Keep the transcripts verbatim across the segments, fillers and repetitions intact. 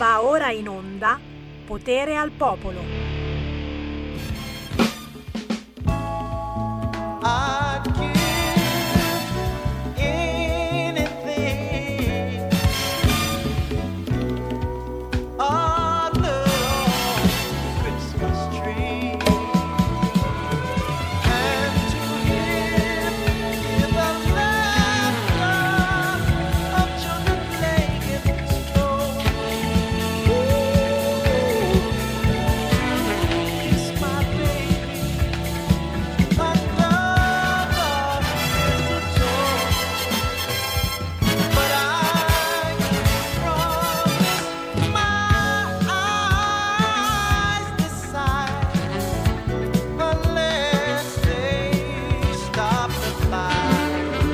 Va ora in onda Potere al Popolo. I'd give anything, a little Christmas tree, and to hear, hear the laughter of children playing snow. Kiss my baby another mistletoe, but I promise my eyes decide unless they stop the fire.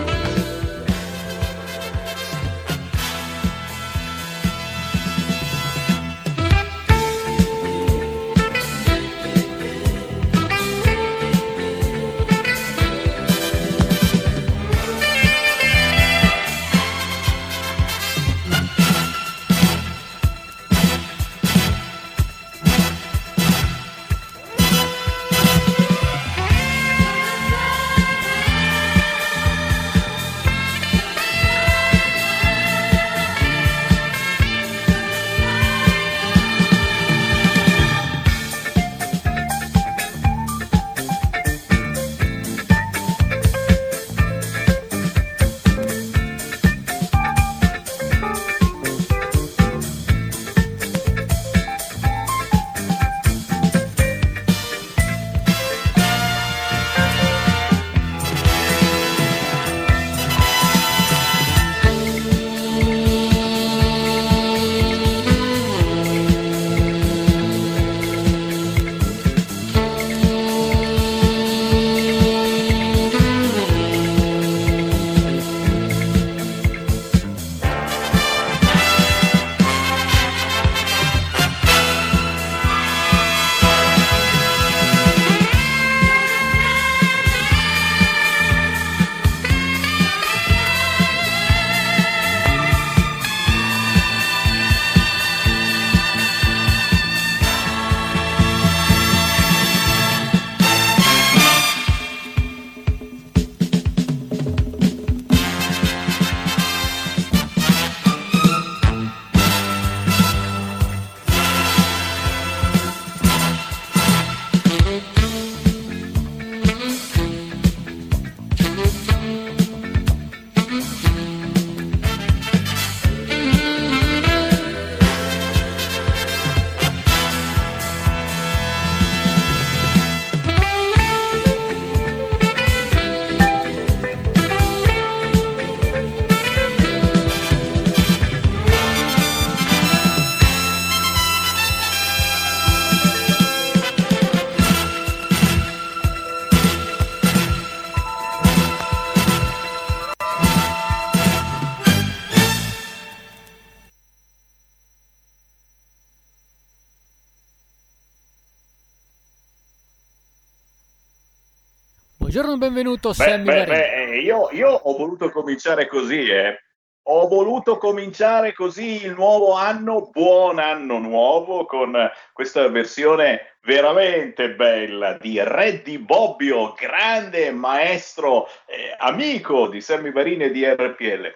Buongiorno e benvenuto Beh, Sammy beh, Varin. beh, eh, io, io ho voluto cominciare così, eh. Ho voluto cominciare così il nuovo anno, buon anno nuovo, con questa versione veramente bella di Re di Bobbio, grande maestro, eh, amico di Sammy Varin e di R P L.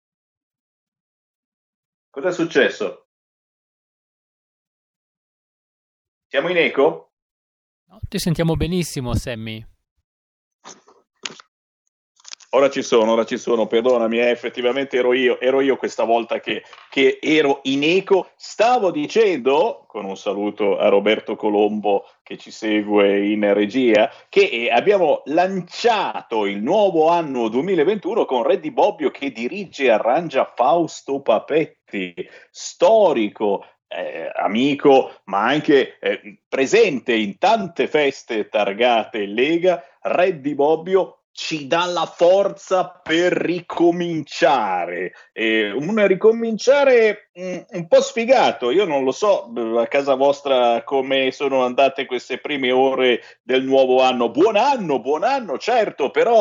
Cosa è successo? Siamo in eco? No, ti sentiamo benissimo, Sammy. Ora ci sono, ora ci sono, perdonami, eh, effettivamente ero io, ero io questa volta che, che ero in eco. Stavo dicendo, con un saluto a Roberto Colombo che ci segue in regia, che eh, abbiamo lanciato il nuovo anno duemilaventuno con Re di Bobbio che dirige e arrangia Fausto Papetti, storico, Eh, amico, ma anche eh, presente in tante feste targate Lega. Re di Bobbio ci dà la forza per ricominciare, eh, un ricominciare mh, un po' sfigato. Io non lo so a casa vostra come sono andate queste prime ore del nuovo anno. Buon anno, buon anno, certo, però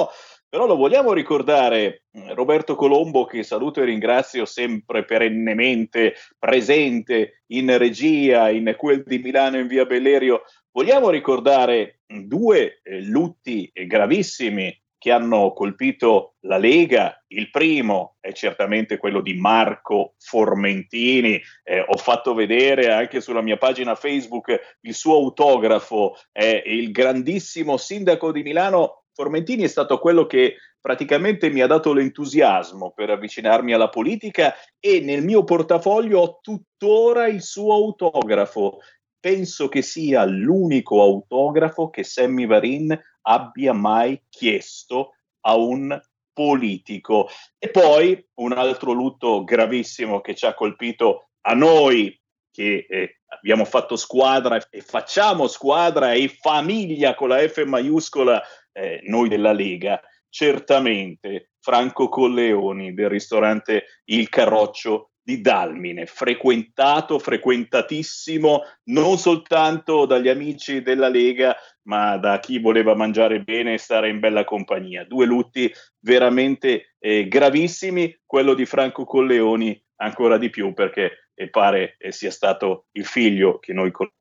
Però lo vogliamo ricordare, Roberto Colombo, che saluto e ringrazio sempre perennemente presente in regia, in quel di Milano in via Bellerio, vogliamo ricordare due eh, lutti gravissimi che hanno colpito la Lega. Il primo è certamente quello di Marco Formentini. Eh, ho fatto vedere anche sulla mia pagina Facebook il suo autografo. Eh, il grandissimo sindaco di Milano Formentini è stato quello che praticamente mi ha dato l'entusiasmo per avvicinarmi alla politica, e nel mio portafoglio ho tuttora il suo autografo. Penso che sia l'unico autografo che Sammy Varin abbia mai chiesto a un politico. E poi un altro lutto gravissimo che ci ha colpito a noi, che eh, abbiamo fatto squadra e facciamo squadra e famiglia con la F maiuscola, eh, noi della Lega, certamente Franco Colleoni del ristorante Il Carroccio di Dalmine, frequentato, frequentatissimo non soltanto dagli amici della Lega, ma da chi voleva mangiare bene e stare in bella compagnia. Due lutti veramente eh, gravissimi, quello di Franco Colleoni ancora di più, perché eh, pare eh, sia stato il figlio che noi conosciamo.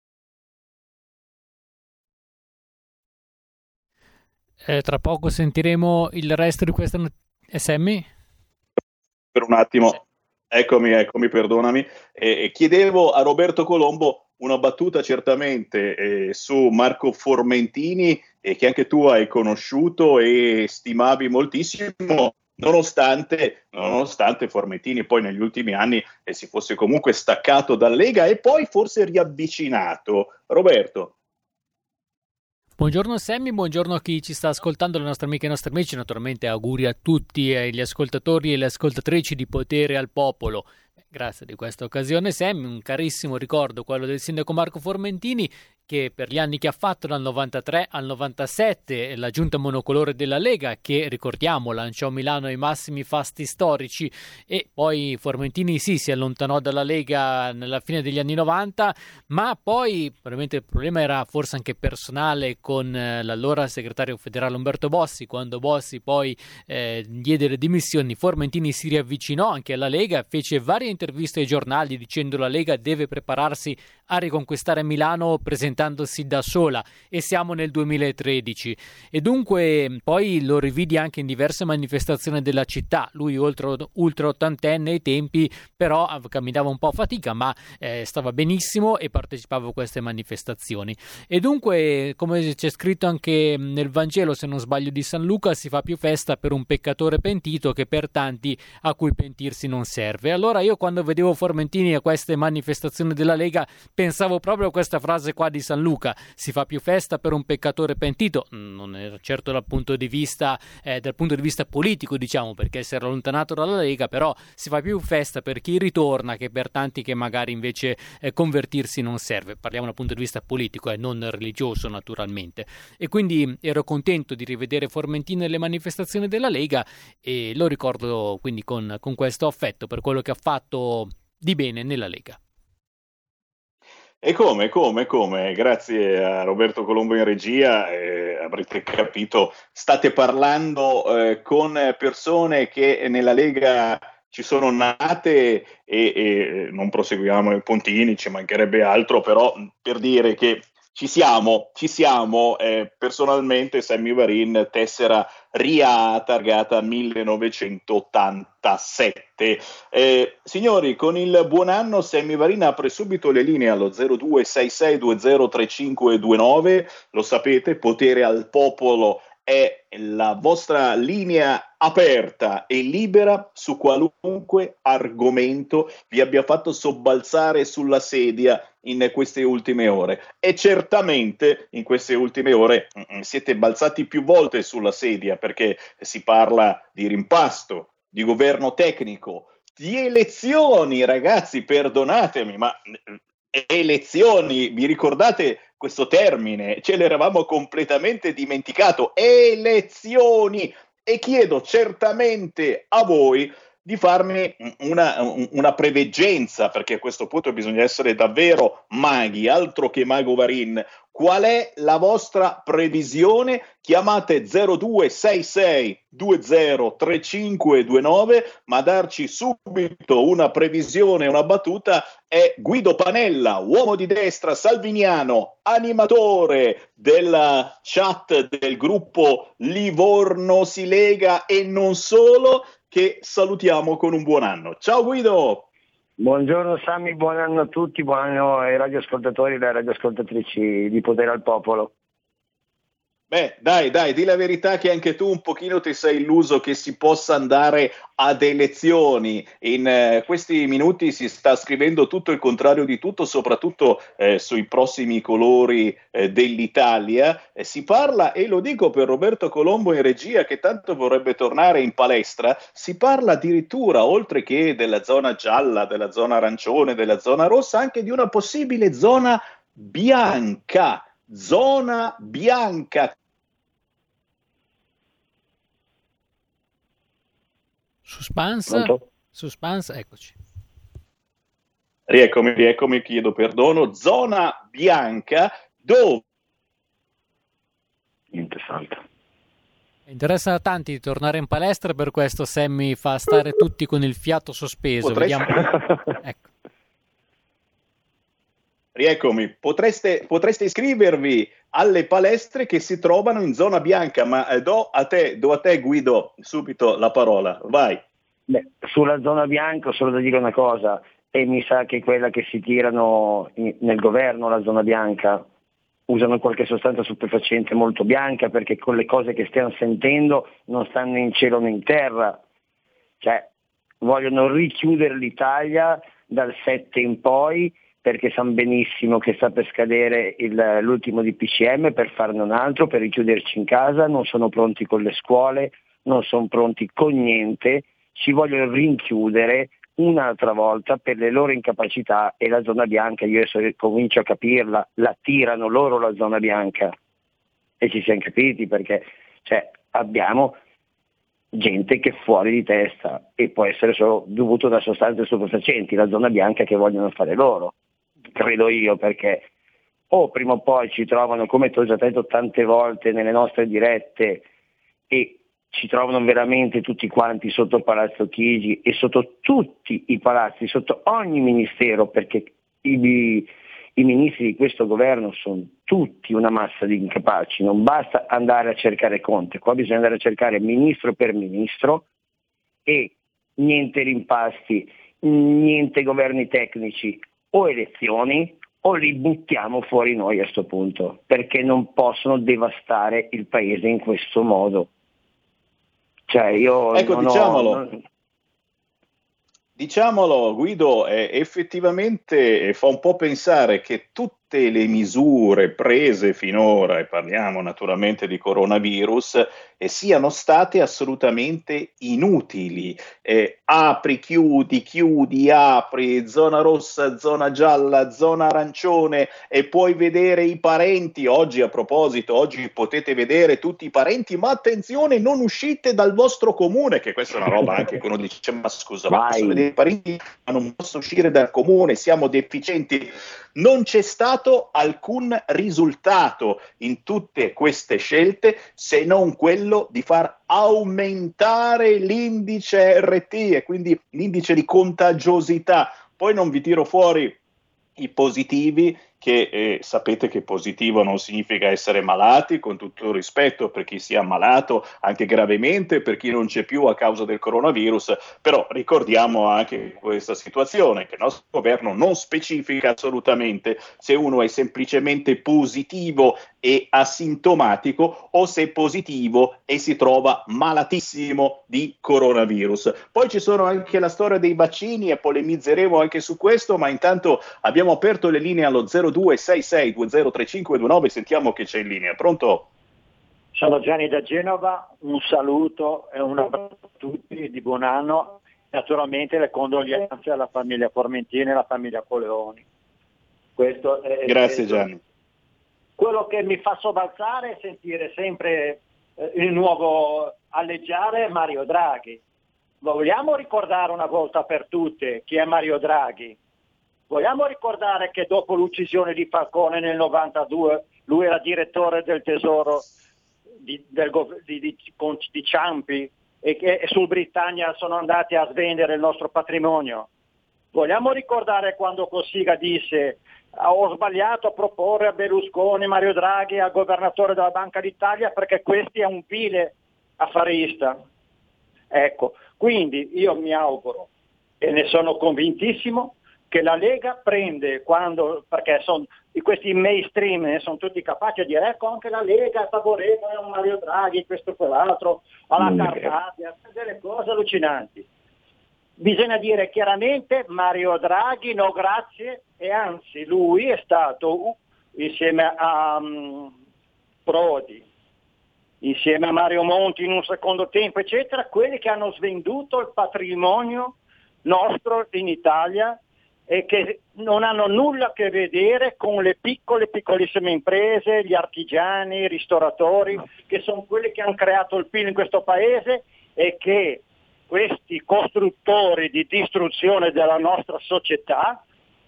Eh, tra poco sentiremo il resto di questa notizia. Sammy? Per un attimo, eccomi, eccomi, perdonami. Eh, chiedevo a Roberto Colombo una battuta certamente eh, su Marco Formentini, eh, che anche tu hai conosciuto e stimavi moltissimo, nonostante, nonostante Formentini poi negli ultimi anni eh, si fosse comunque staccato dalla Lega e poi forse riavvicinato. Roberto. Buongiorno Sammy, buongiorno a chi ci sta ascoltando, le nostre amiche e i nostri amici, naturalmente auguri a tutti eh, gli ascoltatori e le ascoltatrici di Potere al Popolo. Grazie di questa occasione Sammy, un carissimo ricordo quello del sindaco Marco Formentini, che per gli anni che ha fatto dal novantatré al novantasette la giunta monocolore della Lega, che ricordiamo lanciò Milano ai massimi fasti storici, e poi Formentini sì si allontanò dalla Lega nella fine degli anni novanta, ma poi probabilmente il problema era forse anche personale con l'allora segretario federale Umberto Bossi. Quando Bossi poi eh, diede le dimissioni, Formentini si riavvicinò anche alla Lega, fece varie interviste ai giornali dicendo la Lega deve prepararsi a riconquistare Milano presentandosi da sola, e siamo nel duemilatredici, e dunque poi lo rividi anche in diverse manifestazioni della città. Lui ultra, ultra ottantenne ai tempi, però camminava un po' a fatica, ma eh, stava benissimo e partecipava a queste manifestazioni. E dunque, come c'è scritto anche nel Vangelo, se non sbaglio, di San Luca, si fa più festa per un peccatore pentito che per tanti a cui pentirsi non serve. Allora io, quando vedevo Formentini a queste manifestazioni della Lega, pensavo proprio a questa frase qua di San Luca: si fa più festa per un peccatore pentito. Non è certo dal punto di vista eh, dal punto di vista politico, diciamo, perché si era allontanato dalla Lega, però si fa più festa per chi ritorna che per tanti che magari invece eh, convertirsi non serve. Parliamo dal punto di vista politico e eh, non religioso, naturalmente. E quindi ero contento di rivedere Formentini nelle manifestazioni della Lega, e lo ricordo quindi con, con questo affetto per quello che ha fatto di bene nella Lega. E come, come, come, grazie a Roberto Colombo in regia, eh, avrete capito, state parlando eh, con persone che nella Lega ci sono nate, e, e non proseguiamo i puntini, ci mancherebbe altro, però per dire che ci siamo, ci siamo, eh, personalmente Sammy Varin, tessera R I A targata millenovecentottantasette. Eh, signori, con il buon anno Sammy Varin apre subito le linee allo zero due sei sei due zero tre cinque due nove, lo sapete, Potere al Popolo è la vostra linea aperta e libera su qualunque argomento vi abbia fatto sobbalzare sulla sedia in queste ultime ore. E certamente in queste ultime ore mm, siete balzati più volte sulla sedia, perché si parla di rimpasto, di governo tecnico, di elezioni, ragazzi, perdonatemi, ma elezioni, vi ricordate questo termine? Ce l'eravamo completamente dimenticato, elezioni. E chiedo certamente a voi di farmi una, una preveggenza, perché a questo punto bisogna essere davvero maghi, altro che mago Varin. Qual è la vostra previsione? Chiamate zero due sei sei due zero tre cinque due nove, ma darci subito una previsione, una battuta è Guido Panella, uomo di destra salviniano, animatore della chat del gruppo Livorno si lega e non solo, che salutiamo con un buon anno. Ciao Guido! Buongiorno Sammy, buon anno a tutti, buon anno ai radioascoltatori e alle radioascoltatrici di Potere al Popolo. Beh, dai, dai, di la verità che anche tu un pochino ti sei illuso che si possa andare ad elezioni. In eh, questi minuti si sta scrivendo tutto il contrario di tutto, soprattutto eh, sui prossimi colori eh, dell'Italia. Eh, si parla, e lo dico per Roberto Colombo in regia, che tanto vorrebbe tornare in palestra, si parla addirittura, oltre che della zona gialla, della zona arancione, della zona rossa, anche di una possibile zona bianca. Zona bianca. Suspense, Pronto? suspense, eccoci. Rieccomi, rieccomi, chiedo perdono. Zona bianca dove... Niente, salta. Interessa a tanti di tornare in palestra, per questo Sammy fa stare tutti con il fiato sospeso. Potresti... Vediamo... ecco. Rieccomi, potreste, potreste iscrivervi alle palestre che si trovano in zona bianca, ma eh, do a te, do a te Guido subito la parola, vai. Beh, sulla zona bianca ho solo da dire una cosa, e mi sa che quella che si tirano in, nel governo, la zona bianca, usano qualche sostanza stupefacente molto bianca, perché con le cose che stiamo sentendo non stanno in cielo né in terra, cioè vogliono richiudere l'Italia dal sette in poi, perché sanno benissimo che sta per scadere il, l'ultimo D P C M, per farne un altro, per richiuderci in casa, non sono pronti con le scuole, non sono pronti con niente, ci vogliono rinchiudere un'altra volta per le loro incapacità, e la zona bianca, io adesso comincio a capirla, la tirano loro la zona bianca, e ci siamo capiti, perché cioè, abbiamo gente che è fuori di testa, e può essere solo dovuto da sostanze stupefacenti, la zona bianca che vogliono fare loro, credo io, perché o prima o poi ci trovano, come ti ho già detto tante volte nelle nostre dirette, e ci trovano veramente tutti quanti sotto Palazzo Chigi e sotto tutti i palazzi, sotto ogni ministero, perché i, i ministri di questo governo sono tutti una massa di incapaci, non basta andare a cercare Conte, qua bisogna andare a cercare ministro per ministro, e niente rimpasti, niente governi tecnici, o elezioni, o li buttiamo fuori noi a sto punto, perché non possono devastare il paese in questo modo. Cioè io ecco, non diciamolo. ho, non... Diciamolo Guido, eh, effettivamente eh, fa un po' pensare che tutte le misure prese finora, e parliamo naturalmente di coronavirus, eh, siano state assolutamente inutili. Eh, apri, chiudi, chiudi, apri, zona rossa, zona gialla, zona arancione, e puoi vedere i parenti. Oggi, a proposito, oggi potete vedere tutti i parenti, ma attenzione, non uscite dal vostro comune, che questa è una roba anche che uno dice, ma scusa, ma posso vedere i parenti, ma non posso uscire dal comune, siamo deficienti. Non c'è stato alcun risultato in tutte queste scelte, se non quello di far aumentare l'indice R T, e quindi l'indice di contagiosità. Poi non vi tiro fuori i positivi, che eh, sapete che positivo non significa essere malati, con tutto il rispetto per chi sia ammalato anche gravemente, per chi non c'è più a causa del coronavirus, però ricordiamo anche questa situazione, che il nostro governo non specifica assolutamente se uno è semplicemente positivo e asintomatico, o se è positivo e si trova malatissimo di coronavirus. Poi ci sono anche la storia dei vaccini, e polemizzeremo anche su questo, ma intanto abbiamo aperto le linee allo zero due sei sei due zero tre cinque due nove, sentiamo che c'è in linea. Pronto? Sono Gianni da Genova, un saluto e un abbraccio a tutti, di buon anno, naturalmente le condoglianze alla famiglia Formentini e alla famiglia Coleoni. Questo è, Grazie è, Gianni. Quello che mi fa sobbalzare è sentire sempre eh, il nuovo alleggiare Mario Draghi. vogliamo ricordare una volta per tutte chi è Mario Draghi? Vogliamo ricordare che dopo l'uccisione di Falcone nel novantadue lui era direttore del tesoro di, del, di, di, di Ciampi e che e sul Britannia sono andati a svendere il nostro patrimonio? Vogliamo ricordare quando Cossiga disse ho sbagliato a proporre a Berlusconi Mario Draghi al governatore della Banca d'Italia perché questi è un vile affarista? Ecco, quindi io mi auguro e ne sono convintissimo che la Lega prende quando, perché son, questi mainstream eh, sono tutti capaci di dire ecco anche la Lega è favorevole a Mario Draghi, questo e quell'altro, alla Cartabia, delle cose allucinanti. Bisogna dire chiaramente Mario Draghi no grazie, e anzi lui è stato insieme a um, Prodi, insieme a Mario Monti in un secondo tempo eccetera, quelli che hanno svenduto il patrimonio nostro in Italia e che non hanno nulla a che vedere con le piccole piccolissime imprese, gli artigiani, i ristoratori, che sono quelli che hanno creato il P I L in questo paese e che questi costruttori di distruzione della nostra società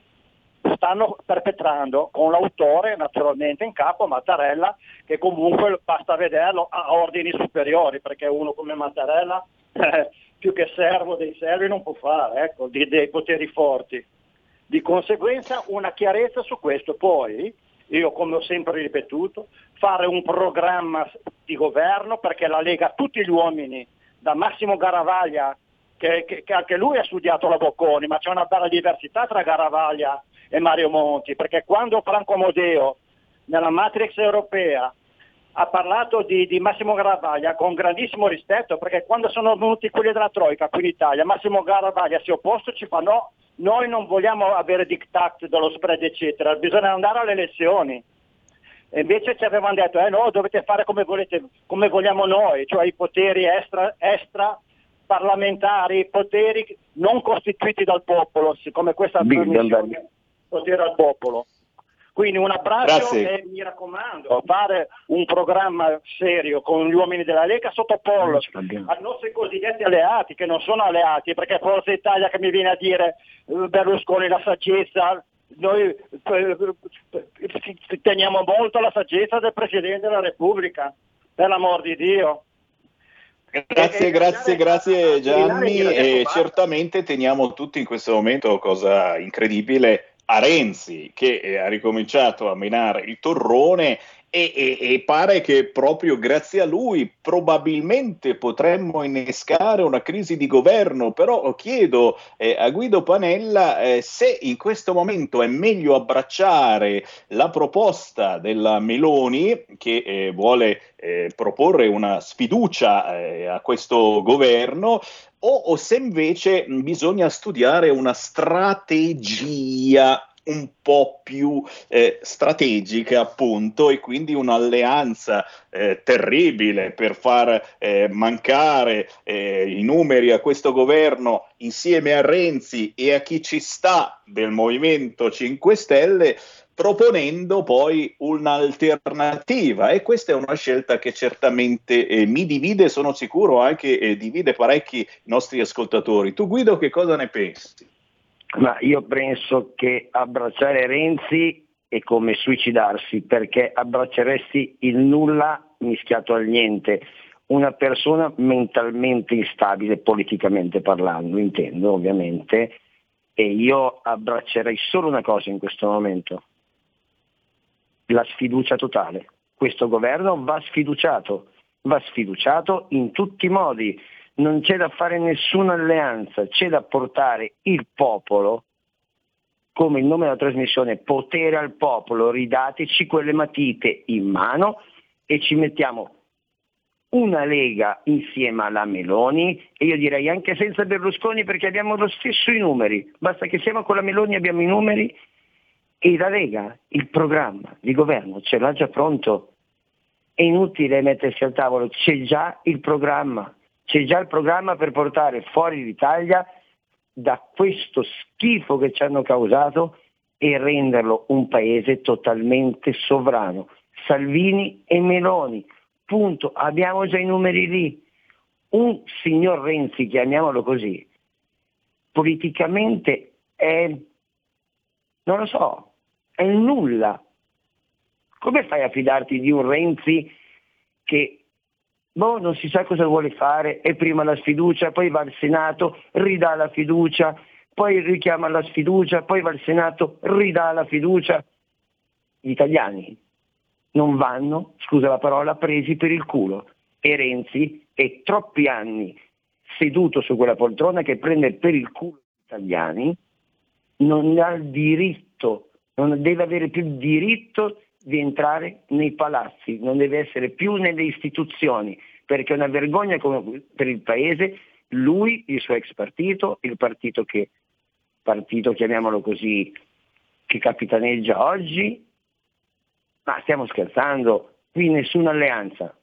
stanno perpetrando con l'autore naturalmente in capo Mattarella, che comunque basta vederlo a ordini superiori, perché uno come Mattarella eh, più che servo dei servi non può fare, ecco, di, dei poteri forti. Di conseguenza una chiarezza su questo. Poi io, come ho sempre ripetuto, fare un programma di governo, perché la Lega, tutti gli uomini, da Massimo Garavaglia, che, che, che anche lui ha studiato la Bocconi, ma c'è una bella diversità tra Garavaglia e Mario Monti, perché quando Franco Amodeo nella Matrix europea ha parlato di, di Massimo Garavaglia con grandissimo rispetto, perché quando sono venuti quelli della Troica qui in Italia, Massimo Garavaglia si è opposto e ci fa no, noi non vogliamo avere diktat dello spread eccetera, bisogna andare alle elezioni. E invece ci avevano detto eh no, dovete fare come volete, come vogliamo noi, cioè i poteri extra, extra parlamentari, poteri non costituiti dal popolo, siccome questa trasmissione potere al popolo. Quindi un abbraccio. Grazie. E mi raccomando, fare un programma serio con gli uomini della Lega sottoporlo ai nostri cosiddetti alleati, che non sono alleati, perché Forza Italia che mi viene a dire Berlusconi la saggezza, noi teniamo molto la saggezza del Presidente della Repubblica, per l'amor di Dio. Grazie, grazie, grazie Gianni, e certamente teniamo tutti in questo momento, cosa incredibile, a Renzi che eh, ha ricominciato a menare il torrone e, e, e pare che proprio grazie a lui probabilmente potremmo innescare una crisi di governo. Però chiedo eh, a Guido Panella eh, se in questo momento è meglio abbracciare la proposta della Meloni che eh, vuole eh, proporre una sfiducia eh, a questo governo, O, o se invece bisogna studiare una strategia un po' più eh, strategica, appunto, e quindi un'alleanza eh, terribile per far eh, mancare eh, i numeri a questo governo insieme a Renzi e a chi ci sta del Movimento cinque Stelle, proponendo poi un'alternativa. E questa è una scelta che certamente eh, mi divide, sono sicuro anche eh, divide parecchi i nostri ascoltatori. Tu Guido, che cosa ne pensi? Ma io penso che abbracciare Renzi è come suicidarsi, perché abbracceresti il nulla mischiato al niente, una persona mentalmente instabile, politicamente parlando, intendo ovviamente, e io abbraccerei solo una cosa in questo momento: la sfiducia totale. Questo governo va sfiduciato, va sfiduciato in tutti i modi, non c'è da fare nessuna alleanza, c'è da portare il popolo, come il nome della trasmissione, potere al popolo, ridateci quelle matite in mano e ci mettiamo una Lega insieme alla Meloni, e io direi anche senza Berlusconi, perché abbiamo lo stesso i numeri, basta che siamo con la Meloni, abbiamo i numeri. E la Lega, il programma di governo ce l'ha già pronto, è inutile mettersi al tavolo, c'è già il programma, c'è già il programma per portare fuori l'Italia da questo schifo che ci hanno causato e renderlo un paese totalmente sovrano. Salvini e Meloni, punto, abbiamo già i numeri lì. un signor Renzi, chiamiamolo così, politicamente è, non lo so, è il nulla. Come fai a fidarti di un Renzi che boh, non si sa cosa vuole fare, e prima la sfiducia, poi va al Senato, ridà la fiducia, poi richiama la sfiducia, poi va al Senato, ridà la fiducia. Gli italiani non vanno, scusa la parola, presi per il culo, e Renzi è troppi anni seduto su quella poltrona che prende per il culo gli italiani, non ha il diritto, non deve avere più il diritto di entrare nei palazzi, non deve essere più nelle istituzioni, perché è una vergogna come per il paese. Lui, il suo ex partito, il partito che partito chiamiamolo così, che capitaneggia oggi, ma stiamo scherzando, qui nessuna alleanza,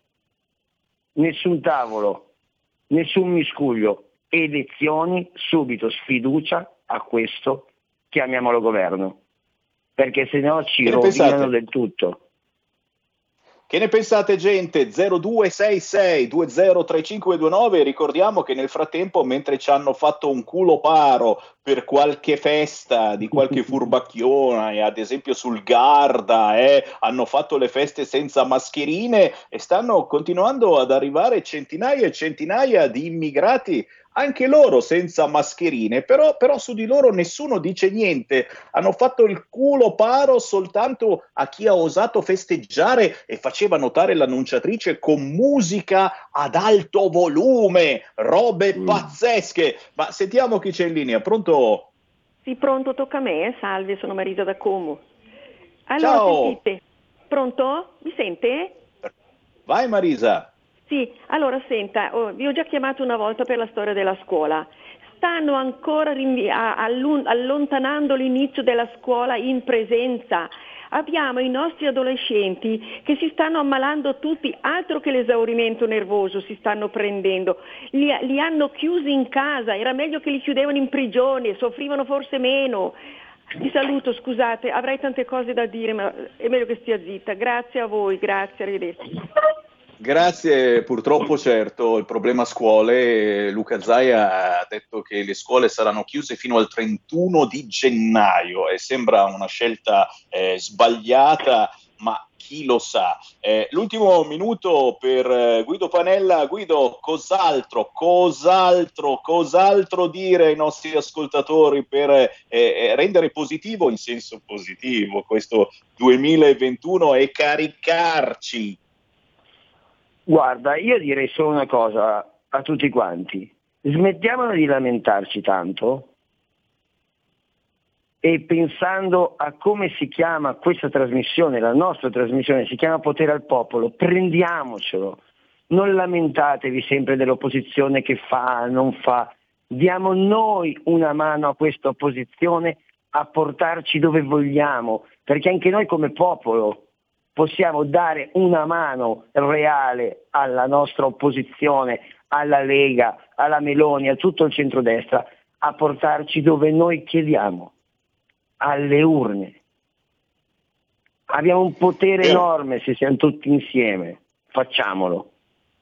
nessun tavolo, nessun miscuglio, elezioni, subito sfiducia a questo, chiamiamolo governo, perché se no ci rovinano pensate? Del tutto. Che ne pensate, gente? zero due sei sei due zero tre cinque due nove. Ricordiamo che nel frattempo, mentre ci hanno fatto un culo paro per qualche festa di qualche furbacchiona, e ad esempio sul Garda, eh, hanno fatto le feste senza mascherine, e stanno continuando ad arrivare centinaia e centinaia di immigrati, anche loro senza mascherine, però, però su di loro nessuno dice niente. Hanno fatto il culo paro soltanto a chi ha osato festeggiare, e faceva notare l'annunciatrice con musica ad alto volume, robe mm. pazzesche. Ma sentiamo chi c'è in linea. Pronto? Sì, pronto, tocca a me. Salve, sono Marisa da Como. Allora, ciao. Sentite. Pronto? Mi sente? Vai Marisa. Sì, allora senta, oh, vi ho già chiamato una volta per la storia della scuola. Stanno ancora rinvi- a- allun- allontanando l'inizio della scuola in presenza. Abbiamo i nostri adolescenti che si stanno ammalando tutti, altro che l'esaurimento nervoso si stanno prendendo. Li, li hanno chiusi in casa, era meglio che li chiudevano in prigione, soffrivano forse meno. Vi saluto, scusate, avrei tante cose da dire, ma è meglio che stia zitta. Grazie a voi, grazie, arrivederci. Grazie, purtroppo certo, il problema scuole, Luca Zaia ha detto che le scuole saranno chiuse fino al trentuno di gennaio, e sembra una scelta eh, sbagliata, ma chi lo sa. Eh, l'ultimo minuto per eh, Guido Panella. Guido, cos'altro, cos'altro, cos'altro dire ai nostri ascoltatori per eh, rendere positivo, in senso positivo, questo duemilaventuno e caricarci? Guarda, io direi solo una cosa a tutti quanti: smettiamola di lamentarci tanto, e pensando a come si chiama questa trasmissione, la nostra trasmissione si chiama Potere al Popolo, prendiamocelo, non lamentatevi sempre dell'opposizione che fa, non fa, diamo noi una mano a questa opposizione a portarci dove vogliamo, perché anche noi come popolo possiamo dare una mano reale alla nostra opposizione, alla Lega, alla Meloni, a tutto il centrodestra, a portarci dove noi chiediamo, alle urne. Abbiamo un potere enorme se siamo tutti insieme, facciamolo.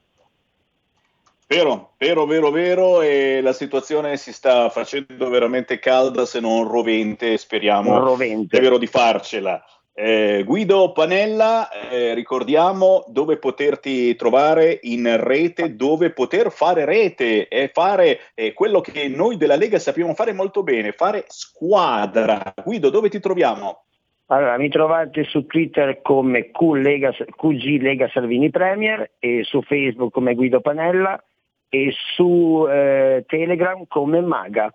Vero, vero, vero, vero, e la situazione si sta facendo veramente calda, se non rovente, speriamo rovente. davvero di farcela. Eh, Guido Panella, eh, ricordiamo dove poterti trovare in rete, dove poter fare rete e fare eh, quello che noi della Lega sappiamo fare molto bene, fare squadra. Guido, dove ti troviamo? Allora, mi trovate su Twitter come Q, Lega, Q G Lega Salvini Premier, e su Facebook come Guido Panella, e su eh, Telegram come Maga.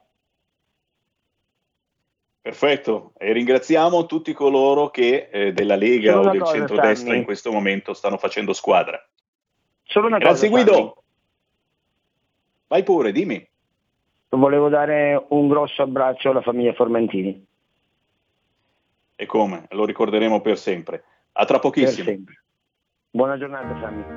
Perfetto, e ringraziamo tutti coloro che eh, della Lega Solo o del cosa, centrodestra Sammy. in questo momento stanno facendo squadra. Solo una Grazie cosa, Guido. Sammy. Vai pure, dimmi. Volevo dare un grosso abbraccio alla famiglia Formentini. E come? Lo ricorderemo per sempre. A tra pochissimo. Per sempre. Buona giornata, Sammy.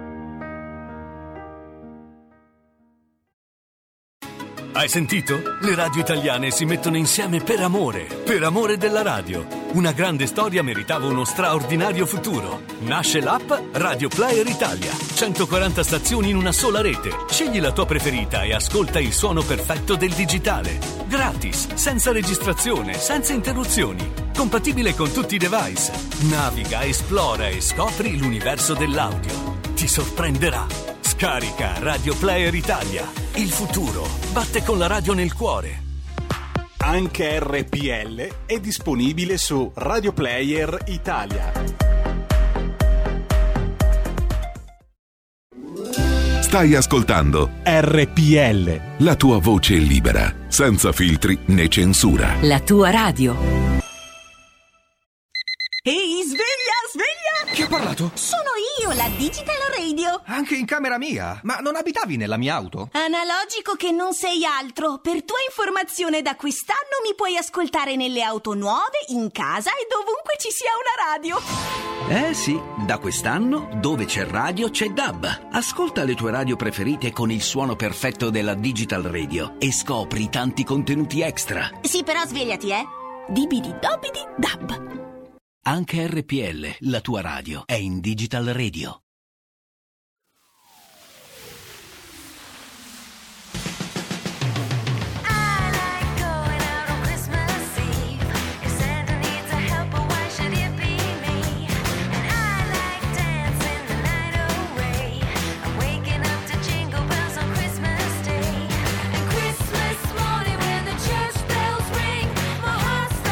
Hai sentito? Le radio italiane si mettono insieme per amore, per amore della radio. Una grande storia meritava uno straordinario futuro. Nasce l'app Radio Player Italia. centoquaranta stazioni in una sola rete. Scegli la tua preferita e ascolta il suono perfetto del digitale. Gratis, senza registrazione, senza interruzioni. Compatibile con tutti i device. Naviga, esplora e scopri l'universo dell'audio. Ti sorprenderà. Scarica Radio Player Italia. Il futuro batte con la radio nel cuore. Anche R P L è disponibile su Radio Player Italia. Stai ascoltando R P L, la tua voce libera, senza filtri né censura. La tua radio. Ehi, sveglia, sveglia! Chi ha parlato? Sono io, la Digital Radio. Anche in camera mia? Ma non abitavi nella mia auto? Analogico che non sei altro. Per tua informazione, da quest'anno mi puoi ascoltare nelle auto nuove, in casa e dovunque ci sia una radio. Eh sì, da quest'anno dove c'è radio c'è D A B. Ascolta le tue radio preferite con il suono perfetto della Digital Radio e scopri tanti contenuti extra. Sì, però svegliati, eh. Dibidi dobidi D A B. Anche R P L, la tua radio, è in Digital Radio.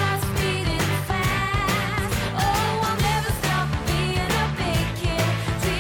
Dream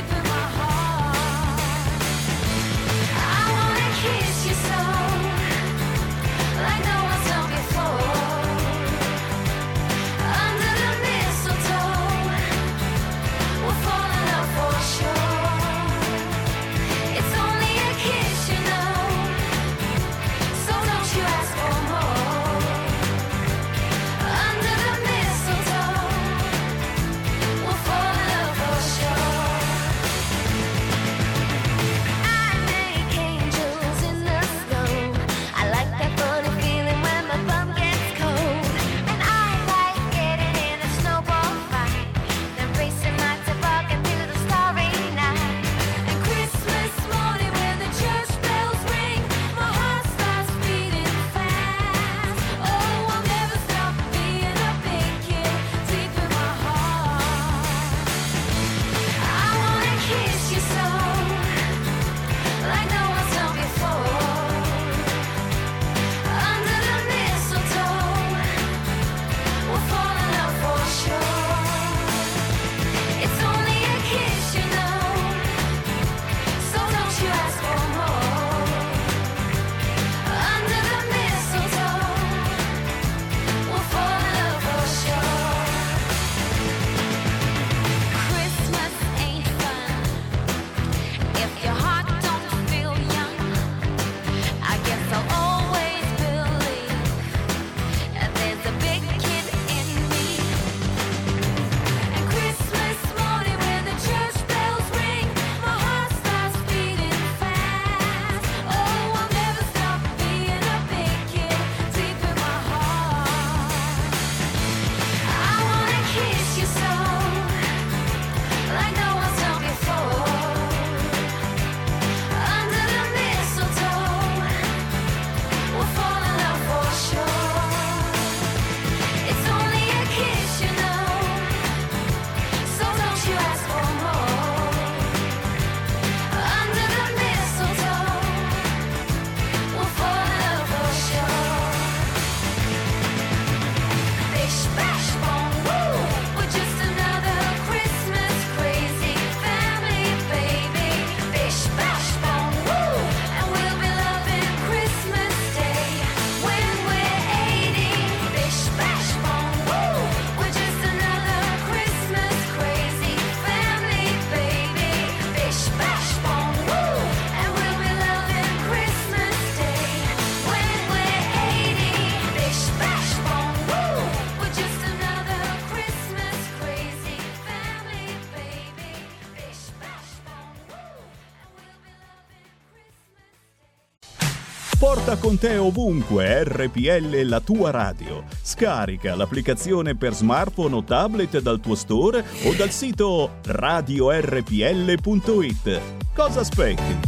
con te ovunque. R P L, la tua radio. Scarica l'applicazione per smartphone o tablet dal tuo store o dal sito radio r p l punto i t. Cosa aspetti?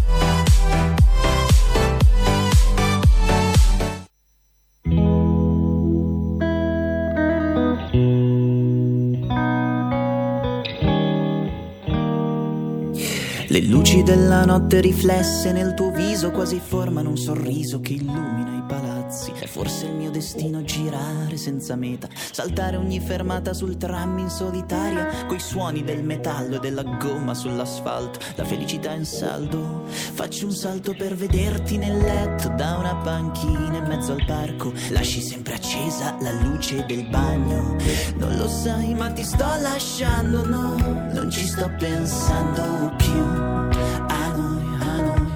Le luci della notte riflesse nel tuo viso quasi formano un sorriso che illumina i palazzi. È forse il mio destino girare senza meta, saltare ogni fermata sul tram in solitaria, coi suoni del metallo e della gomma sull'asfalto, la felicità in saldo. Faccio un salto per vederti nel letto da una panchina in mezzo al parco. Lasci sempre accesa la luce del bagno. Non lo sai ma ti sto lasciando, no, non ci sto pensando più. A noi, a noi.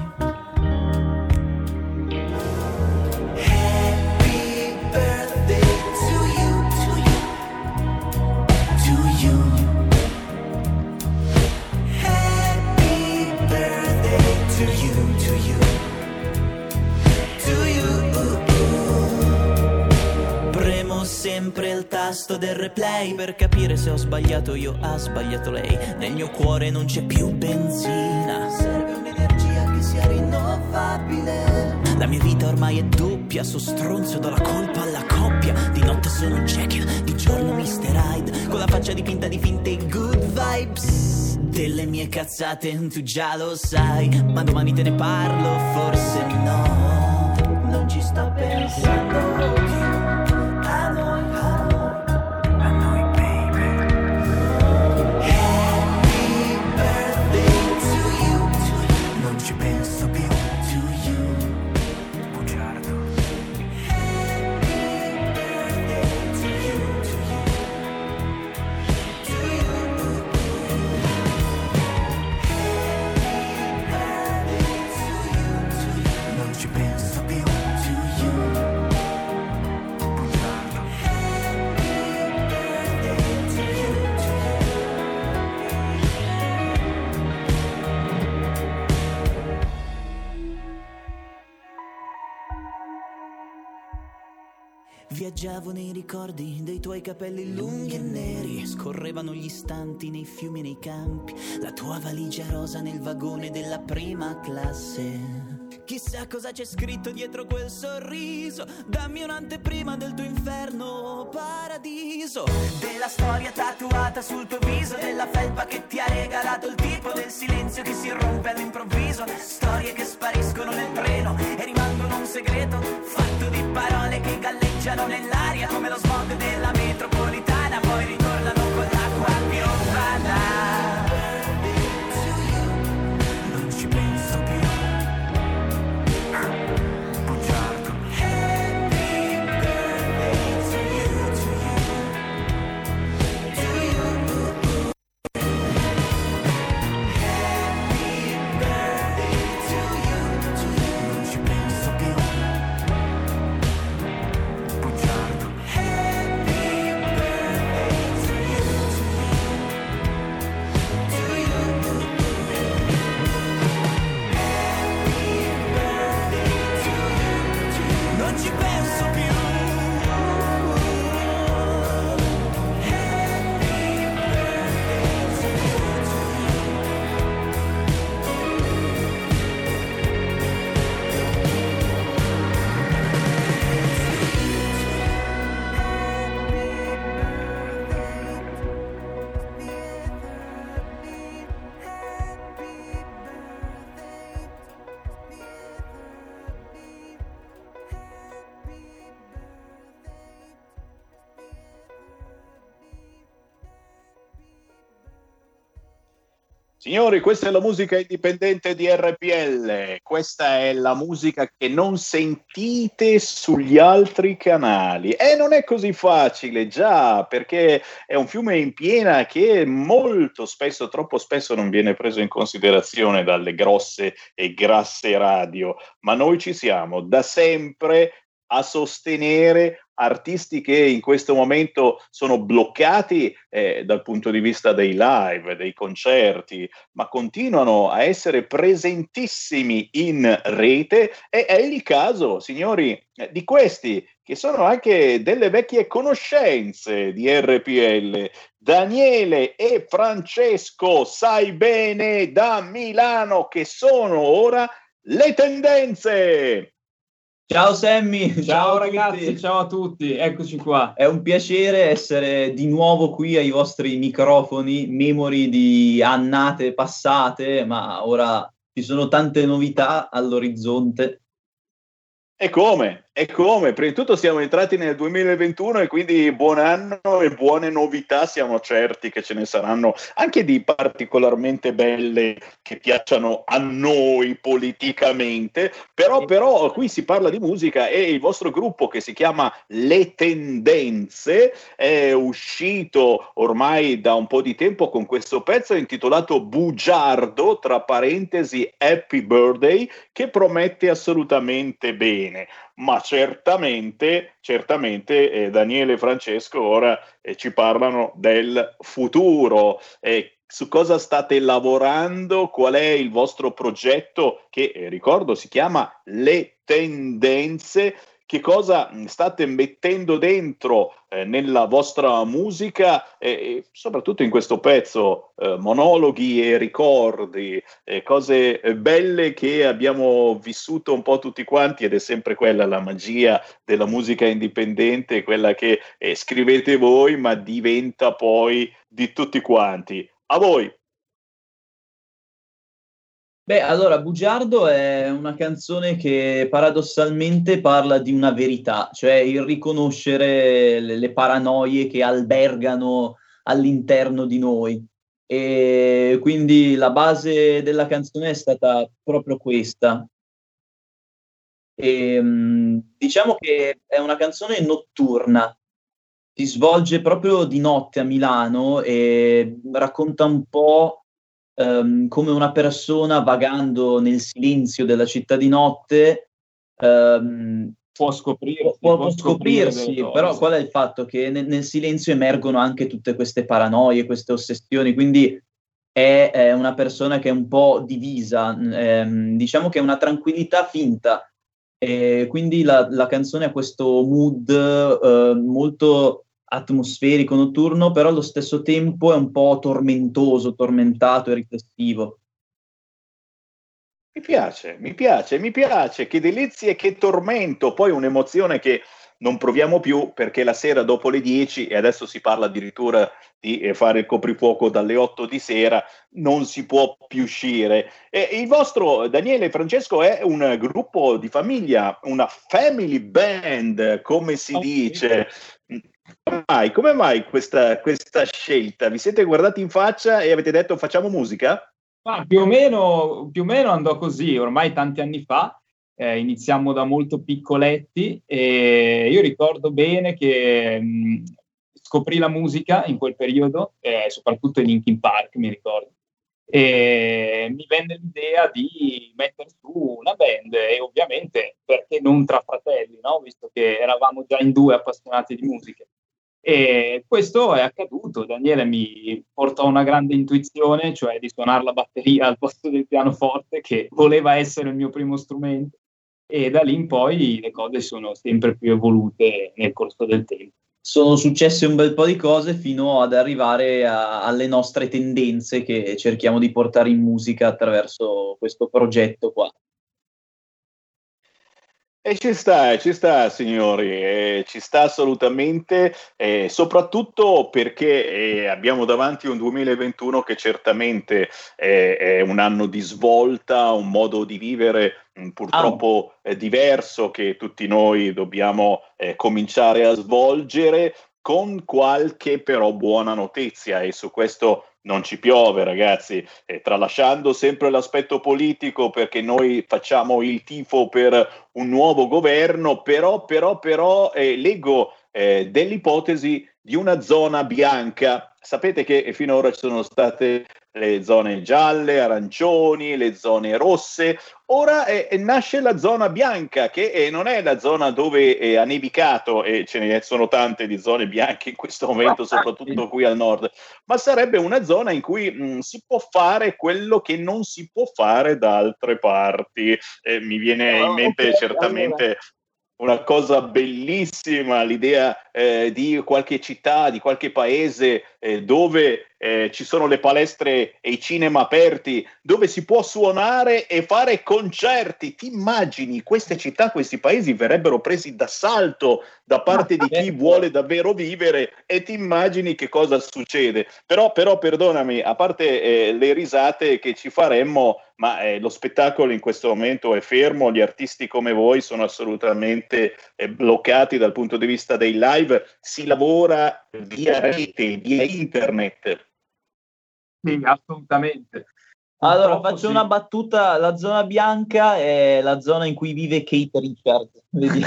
Happy birthday to you, to you, to you. Happy birthday to you, to you, to you. Premo sempre il tasto del replay per capire se ho sbagliato io, ha sbagliato lei. Nel mio cuore non c'è più benzina, serve un'energia che sia rinnovabile. La mia vita ormai è doppia, so stronzo, do la colpa alla coppia. Di notte sono Jekyll, di giorno mister Hyde, con la faccia dipinta di finte good vibes. Delle mie cazzate tu già lo sai, ma domani te ne parlo, forse no. Non ci sto pensando più. A noi, a noi, a noi baby. Happy birthday to you, to you. Non ci penso più. To you, bugiardo. Happy birthday to you, to you, to you. Happy birthday to you, to you. Non ci penso più. To you. Viaggiavo nei ricordi dei tuoi capelli lunghi e neri, scorrevano gli istanti nei fiumi e nei campi, la tua valigia rosa nel vagone della prima classe. Chissà cosa c'è scritto dietro quel sorriso, dammi un'anteprima del tuo inferno o paradiso. Della storia tatuata sul tuo viso, della felpa che ti ha regalato il tipo, del silenzio che si rompe all'improvviso, storie che spariscono nel treno e rimangono un segreto, fatto di parole che galleggiano nell'aria come lo smog della metropolitana, poi ritornano con l'acqua piovana. Non ci penso più. Signori, questa è la musica indipendente di R P L, questa è la musica che non sentite sugli altri canali e non è così facile, già, perché è un fiume in piena che molto spesso, troppo spesso non viene preso in considerazione dalle grosse e grasse radio, ma noi ci siamo da sempre a sostenere, artisti che in questo momento sono bloccati eh, dal punto di vista dei live, dei concerti, ma continuano a essere presentissimi in rete, e è il caso, signori, di questi che sono anche delle vecchie conoscenze di R P L. Daniele e Francesco, sai bene, da Milano, che sono ora le tendenze. Ciao Sammy, ciao, ciao a ragazzi, tutti. Ciao a tutti, eccoci qua. È un piacere essere di nuovo qui ai vostri microfoni, memori di annate passate, ma ora ci sono tante novità all'orizzonte. E come? E come? Prima di tutto siamo entrati nel duemilaventuno e quindi buon anno e buone novità, siamo certi che ce ne saranno anche di particolarmente belle che piacciono a noi politicamente, però, però qui si parla di musica e il vostro gruppo, che si chiama Le Tendenze, è uscito ormai da un po' di tempo con questo pezzo intitolato Bugiardo, tra parentesi Happy Birthday, che promette assolutamente bene. Ma certamente, certamente eh, Daniele e Francesco ora eh, ci parlano del futuro. Eh, su cosa state lavorando? Qual è il vostro progetto che, eh, ricordo, si chiama Le Tendenze? Che cosa state mettendo dentro eh, nella vostra musica e, e soprattutto in questo pezzo, eh, monologhi e ricordi, eh, cose belle che abbiamo vissuto un po' tutti quanti, ed è sempre quella la magia della musica indipendente, quella che eh, scrivete voi ma diventa poi di tutti quanti. A voi! Beh, allora, Bugiardo è una canzone che paradossalmente parla di una verità, cioè il riconoscere le, le paranoie che albergano all'interno di noi. E quindi la base della canzone è stata proprio questa. E, diciamo che è una canzone notturna, si svolge proprio di notte a Milano e racconta un po' Um, come una persona vagando nel silenzio della città di notte um, può scoprirsi, può, può può scoprirsi però qual è il fatto? Che nel, nel silenzio emergono anche tutte queste paranoie, queste ossessioni, quindi è, è una persona che è un po' divisa, ehm, diciamo che è una tranquillità finta, e quindi la, la canzone ha questo mood eh, molto atmosferico, notturno, però allo stesso tempo è un po' tormentoso, tormentato e riflessivo. Mi piace, mi piace, mi piace, che delizie e che tormento, poi un'emozione che non proviamo più perché la sera dopo le dieci, e adesso si parla addirittura di fare il coprifuoco dalle otto di sera, non si può più uscire. E il vostro, Daniele e Francesco, è un gruppo di famiglia, una family band, come si dice. Come mai, come mai questa, questa scelta? Vi siete guardati in faccia e avete detto facciamo musica? Ma più o meno, più o meno andò così, ormai tanti anni fa, eh, iniziamo da molto piccoletti e io ricordo bene che mh, scoprì la musica in quel periodo, eh, soprattutto in Linkin Park, mi ricordo, e mi venne l'idea di mettere su una band e ovviamente perché non tra fratelli, no? Visto che eravamo già in due appassionati di musica. E questo è accaduto. Daniele mi portò una grande intuizione, cioè di suonare la batteria al posto del pianoforte, che voleva essere il mio primo strumento, e da lì in poi le cose sono sempre più evolute nel corso del tempo. Sono successe un bel po' di cose fino ad arrivare a, alle nostre tendenze che cerchiamo di portare in musica attraverso questo progetto qua. E ci sta, ci sta signori, eh, ci sta assolutamente, eh, soprattutto perché eh, abbiamo davanti un duemilaventuno che certamente è, è un anno di svolta, un modo di vivere mh, purtroppo eh, diverso che tutti noi dobbiamo eh, cominciare a svolgere, con qualche però buona notizia, e su questo non ci piove, ragazzi, eh, tralasciando sempre l'aspetto politico perché noi facciamo il tifo per un nuovo governo, però però però eh, leggo eh, dell'ipotesi di una zona bianca. Sapete che finora ci sono state le zone gialle, arancioni, le zone rosse. Ora eh, nasce la zona bianca, che eh, non è la zona dove eh, ha nevicato, e ce ne sono tante di zone bianche in questo momento, soprattutto qui al nord, ma sarebbe una zona in cui mh, si può fare quello che non si può fare da altre parti. Eh, mi viene in mente okay, certamente... Allora. Una cosa bellissima, l'idea eh, di qualche città, di qualche paese eh, dove eh, ci sono le palestre e i cinema aperti, dove si può suonare e fare concerti. Ti immagini queste città, questi paesi verrebbero presi d'assalto da parte di chi vuole davvero vivere, e ti immagini che cosa succede. Però, però perdonami, a parte eh, le risate che ci faremmo, ma eh, lo spettacolo in questo momento è fermo, gli artisti come voi sono assolutamente eh, bloccati dal punto di vista dei live, si lavora via rete, via internet. Sì, assolutamente. Allora, faccio sì. una battuta: la zona bianca è la zona in cui vive Kate Richards. Vedi?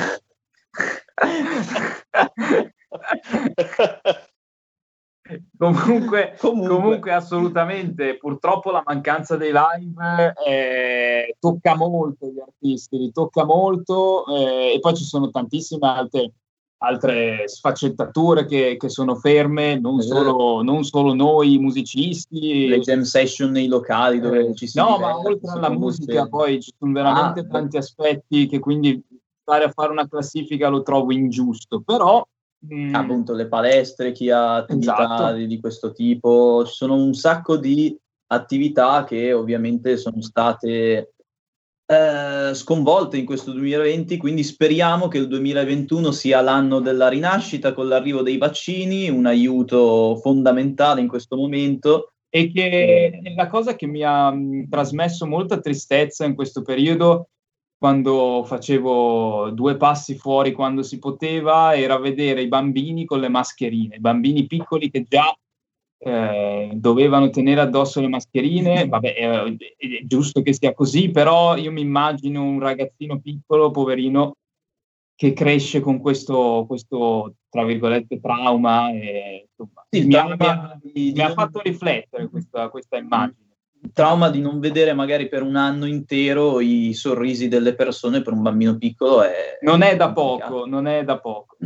Comunque, comunque. comunque assolutamente, purtroppo la mancanza dei live eh, tocca molto gli artisti, li tocca molto, eh, e poi ci sono tantissime altre, altre sfaccettature che, che sono ferme, non solo, non solo noi musicisti, le jam session nei locali dove eh, ci si no, ma oltre alla musica poi ci sono veramente ah, tanti aspetti che quindi stare a fare una classifica lo trovo ingiusto, però Mm. appunto le palestre, chi ha attività esatto. di, di questo tipo, ci sono un sacco di attività che ovviamente sono state eh, sconvolte in questo duemilaventi, quindi speriamo che il duemilaventuno sia l'anno della rinascita con l'arrivo dei vaccini, un aiuto fondamentale in questo momento. E che eh. la cosa che mi ha mh, trasmesso molta tristezza in questo periodo, quando facevo due passi fuori quando si poteva, era vedere i bambini con le mascherine, i bambini piccoli che già eh, dovevano tenere addosso le mascherine. Vabbè, è, è giusto che sia così, però io mi immagino un ragazzino piccolo, poverino, che cresce con questo, questo tra virgolette, trauma. E, insomma, sì, mi, trauma ha, mi, ha, di, mi ha fatto riflettere questa, questa immagine. Trauma di non vedere magari per un anno intero i sorrisi delle persone per un bambino piccolo è non è da poco, non è da poco.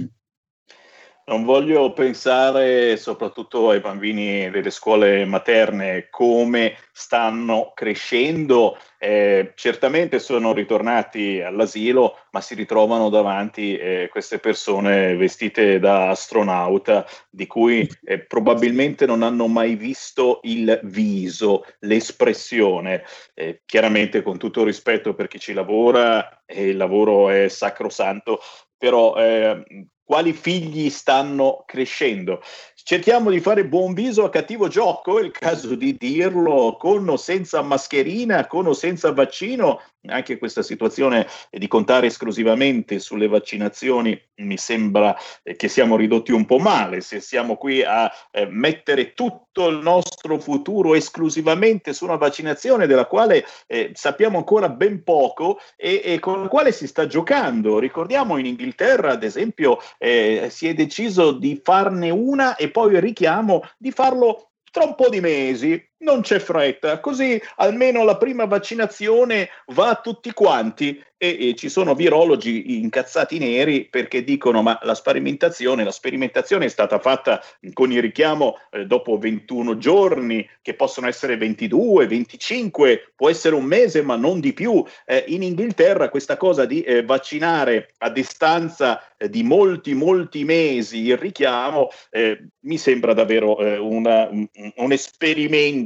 Non voglio pensare soprattutto ai bambini delle scuole materne, come stanno crescendo. Eh, certamente sono ritornati all'asilo, ma si ritrovano davanti eh, queste persone vestite da astronauta, di cui eh, probabilmente non hanno mai visto il viso, l'espressione. Eh, chiaramente, con tutto rispetto per chi ci lavora, e il lavoro è sacrosanto, però eh, quali figli stanno crescendo? Cerchiamo di fare buon viso a cattivo gioco, è il caso di dirlo, con o senza mascherina, con o senza vaccino. Anche questa situazione di contare esclusivamente sulle vaccinazioni mi sembra che siamo ridotti un po' male. Se siamo qui a eh, mettere tutto il nostro futuro esclusivamente su una vaccinazione della quale eh, sappiamo ancora ben poco e, e con la quale si sta giocando. Ricordiamo, in Inghilterra, ad esempio, eh, si è deciso di farne una e poi il richiamo di farlo tra un po' di mesi. Non c'è fretta, così almeno la prima vaccinazione va a tutti quanti. E, e ci sono virologi incazzati neri perché dicono: ma la sperimentazione, la sperimentazione è stata fatta con il richiamo eh, dopo ventuno giorni, che possono essere ventidue, venticinque, può essere un mese, ma non di più. Eh, in Inghilterra questa cosa di eh, vaccinare a distanza eh, di molti, molti mesi il richiamo eh, mi sembra davvero eh, una, un, un esperimento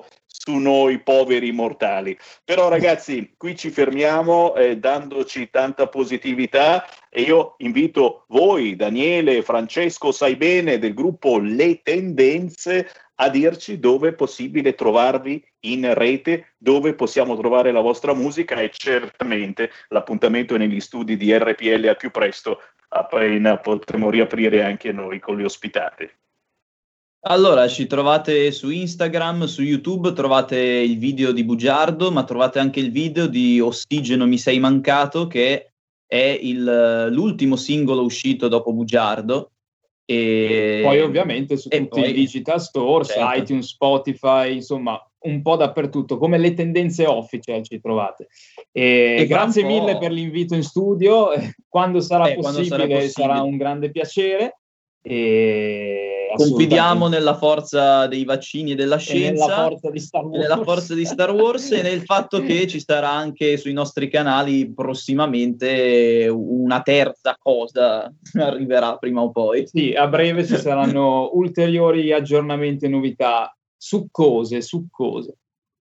su noi poveri mortali. Però ragazzi, qui ci fermiamo eh, dandoci tanta positività, e io invito voi, Daniele, Francesco, sai bene, del gruppo Le Tendenze, a dirci dove è possibile trovarvi in rete, dove possiamo trovare la vostra musica, e certamente l'appuntamento è negli studi di R P L al più presto, appena potremo riaprire anche noi con le ospitate. Allora, ci trovate su Instagram, su YouTube, trovate il video di Bugiardo, ma trovate anche il video di Ossigeno mi sei mancato, che è il, l'ultimo singolo uscito dopo Bugiardo, E poi ovviamente su tutti poi, i digital stores, certo. iTunes, Spotify, insomma un po' dappertutto, come le tendenze official ci trovate. E E grazie un mille po'... per l'invito in studio, quando sarà, eh, possibile, quando sarà possibile sarà un grande piacere. E confidiamo nella forza dei vaccini e della scienza, e nella forza di Star Wars, nella forza di Star Wars e nel fatto che ci sarà anche sui nostri canali prossimamente una terza cosa, arriverà prima o poi. Sì, a breve ci saranno ulteriori aggiornamenti e novità succose, succose.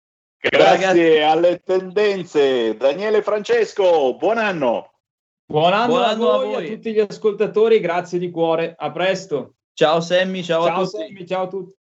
Grazie alle tendenze. Daniele Francesco, buon anno. Buon anno, Buon a, anno voi, a voi, a tutti gli ascoltatori, grazie di cuore, a presto. Ciao Sammy, ciao, ciao a tutti. Sammy, ciao a tutti.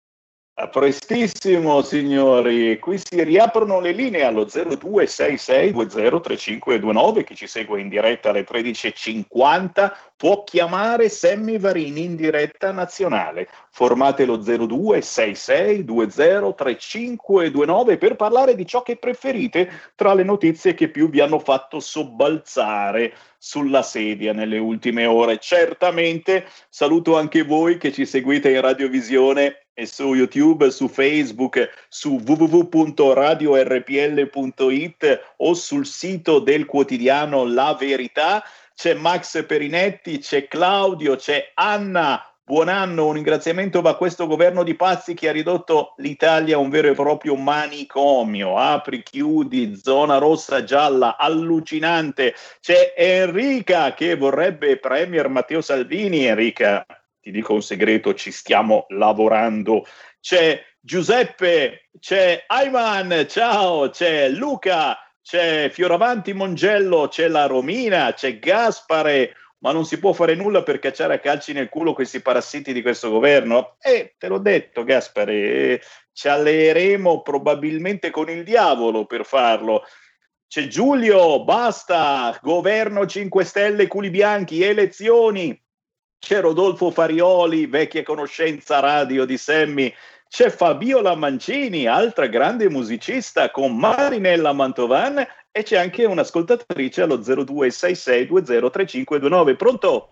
A prestissimo, signori. Qui si riaprono le linee allo zero due sei sei due zero tre cinque due nove. Chi ci segue in diretta alle tredici e cinquanta può chiamare Sammy Varini in diretta nazionale. Formate lo zero due sei sei due zero tre cinque due nove per parlare di ciò che preferite tra le notizie che più vi hanno fatto sobbalzare sulla sedia nelle ultime ore. Certamente saluto anche voi che ci seguite in radiovisione e su YouTube, su Facebook, su w w w punto radio r p l punto i t o sul sito del quotidiano La Verità. C'è Max Perinetti, c'è Claudio, c'è Anna. Buon anno, un ringraziamento va a questo governo di pazzi che ha ridotto l'Italia a un vero e proprio manicomio. Apri, chiudi, zona rossa, gialla, allucinante. C'è Enrica che vorrebbe Premier Matteo Salvini. Enrica, ti dico un segreto, ci stiamo lavorando. C'è Giuseppe, c'è Ayman, ciao, c'è Luca, c'è Fioravanti Mongello, c'è la Romina, c'è Gaspare, ma non si può fare nulla per cacciare a calci nel culo questi parassiti di questo governo. E te l'ho detto, Gaspare, eh, ci alleeremo probabilmente con il diavolo per farlo. C'è Giulio, basta, governo cinque Stelle, culi bianchi, elezioni. C'è Rodolfo Farioli, vecchia conoscenza radio di Sammy. C'è Fabiola Mancini, altra grande musicista, con Marinella Mantovan, e c'è anche un'ascoltatrice allo zero due sei sei due zero tre cinque due nove. Pronto?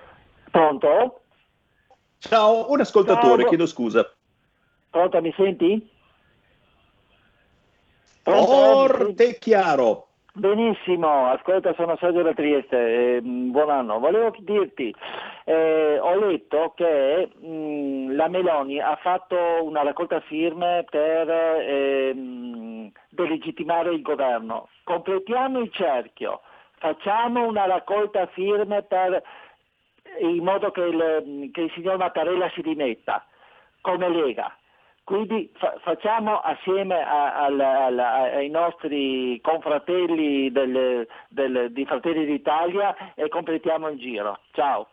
Pronto? Ciao, un ascoltatore, Ciao. chiedo scusa. Pronto, mi senti? Forte e chiaro. Benissimo, ascolta, sono Sergio da Trieste, eh, buon anno. Volevo dirti, eh, ho letto che mh, la Meloni ha fatto una raccolta firme per eh, delegittimare il governo. Completiamo il cerchio, facciamo una raccolta firme per, in modo che il, che il signor Mattarella si dimetta come Lega. Quindi fa- facciamo assieme a, a, a, a, ai nostri confratelli del, del, di Fratelli d'Italia e completiamo il giro. Ciao.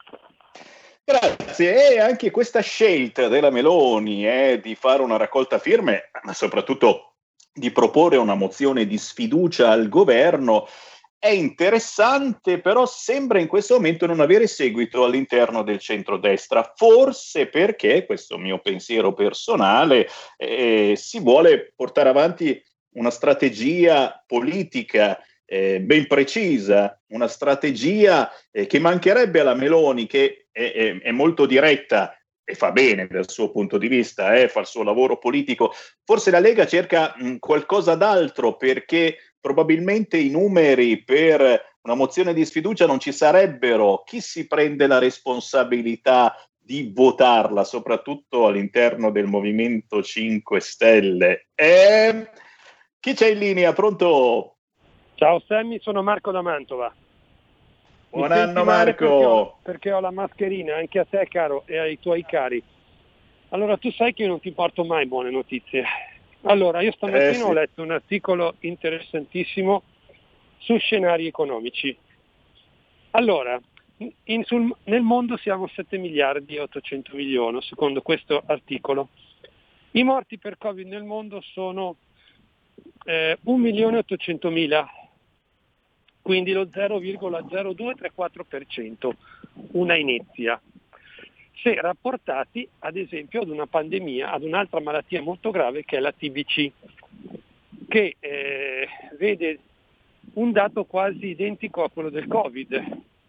Grazie. E anche questa scelta della Meloni è di fare una raccolta firme, ma soprattutto di proporre una mozione di sfiducia al governo, è interessante, però sembra in questo momento non avere seguito all'interno del centrodestra, forse perché, questo mio pensiero personale, eh, si vuole portare avanti una strategia politica eh, ben precisa, una strategia eh, che mancherebbe alla Meloni, che è, è, è molto diretta e fa bene dal suo punto di vista, eh, fa il suo lavoro politico. Forse la Lega cerca mh, qualcosa d'altro, perché probabilmente i numeri per una mozione di sfiducia non ci sarebbero. Chi si prende la responsabilità di votarla, soprattutto all'interno del Movimento cinque Stelle? E chi c'è in linea? Pronto? Ciao Sammy, sono Marco da Mantova. Buon anno Marco. Perché ho, perché ho la mascherina, anche a te caro e ai tuoi cari. Allora tu sai che io non ti porto mai buone notizie. Allora, io stamattina eh sì. ho letto un articolo interessantissimo su scenari economici. Allora, in, sul, nel mondo siamo sette miliardi e ottocento milioni, secondo questo articolo. I morti per Covid nel mondo sono eh, un milione e ottocentomila, quindi lo zero virgola zero due tre quattro per cento, una inezia. Se rapportati ad esempio ad una pandemia, ad un'altra malattia molto grave che è la T B C, che eh, vede un dato quasi identico a quello del Covid.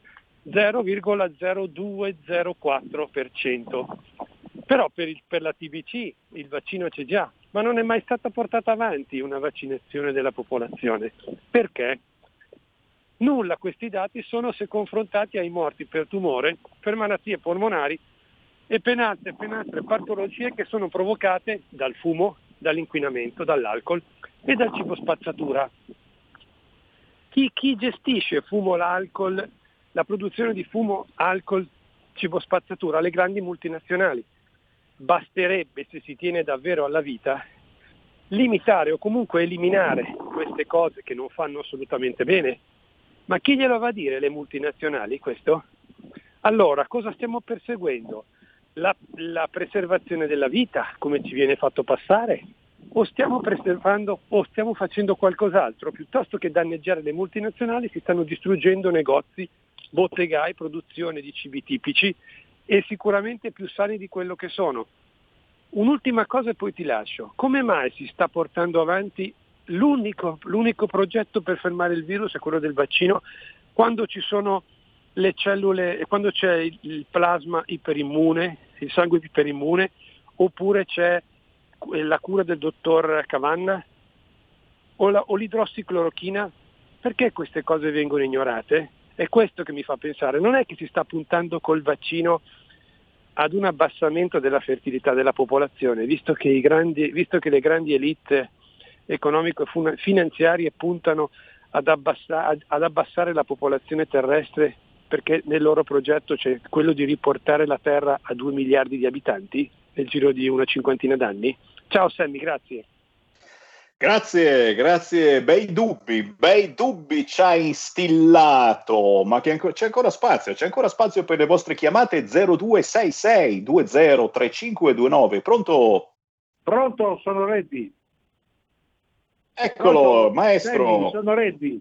zero virgola zero due zero quattro per cento. Però per, il, per la T B C il vaccino c'è già, ma non è mai stata portata avanti una vaccinazione della popolazione. Perché? Nulla questi dati sono se confrontati ai morti per tumore, per malattie polmonari e per altre, per altre patologie che sono provocate dal fumo, dall'inquinamento, dall'alcol e dal cibo spazzatura. Chi, chi gestisce fumo, l'alcol, la produzione di fumo, alcol, cibo spazzatura? Le grandi multinazionali. Basterebbe, se si tiene davvero alla vita, limitare o comunque eliminare queste cose che non fanno assolutamente bene. Ma chi glielo va a dire, le multinazionali, questo? Allora, cosa stiamo perseguendo? La, la preservazione della vita, come ci viene fatto passare? O stiamo preservando o stiamo facendo qualcos'altro? Piuttosto che danneggiare le multinazionali si stanno distruggendo negozi, bottegai, produzione di cibi tipici e sicuramente più sani di quello che sono. Un'ultima cosa e poi ti lascio. Come mai si sta portando avanti l'unico, l'unico progetto per fermare il virus è quello del vaccino, quando ci sono le cellule, quando c'è il, il plasma iperimmune, il sangue iperimmune, oppure c'è la cura del dottor Cavanna o, la, o l'idrossiclorochina? Perché queste cose vengono ignorate? È questo che mi fa pensare. Non è che si sta puntando col vaccino ad un abbassamento della fertilità della popolazione, visto che, i grandi, visto che le grandi elite economico-finanziarie puntano ad, abbassa, ad abbassare la popolazione terrestre, perché nel loro progetto c'è quello di riportare la Terra a due miliardi di abitanti nel giro di una cinquantina d'anni. Ciao Sammy, grazie. Grazie, grazie, bei dubbi, bei dubbi ci ha instillato, ma che anco, c'è ancora spazio, c'è ancora spazio per le vostre chiamate zero due sei sei due zero tre cinque due nove. Pronto? Pronto, sono Reddy. Eccolo, Pronto? Maestro. Senti, sono Reddy.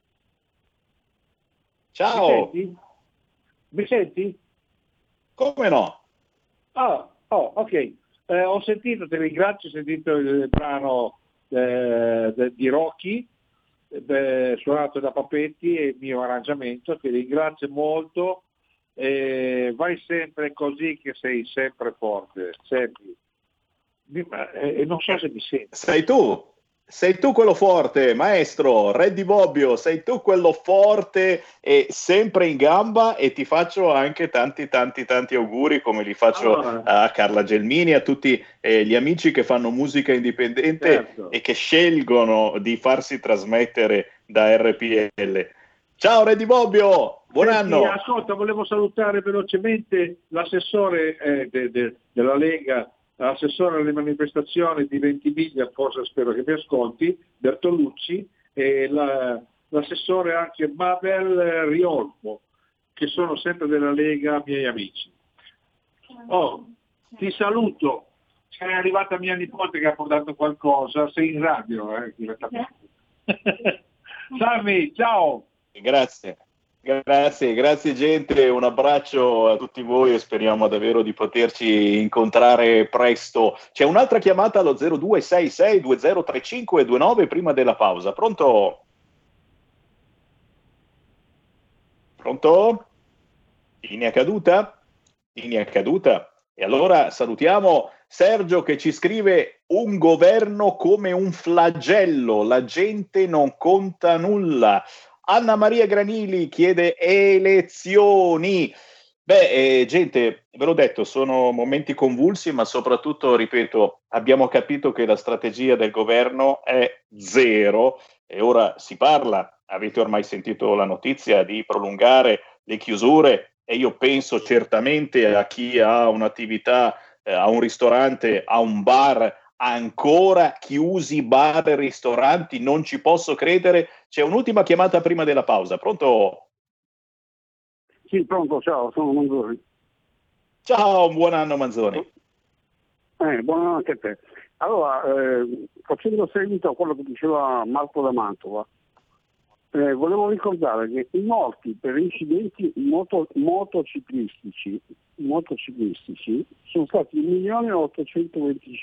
Ciao. Mi senti? Mi senti? Come no? Ah, oh, ok. Eh, ho sentito, ti ringrazio, ho sentito il brano eh, de, di Rocky, eh, suonato da Papetti e il mio arrangiamento, ti ringrazio molto. Eh, vai sempre così che sei sempre forte, sempre. Eh, non so se mi senti. Sei tu. Sei tu quello forte, maestro, Reddy Bobbio, sei tu quello forte e sempre in gamba, e ti faccio anche tanti tanti tanti auguri, come li faccio ah. a Carla Gelmini, a tutti eh, gli amici che fanno musica indipendente, certo, e che scelgono di farsi trasmettere da R P L. Ciao Reddy Bobbio, buon Senti, anno. Ascolta, volevo salutare velocemente l'assessore eh, de, de, della Lega, l'assessore alle manifestazioni di Ventimiglia, forse spero che mi ascolti, Bertolucci, e la, l'assessore anche Mabel Riolfo, che sono sempre della Lega, miei amici. Oh, ti saluto, sei arrivata mia nipote che ha portato qualcosa, sei in radio, eh, direttamente. Sammy, ciao! Grazie. Grazie, grazie gente, un abbraccio a tutti voi e speriamo davvero di poterci incontrare presto. C'è un'altra chiamata allo zero due sei sei due zero tre cinque due nove prima della pausa. Pronto? Pronto? Linea caduta? Linea caduta. E allora salutiamo Sergio che ci scrive: un governo come un flagello, la gente non conta nulla. Anna Maria Granili chiede elezioni. Beh, eh, gente, ve l'ho detto, sono momenti convulsi, ma soprattutto, ripeto, abbiamo capito che la strategia del governo è zero e ora si parla, avete ormai sentito la notizia, di prolungare le chiusure, e io penso certamente a chi ha un'attività, eh, a un ristorante, a un bar, ancora chiusi bar e ristoranti, non ci posso credere. C'è un'ultima chiamata prima della pausa. Pronto? Sì, pronto, ciao, sono Manzoni. Ciao, buon anno Manzoni. Eh, buon anno anche a te. Allora, eh, facendo seguito a quello che diceva Marco da Mantova, eh, volevo ricordare che i morti per incidenti moto, motociclistici, motociclistici sono stati un milione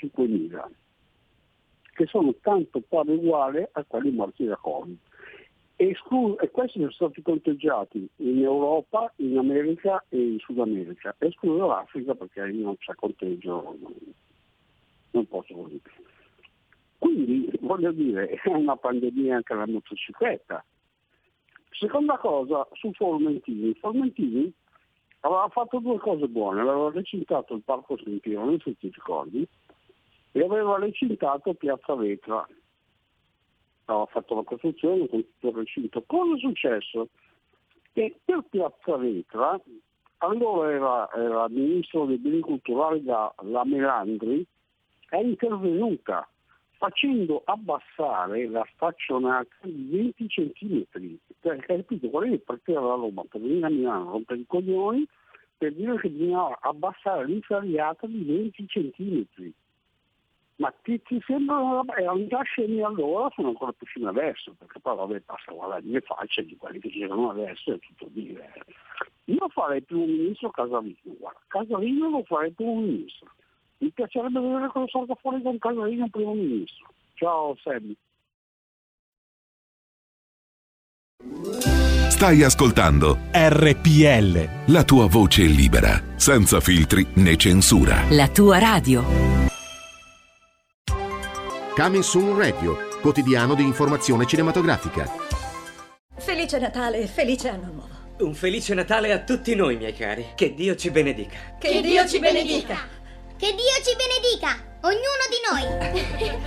ottocentoventicinquemila, che sono tanto pari uguale a quelli morti da Covid. Esclu- e questi sono stati conteggiati in Europa, in America e in Sud America, escluso l'Africa perché non c'è conteggio, non, non posso così. Quindi voglio dire, è una pandemia anche la motocicletta. Seconda cosa, su Formentini. Formentini aveva fatto due cose buone, aveva recintato il Parco Sentiero, non so se ti ricordi, e aveva recintato Piazza Vetra. Aveva fatto la costruzione con tutto il recinto. Cosa è successo? Che per Piazza Vetra, allora era, era ministro dei beni culturali da la Melandri, è intervenuta facendo abbassare la staccionata di venti centimetri. Perché capito, qual è il partire da Roma per venire a Milano a rompere i coglioni per dire che bisognava abbassare l'inferriata di venti centimetri. Ma ti, ti sembra, erano già scemi allora, sono ancora più scemi adesso, perché poi vabbè basta guardare le facce di quelli che girano adesso e tutto dire. Io farei primo ministro Casalino, guarda, Casalino lo farei primo ministro. Mi piacerebbe vedere cosa salga fuori con Casalino primo ministro. Ciao Sammy. Stai ascoltando R P L, la tua voce libera, senza filtri né censura. La tua radio. Coming Soon Radio, quotidiano di informazione cinematografica. Felice Natale e felice anno nuovo. Un felice Natale a tutti noi, miei cari. Che Dio ci benedica. Che, che Dio ci benedica. Che Dio ci benedica, ognuno di noi.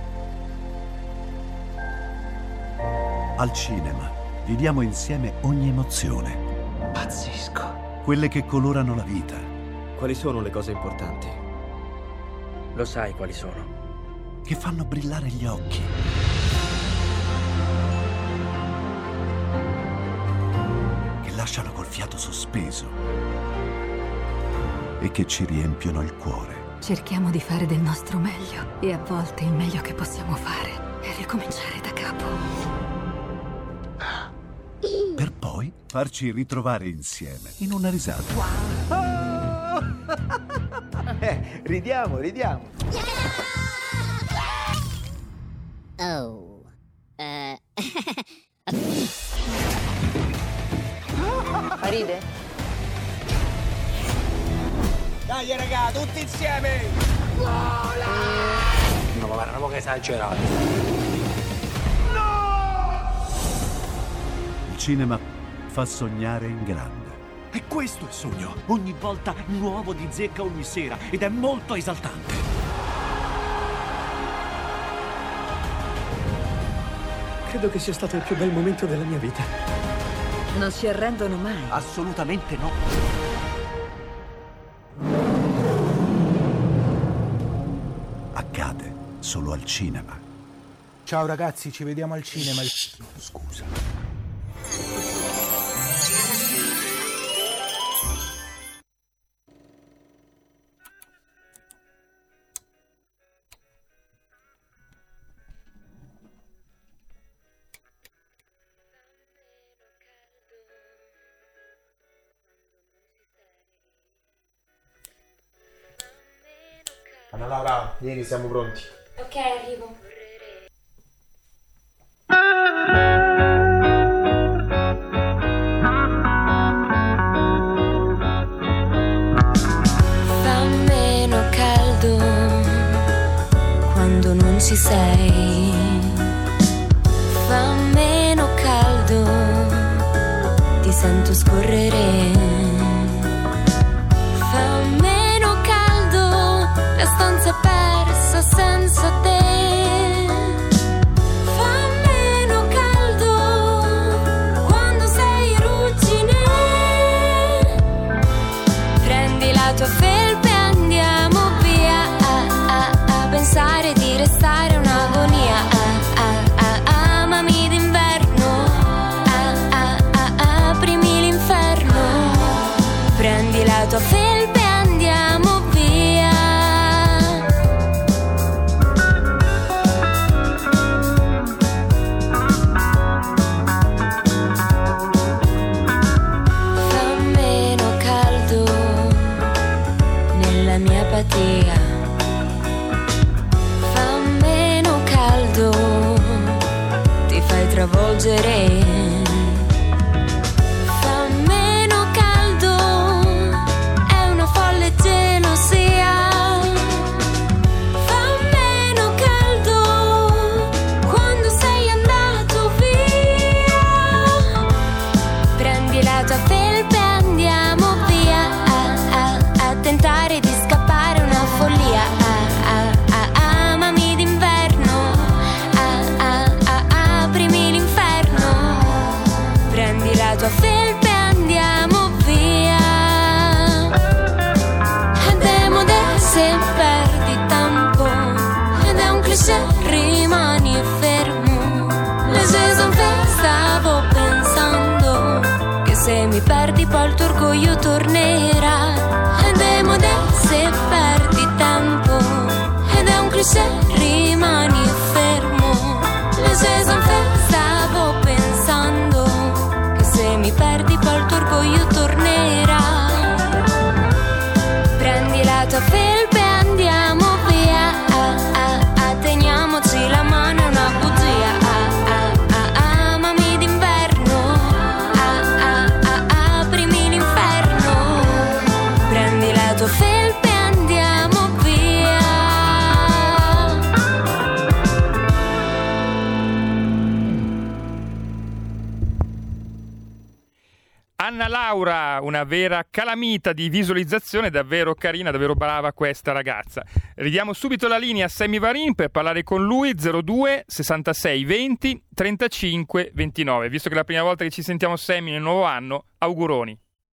Al cinema viviamo insieme ogni emozione. Pazzesco. Quelle che colorano la vita. Quali sono le cose importanti? Lo sai quali sono. Che fanno brillare gli occhi. Che lasciano col fiato sospeso. E che ci riempiono il cuore. Cerchiamo di fare del nostro meglio e a volte il meglio che possiamo fare è ricominciare da capo. Per poi farci ritrovare insieme in una risata. Wow. eh, ridiamo, ridiamo. Oh. Uh. Ride? Dai raga, tutti insieme! Vola! No, ma guarda, un po' che esagerato. No! Il cinema fa sognare in grande. E questo è il sogno. Ogni volta nuovo di zecca ogni sera ed è molto esaltante. Credo che sia stato il più bel momento della mia vita. Non si arrendono mai. Assolutamente no. Accade solo al cinema. Ciao ragazzi, ci vediamo al cinema. Scusa. Anna Laura, vieni, siamo pronti. Ok, arrivo. Fa meno caldo quando non ci sei. Fa meno caldo, ti sento scorrere. Fa meno caldo, la stanza è persa senza te. Fa meno caldo quando sei ruggine. Prendi la tua felpa e andiamo via a, a, a pensare di restare un'agonia. A, a, a, amami d'inverno. A, a, a, aprimi l'inferno. Prendi la tua felpa e andiamo via. Fa meno caldo nella mia apatia. Fa meno caldo, ti fai troppo travolgere. Fa meno caldo, è una folle gelosia. Fa meno caldo quando sei andato via. Prendi la tua felpa e andiamo via a, a, a tentare di scappare una follia. A, a, a, amami d'inverno, a, a, a, aprimi l'inferno. Prendi la tua felpa e andiamo via. Ed è moda se perdi tempo, ed è un cliché, rimani fermo. Le saison fait, stavo pensando che se mi perdi poi il tuo orgoglio tornerà. Ed è moda se perdi tempo, ed è un cliché, rimani fermo. Le saison fait, stavo pensando che se mi perdi poi il tuo orgoglio tornerà. Prendi la tua felpa e andiamo via. Ah, ah, ah, teniamoci la mano, è una bugia. Ah, ah, ah, amami d'inverno. Ah, ah, ah, aprimi l'inferno. Prendi la tua felpa e andiamo via. Anna Laura, una vera calamita di visualizzazione, davvero carina, davvero brava questa ragazza. Ridiamo subito la linea a Sammy Varin per parlare con lui. Zero due sessantasei venti trentacinque ventinove. Visto che è la prima volta che ci sentiamo, Sammy, nel nuovo anno, auguroni.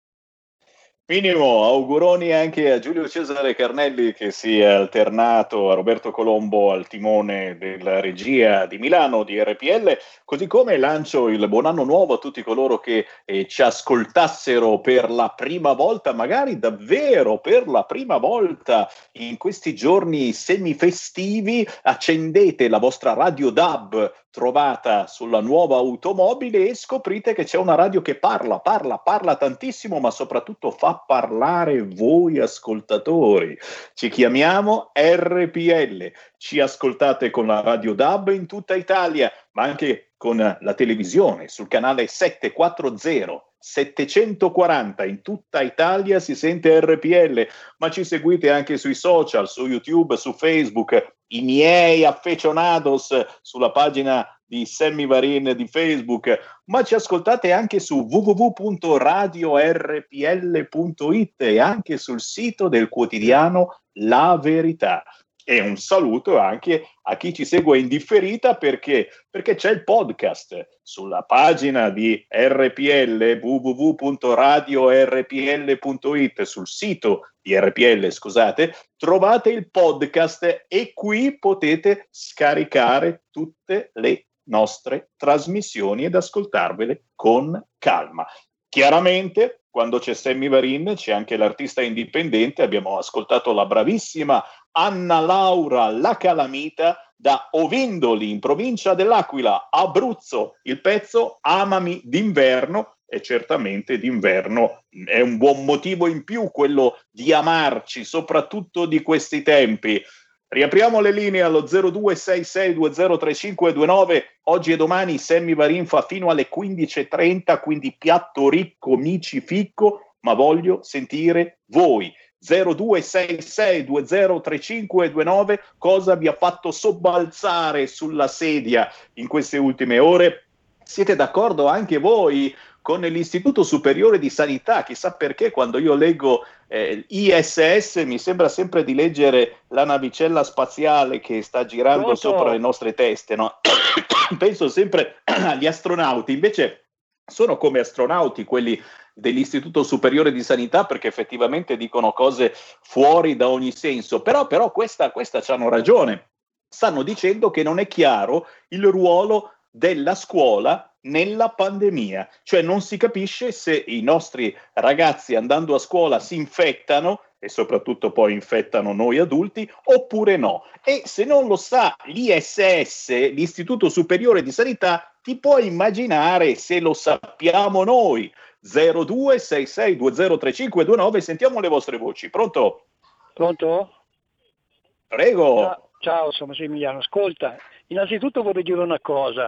Minimo, auguroni anche a Giulio Cesare Carnelli, che si è alternato a Roberto Colombo al timone della regia di Milano di R P L, così come lancio il buon anno nuovo a tutti coloro che eh, ci ascoltassero per la prima volta, magari davvero per la prima volta in questi giorni semifestivi. Accendete la vostra radio D A B trovata sulla nuova automobile e scoprite che c'è una radio che parla, parla, parla tantissimo, ma soprattutto fa parlare voi ascoltatori. Ci chiamiamo R P L, ci ascoltate con la radio D A B in tutta Italia, ma anche con la televisione sul canale settecentoquaranta, settecentoquaranta in tutta Italia si sente R P L, ma ci seguite anche sui social, su YouTube, su Facebook, i miei affezionados sulla pagina di Sammy Varin di Facebook, ma ci ascoltate anche su w w w punto radio r p l punto i t e anche sul sito del quotidiano La Verità. E un saluto anche a chi ci segue in differita, perché, perché c'è il podcast sulla pagina di R P L, w w w punto radio r p l punto i t, sul sito di R P L, scusate, trovate il podcast e qui potete scaricare tutte le nostre trasmissioni ed ascoltarvele con calma. Chiaramente, quando c'è Sammy Varin, c'è anche l'artista indipendente. Abbiamo ascoltato la bravissima Anna Laura La Calamita da Ovindoli, in provincia dell'Aquila, Abruzzo. Il pezzo Amami d'inverno, e certamente d'inverno è un buon motivo in più quello di amarci, soprattutto di questi tempi. Riapriamo le linee allo zero due sei sei due zero tre cinque due nove. Oggi e domani Sammy Varin fa fino alle quindici e trenta, quindi piatto ricco, mici ficco, ma voglio sentire voi. zero due sei sei due zero tre cinque due nove, cosa vi ha fatto sobbalzare sulla sedia in queste ultime ore? Siete d'accordo anche voi con l'Istituto Superiore di Sanità? Chissà perché quando io leggo eh, I S S mi sembra sempre di leggere la navicella spaziale che sta girando Pronto? Sopra le nostre teste, no? Penso sempre agli astronauti, invece sono come astronauti quelli dell'Istituto Superiore di Sanità, perché effettivamente dicono cose fuori da ogni senso, però, però questa, questa c'hanno ragione, stanno dicendo che non è chiaro il ruolo della scuola nella pandemia, cioè non si capisce se i nostri ragazzi andando a scuola si infettano e soprattutto poi infettano noi adulti oppure no, e se non lo sa l'I S S, l'Istituto Superiore di Sanità, ti puoi immaginare se lo sappiamo noi. Zero due sei sei due zero tre cinque due nove, sentiamo le vostre voci. Pronto? Pronto? Prego. Ciao, ciao, sono Emiliano. Ascolta, innanzitutto vorrei dire una cosa.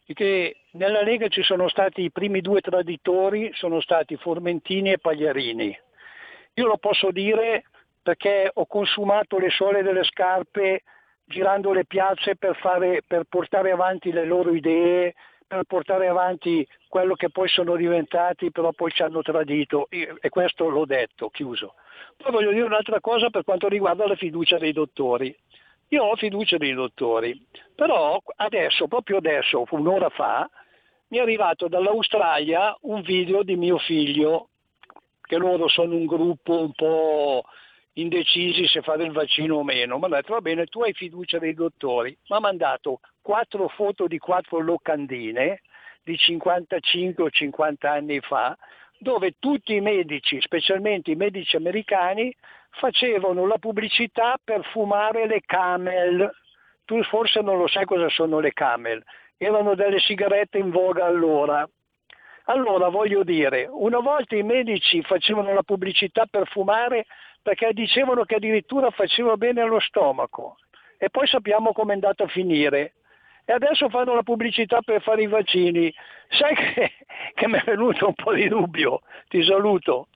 che nella Lega ci sono stati i primi due traditori, sono stati Formentini e Pagliarini. Io lo posso dire perché ho consumato le suole delle scarpe girando le piazze per, fare, per portare avanti le loro idee, per portare avanti quello che poi sono diventati, però poi ci hanno tradito, e questo l'ho detto, chiuso. Poi voglio dire un'altra cosa per quanto riguarda la fiducia dei dottori. Io ho fiducia dei dottori, però adesso, proprio adesso, un'ora fa, mi è arrivato dall'Australia un video di mio figlio, che loro sono un gruppo un po' indecisi se fare il vaccino o meno. Mi ha detto, va bene, tu hai fiducia dei dottori. Mi ha mandato quattro foto di quattro locandine di cinquantacinque o cinquanta anni fa, dove tutti i medici, specialmente i medici americani, facevano la pubblicità per fumare le Camel. Tu forse non lo sai cosa sono le Camel, erano delle sigarette in voga allora. Allora voglio dire, una volta i medici facevano la pubblicità per fumare perché dicevano che addirittura faceva bene allo stomaco, e poi sappiamo com'è andato a finire. E adesso fanno la pubblicità per fare i vaccini. Sai che, che mi è venuto un po' di dubbio. Ti saluto.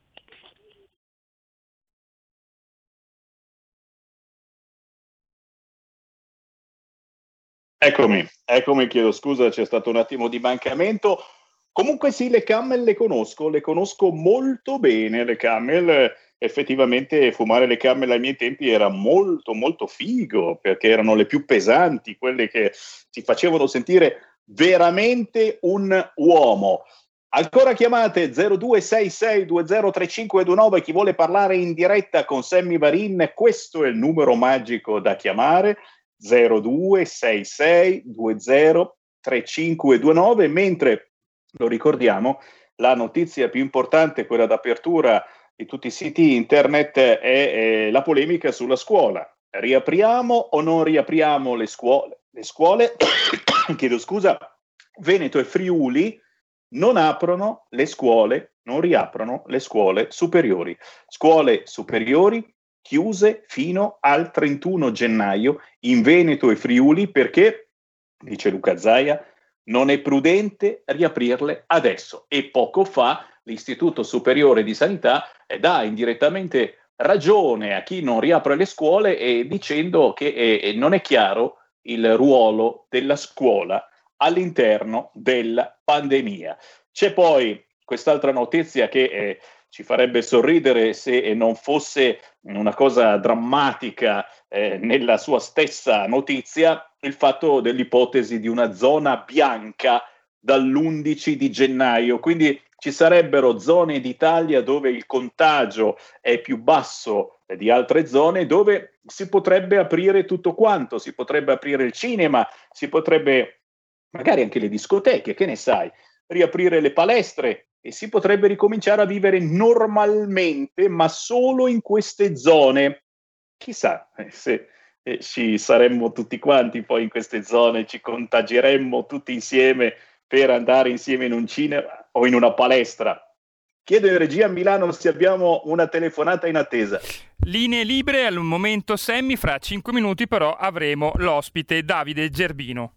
Eccomi, eccomi, chiedo scusa, c'è stato un attimo di mancamento. Comunque sì, le Camel le conosco, le conosco molto bene, le Camel. Effettivamente fumare le Camel ai miei tempi era molto molto figo, perché erano le più pesanti, quelle che ti facevano sentire veramente un uomo. Ancora chiamate zero due sei sei due zero tre cinque due nove, chi vuole parlare in diretta con Sammy Varin, questo è il numero magico da chiamare, zero due sei sei due zero tre cinque due nove, mentre lo ricordiamo, la notizia più importante, quella d'apertura di tutti i siti internet, è, è la polemica sulla scuola. Riapriamo o non riapriamo le scuole? Le scuole, chiedo scusa, Veneto e Friuli non aprono le scuole, non riaprono le scuole superiori. Scuole superiori chiuse fino al trentuno gennaio in Veneto e Friuli perché, dice Luca Zaia, non è prudente riaprirle adesso. E poco fa l'Istituto Superiore di Sanità dà indirettamente ragione a chi non riapre le scuole e dicendo che eh, non è chiaro il ruolo della scuola all'interno della pandemia. C'è poi quest'altra notizia che eh, ci farebbe sorridere se non fosse una cosa drammatica eh, nella sua stessa notizia, il fatto dell'ipotesi di una zona bianca dall'undici di gennaio, quindi ci sarebbero zone d'Italia dove il contagio è più basso di altre zone, dove si potrebbe aprire tutto quanto, si potrebbe aprire il cinema, si potrebbe magari anche le discoteche, che ne sai, riaprire le palestre e si potrebbe ricominciare a vivere normalmente, ma solo in queste zone. Chissà eh, se eh, ci saremmo tutti quanti poi in queste zone, ci contagieremmo tutti insieme per andare insieme in un cinema o in una palestra. Chiedo in regia a Milano se abbiamo una telefonata in attesa. Linee libere al momento, Sammy, fra cinque minuti però avremo l'ospite Davide Gerbino.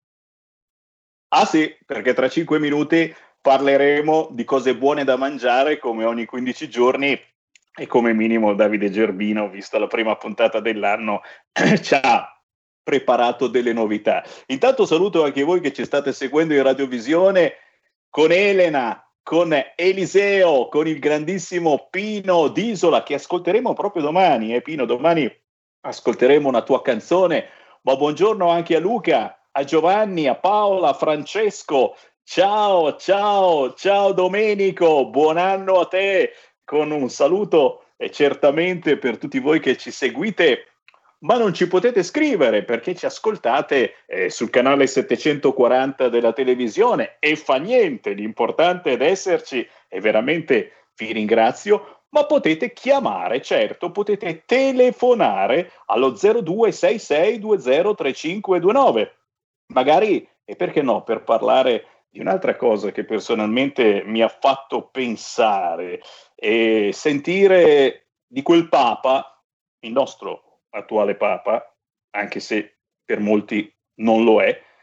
Ah sì, perché tra cinque minuti parleremo di cose buone da mangiare come ogni quindici giorni e come minimo Davide Gerbino, vista la prima puntata dell'anno, ci ha preparato delle novità. Intanto saluto anche voi che ci state seguendo in radiovisione, con Elena, con Eliseo, con il grandissimo Pino d'Isola, che ascolteremo proprio domani. Eh, Pino, domani ascolteremo una tua canzone, ma buongiorno anche a Luca, a Giovanni, a Paola, a Francesco. Ciao, ciao, ciao Domenico, buon anno a te, con un saluto e certamente per tutti voi che ci seguite, ma non ci potete scrivere perché ci ascoltate eh, sul canale settecentoquaranta della televisione e fa niente, l'importante è ed esserci e veramente vi ringrazio, ma potete chiamare, certo, potete telefonare allo zero due sei sei due zero tre cinque due nove, magari, e perché no, per parlare di un'altra cosa che personalmente mi ha fatto pensare e sentire di quel Papa, il nostro attuale Papa, anche se per molti non lo è,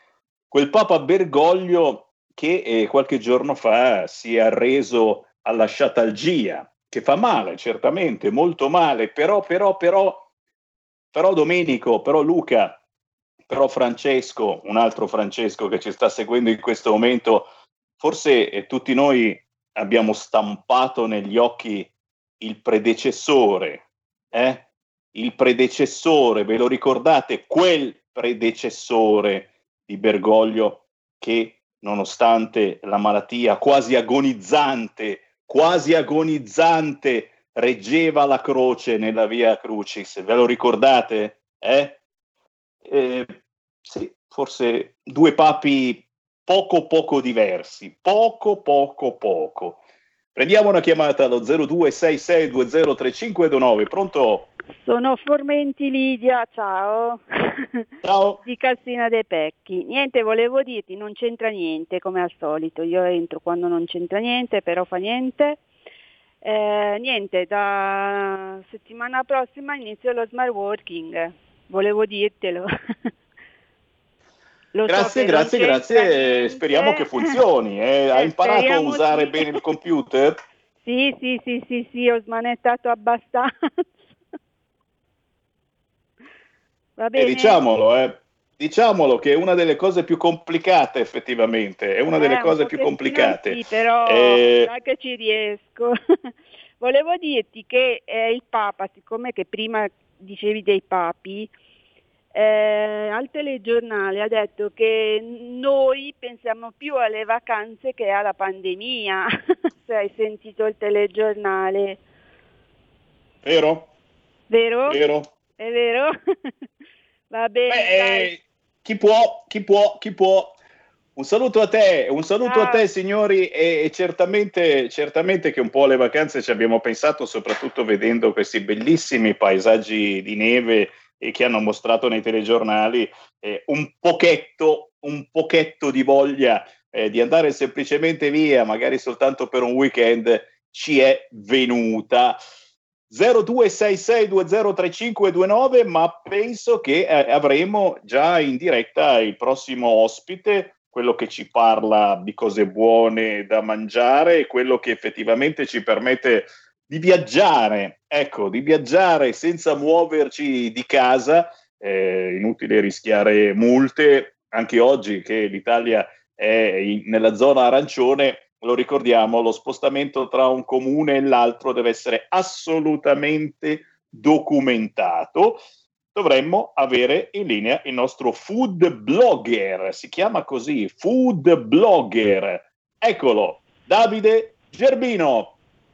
quel Papa Bergoglio che eh, qualche giorno fa si è arreso alla sciatalgia, che fa male, certamente, molto male, però, però, però, però Domenico, però Luca, però Francesco, un altro Francesco che ci sta seguendo in questo momento, forse eh, tutti noi abbiamo stampato negli occhi il predecessore, eh? Il predecessore, ve lo ricordate? Quel predecessore di Bergoglio che, nonostante la malattia quasi agonizzante, quasi agonizzante, reggeva la croce nella Via Crucis. Ve lo ricordate? Eh? Eh, sì, forse due papi poco poco diversi, poco poco poco. Prendiamo una chiamata allo zero due sei sei due zero tre cinque due nove. Pronto? Sono Formenti Lidia, ciao. Ciao. Di Calsina dei Pecchi. Niente, volevo dirti, non c'entra niente come al solito. Io entro quando non c'entra niente, però fa niente. Eh, niente, da settimana prossima inizio lo smart working. Volevo dirtelo. Lo grazie, so grazie, grazie. Speriamo che funzioni. Eh. Hai Eh, imparato a usare sì. bene il computer? Sì, sì, sì, sì, sì, ho smanettato abbastanza. Va bene. E diciamolo, eh. Diciamolo che è una delle cose più complicate, effettivamente. È una Eh, delle un cose più pochettino complicate. Sì, però Eh, sai che ci riesco. Volevo dirti che eh, il Papa, siccome che prima dicevi dei papi, eh, al telegiornale ha detto che noi pensiamo più alle vacanze che alla pandemia. Se hai sentito il telegiornale. vero? Vero? Vero? È vero? Va bene. Beh, dai. eh, chi può, chi può, chi può. Un saluto a te, un saluto a te signori e, e certamente, certamente che un po' alle vacanze ci abbiamo pensato, soprattutto vedendo questi bellissimi paesaggi di neve e che hanno mostrato nei telegiornali eh, un pochetto, un pochetto di voglia eh, di andare semplicemente via, magari soltanto per un weekend, ci è venuta. zero due sei sei due zero tre cinque due nove, ma penso che eh, avremo già in diretta il prossimo ospite, quello che ci parla di cose buone da mangiare e quello che effettivamente ci permette di viaggiare, ecco, di viaggiare senza muoverci di casa, eh, inutile rischiare multe, anche oggi che l'Italia è in, nella zona arancione, lo ricordiamo, lo spostamento tra un comune e l'altro deve essere assolutamente documentato. Dovremmo avere in linea il nostro food blogger, si chiama così, food blogger. Eccolo, Davide Gerbino.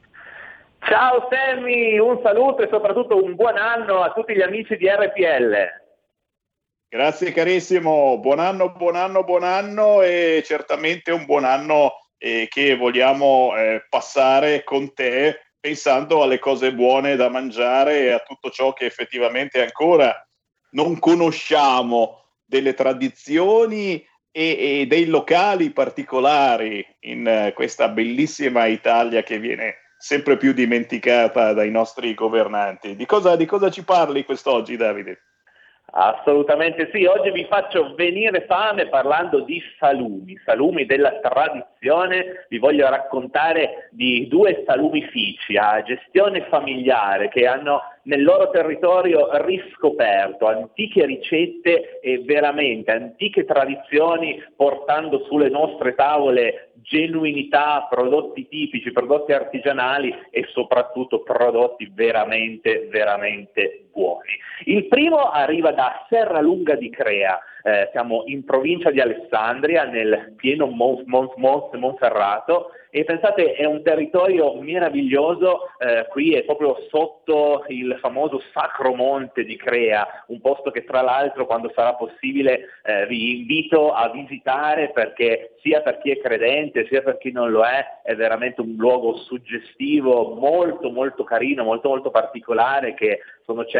Ciao Sammy, un saluto e soprattutto un buon anno a tutti gli amici di R P L. Grazie carissimo, buon anno, buon anno, buon anno e certamente un buon anno eh, che vogliamo eh, passare con te pensando alle cose buone da mangiare e a tutto ciò che effettivamente ancora non conosciamo, delle tradizioni e, e dei locali particolari in eh, questa bellissima Italia che viene sempre più dimenticata dai nostri governanti. Di cosa, di cosa ci parli quest'oggi, Davide? Assolutamente sì, oggi vi faccio venire fame parlando di salumi, salumi della tradizione. Vi voglio raccontare di due salumifici a gestione familiare che hanno nel loro territorio riscoperto antiche ricette e veramente antiche tradizioni, portando sulle nostre tavole genuinità, prodotti tipici, prodotti artigianali e soprattutto prodotti veramente, veramente buoni. Il primo arriva da Serralunga di Crea, eh, siamo in provincia di Alessandria, nel pieno Mons, Mons, Mons, Monferrato, e pensate è un territorio meraviglioso, eh, qui è proprio sotto il famoso Sacro Monte di Crea, un posto che tra l'altro quando sarà possibile eh, vi invito a visitare, perché sia per chi è credente sia per chi non lo è, è veramente un luogo suggestivo, molto molto carino, molto molto particolare, che sono certo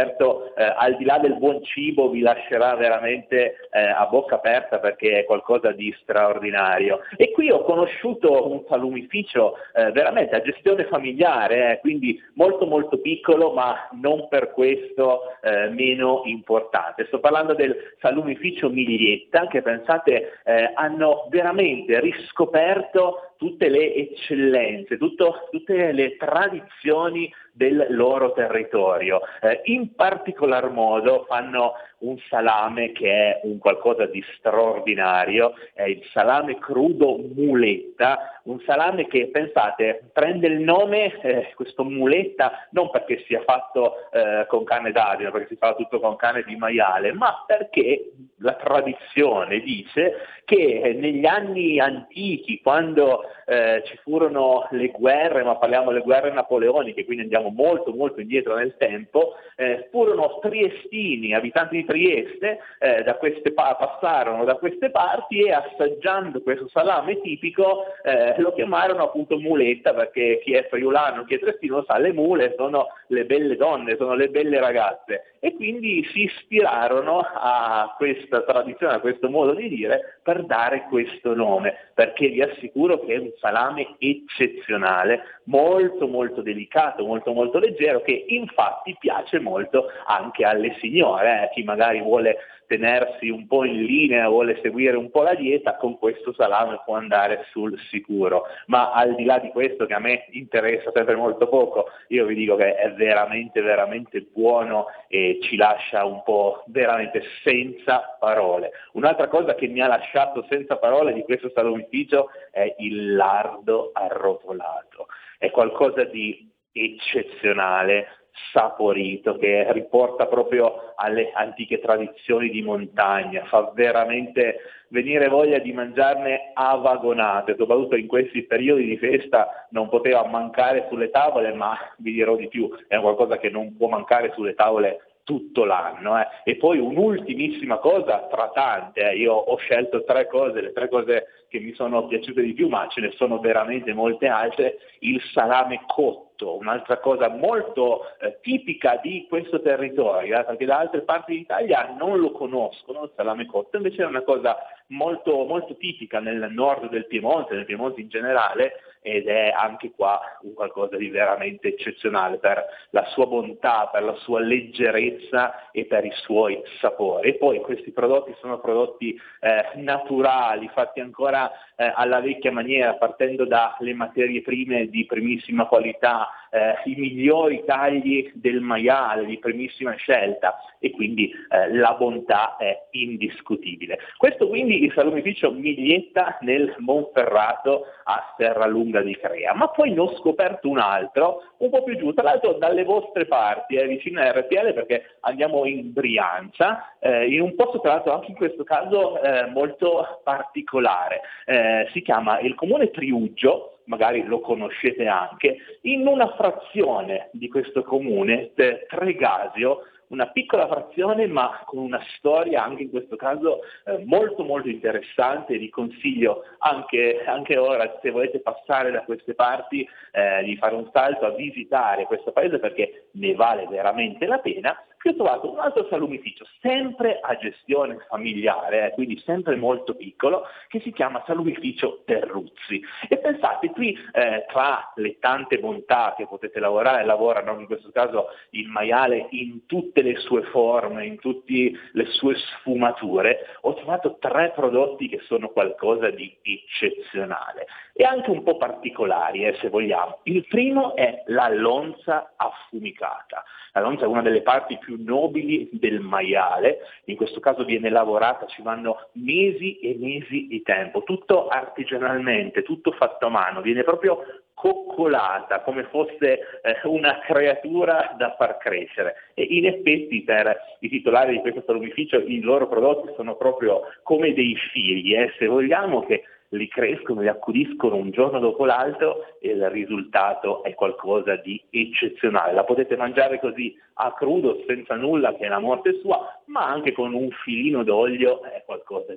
certo eh, al di là del buon cibo vi lascerà veramente eh, a bocca aperta, perché è qualcosa di straordinario. E qui ho conosciuto un salumificio eh, veramente a gestione familiare, eh, quindi molto molto piccolo, ma non per questo eh, meno importante. Sto parlando del salumificio Miglietta, che pensate eh, hanno veramente riscoperto tutte le eccellenze, tutto, tutte le tradizioni del loro territorio. Eh, in particolar modo fanno un salame che è un qualcosa di straordinario, è il salame crudo Muletta, un salame che, pensate, prende il nome, eh, questo Muletta, non perché sia fatto eh, con carne d'asino, perché si fa tutto con carne di maiale, ma perché la tradizione dice che negli anni antichi, quando eh, ci furono le guerre, ma parliamo delle guerre napoleoniche, quindi andiamo molto molto indietro nel tempo, eh, furono triestini, abitanti di Trieste, eh, da queste pa- passarono da queste parti e assaggiando questo salame tipico eh, lo chiamarono appunto Muletta, perché chi è friulano, chi è triestino sa, le mule sono le belle donne, sono le belle ragazze, e quindi si ispirarono a questa tradizione, a questo modo di dire, per dare questo nome, perché vi assicuro che è un salame eccezionale, molto molto delicato, molto molto leggero, che infatti piace molto anche alle signore, eh? Chi magari vuole tenersi un po' in linea, vuole seguire un po' la dieta, con questo salame può andare sul sicuro. Ma al di là di questo, che a me interessa sempre molto poco, io vi dico che è veramente veramente buono e ci lascia un po' veramente senza parole. Un'altra cosa che mi ha lasciato senza parole di questo salumificio è il lardo arrotolato, è qualcosa di eccezionale, saporito, che riporta proprio alle antiche tradizioni di montagna, fa veramente venire voglia di mangiarne a vagonate, soprattutto in questi periodi di festa non poteva mancare sulle tavole, ma vi dirò di più, è qualcosa che non può mancare sulle tavole tutto l'anno. Eh. E poi un'ultimissima cosa tra tante, eh. Io ho scelto tre cose, le tre cose che mi sono piaciute di più, ma ce ne sono veramente molte altre. Il salame cotto, un'altra cosa molto eh, tipica di questo territorio, eh, perché da altre parti d'Italia non lo conoscono il salame cotto, invece è una cosa molto, molto tipica nel nord del Piemonte, nel Piemonte in generale, ed è anche qua un qualcosa di veramente eccezionale per la sua bontà, per la sua leggerezza e per i suoi sapori. E poi questi prodotti sono prodotti eh, naturali, fatti ancora eh, alla vecchia maniera, partendo dalle materie prime di primissima qualità, eh, i migliori tagli del maiale di primissima scelta, e quindi eh, la bontà è indiscutibile. Questo quindi il salumificio Miglietta nel Monferrato a Serralunga di Crea. Ma poi ne ho scoperto un altro un po' più giù, tra l'altro dalle vostre parti, eh, vicino a R P L, perché andiamo in Brianza, eh, in un posto tra l'altro anche in questo caso eh, molto particolare, eh, si chiama il comune Triuggio, magari lo conoscete anche. In una frazione di questo comune, Tregasio, una piccola frazione ma con una storia anche in questo caso eh, molto molto interessante. Vi consiglio anche, anche ora, se volete passare da queste parti, eh, di fare un salto a visitare questo paese, perché ne vale veramente la pena. Qui ho trovato un altro salumificio, sempre a gestione familiare, eh, quindi sempre molto piccolo, che si chiama Salumificio Terruzzi. E pensate, qui eh, tra le tante bontà che potete lavorare, lavorano in questo caso il maiale in tutte le sue forme, in tutte le sue sfumature, ho trovato tre prodotti che sono qualcosa di eccezionale e anche un po' particolari, eh, se vogliamo. Il primo è la lonza affumicata. La lonza è una delle parti più nobili del maiale, in questo caso viene lavorata, ci vanno mesi e mesi di tempo, tutto artigianalmente, tutto fatto a mano, viene proprio coccolata come fosse eh, una creatura da far crescere, e in effetti per i titolari di questo salumificio i loro prodotti sono proprio come dei figli, eh, se vogliamo, che li crescono, li accudiscono un giorno dopo l'altro, e il risultato è qualcosa di eccezionale. La potete mangiare così a crudo, senza nulla, che è la morte sua, ma anche con un filino d'olio è qualcosa di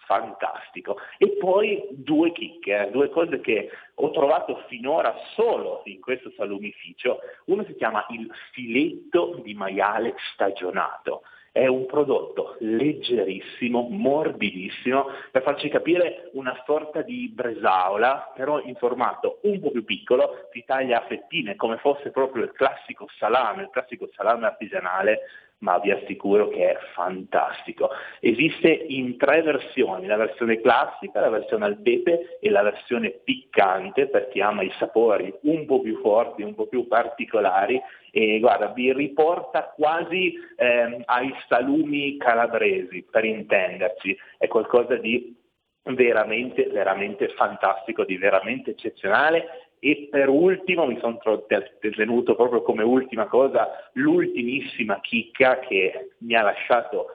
fantastico. E poi due chicche, eh, due cose che ho trovato finora solo in questo salumificio. Uno si chiama il filetto di maiale stagionato. È un prodotto leggerissimo, morbidissimo, per farci capire una sorta di bresaola, però in formato un po' più piccolo, si taglia a fettine come fosse proprio il classico salame, il classico salame artigianale, ma vi assicuro che è fantastico. Esiste in tre versioni, la versione classica, la versione al pepe e la versione piccante per chi ama i sapori un po' più forti, un po' più particolari, e guarda, vi riporta quasi ehm, ai salumi calabresi, per intenderci. È qualcosa di veramente, veramente fantastico, di veramente eccezionale. E per ultimo mi sono tenuto proprio come ultima cosa l'ultimissima chicca che mi ha lasciato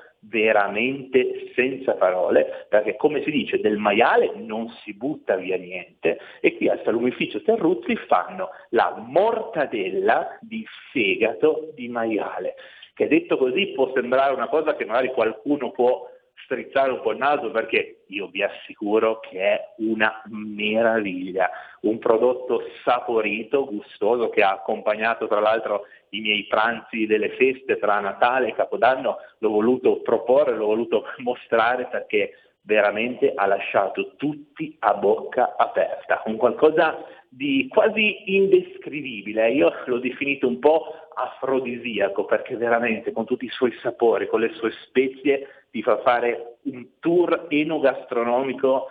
veramente senza parole, perché come si dice del maiale non si butta via niente, e qui al salumificio Terruzzi fanno la mortadella di fegato di maiale, che detto così può sembrare una cosa che magari qualcuno può strizzare un po' il naso, perché io vi assicuro che è una meraviglia, un prodotto saporito, gustoso, che ha accompagnato tra l'altro i miei pranzi delle feste tra Natale e Capodanno. L'ho voluto proporre, l'ho voluto mostrare perché veramente ha lasciato tutti a bocca aperta, un qualcosa di quasi indescrivibile. Io l'ho definito un po' afrodisiaco, perché veramente con tutti i suoi sapori, con le sue spezie, ti fa fare un tour enogastronomico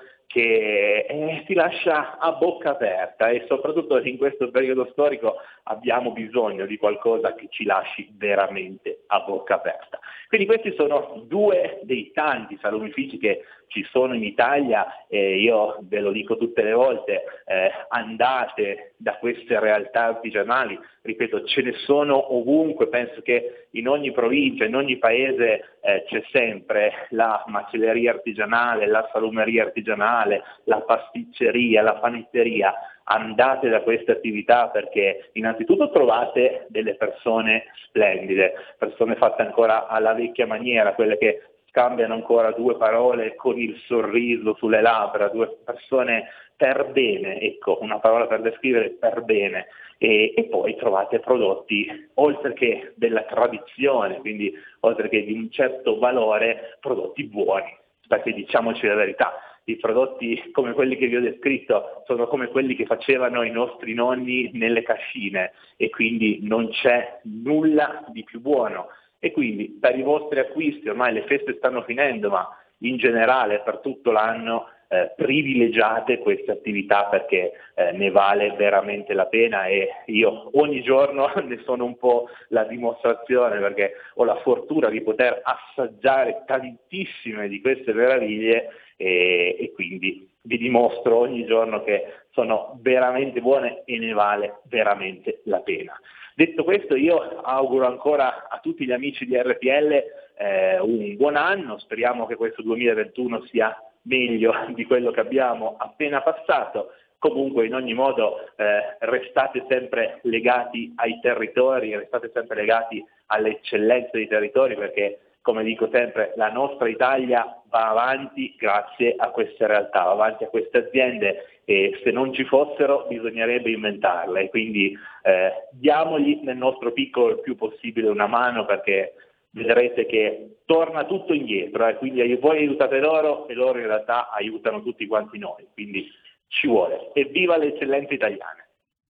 che eh, ti lascia a bocca aperta, e soprattutto in questo periodo storico abbiamo bisogno di qualcosa che ci lasci veramente a bocca aperta. Quindi questi sono due dei tanti salumifici che ci sono in Italia, e io ve lo dico tutte le volte, eh, andate da queste realtà artigianali, ripeto, ce ne sono ovunque, penso che in ogni provincia, in ogni paese eh, c'è sempre la macelleria artigianale, la salumeria artigianale, la pasticceria, la panetteria. Andate da queste attività, perché innanzitutto trovate delle persone splendide, persone fatte ancora alla vecchia maniera, quelle che scambiano ancora due parole con il sorriso sulle labbra, due persone per bene, ecco, una parola per descrivere per bene, e, e poi trovate prodotti, oltre che della tradizione, quindi oltre che di un certo valore, prodotti buoni, perché diciamoci la verità, i prodotti come quelli che vi ho descritto sono come quelli che facevano i nostri nonni nelle cascine, e quindi non c'è nulla di più buono. E quindi per i vostri acquisti, ormai le feste stanno finendo, ma in generale per tutto l'anno eh, privilegiate queste attività, perché eh, ne vale veramente la pena, e io ogni giorno ne sono un po' la dimostrazione, perché ho la fortuna di poter assaggiare tantissime di queste meraviglie, e, e quindi vi dimostro ogni giorno che sono veramente buone e ne vale veramente la pena. Detto questo, io auguro ancora a tutti gli amici di R P L eh, un buon anno, speriamo che questo duemilaventuno sia meglio di quello che abbiamo appena passato. Comunque in ogni modo eh, restate sempre legati ai territori, restate sempre legati alle eccellenze dei territori, perché come dico sempre, la nostra Italia va avanti grazie a queste realtà, va avanti a queste aziende, e se non ci fossero bisognerebbe inventarle, quindi eh, diamogli nel nostro piccolo il più possibile una mano, perché vedrete che torna tutto indietro, eh, quindi voi aiutate loro e loro in realtà aiutano tutti quanti noi, quindi ci vuole. Evviva le eccellenze italiane!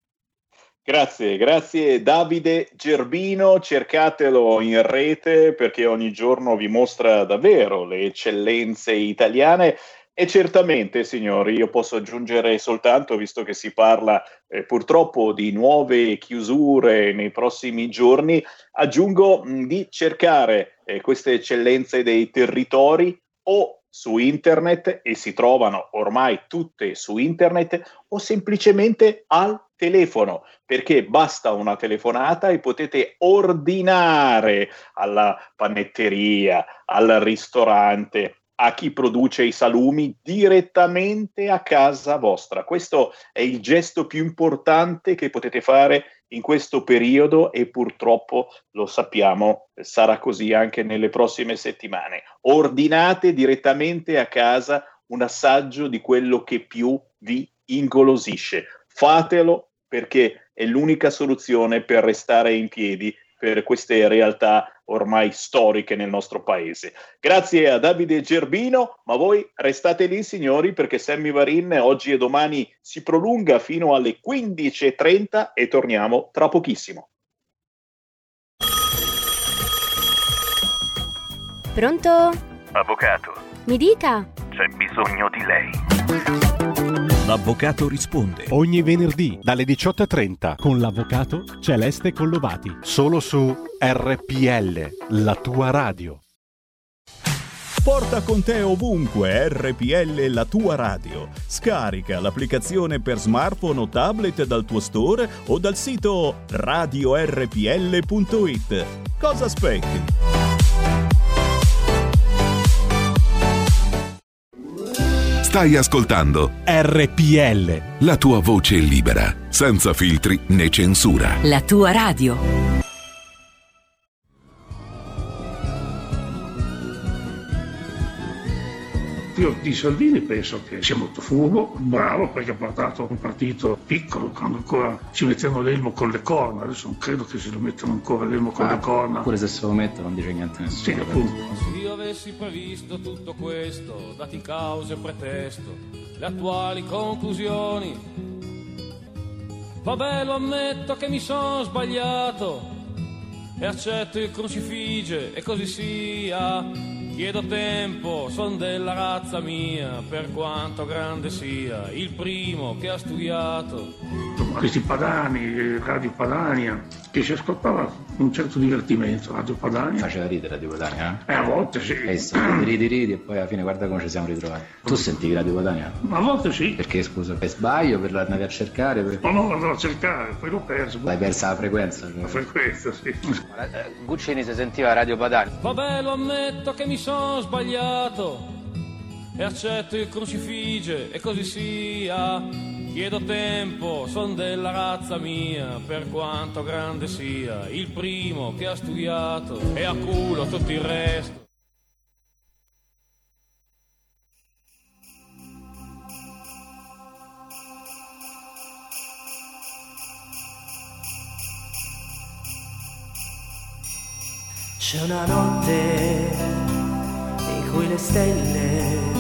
Grazie, grazie Davide Gerbino, cercatelo in rete perché ogni giorno vi mostra davvero le eccellenze italiane. E certamente, signori, io posso aggiungere soltanto, visto che si parla eh, purtroppo di nuove chiusure nei prossimi giorni, aggiungo mh, di cercare eh, queste eccellenze dei territori o su internet, e si trovano ormai tutte su internet, o semplicemente al telefono, perché basta una telefonata e potete ordinare alla panetteria, al ristorante, a chi produce i salumi direttamente a casa vostra. Questo è il gesto più importante che potete fare in questo periodo e purtroppo lo sappiamo, sarà così anche nelle prossime settimane. Ordinate direttamente a casa un assaggio di quello che più vi ingolosisce. Fatelo perché è l'unica soluzione per restare in piedi per queste realtà ormai storiche nel nostro paese. Grazie a Davide Gerbino, ma voi restate lì signori perché Sammy Varin oggi e domani si prolunga fino alle quindici e trenta e torniamo tra pochissimo. Pronto? Avvocato. Mi dica. C'è bisogno di lei. L'avvocato risponde ogni venerdì dalle diciotto e trenta con l'avvocato Celeste Collovati, solo su R P L, la tua radio. Porta con te ovunque R P L, la tua radio. Scarica l'applicazione per smartphone o tablet dal tuo store o dal sito radio r p l punto i t. Cosa aspetti? Stai ascoltando R P L, la tua voce libera, senza filtri né censura. La tua radio. Io di Salvini penso che sia molto furbo, bravo perché ha portato un partito piccolo quando ancora ci mettevano l'elmo con le corna, adesso non credo che se lo mettano ancora l'elmo con ah, le corna. Pure se se lo mettono non dice niente nessuno. Sì, appunto. Se io avessi previsto tutto questo, dati cause e pretesto, le attuali conclusioni, vabbè lo ammetto che mi sono sbagliato e accetto il crucifige e così sia. Chiedo tempo, son della razza mia, per quanto grande sia, il primo che ha studiato. Questi Padani, Radio Padania, che si ascoltava un certo divertimento, Radio Padania. Faceva ridere Radio Padania, eh? Eh, a volte sì. E sì, ridi, ridi e poi alla fine guarda come ci siamo ritrovati. Tu sentivi Radio Padania? A volte sì. Perché scusa, per sbaglio, per l'andavi a cercare? Per... No, no, l'andavo a cercare, poi l'ho perso. L'hai persa la frequenza? Cioè. La frequenza, sì. Guccini si sentiva Radio Padania. Vabbè, lo ammetto che mi sono sbagliato e accetto il crucifige e così sia. Chiedo tempo, son della razza mia, per quanto grande sia, il primo che ha studiato e a culo tutto il resto. C'è una notte in cui le stelle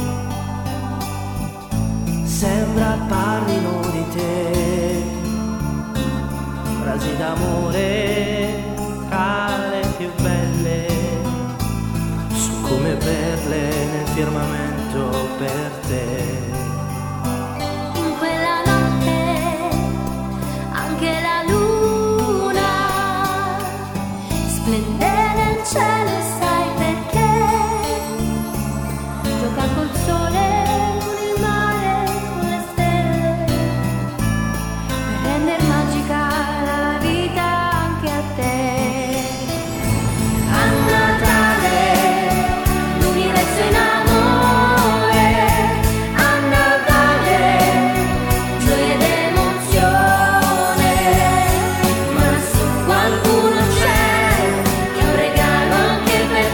sembra parlino di te, frasi d'amore tra le più belle, su come perle nel firmamento per te. In quella notte anche la luna splende nel cielo, sai perché? Gioca col sole, qualcuno c'è che ha un regalo anche per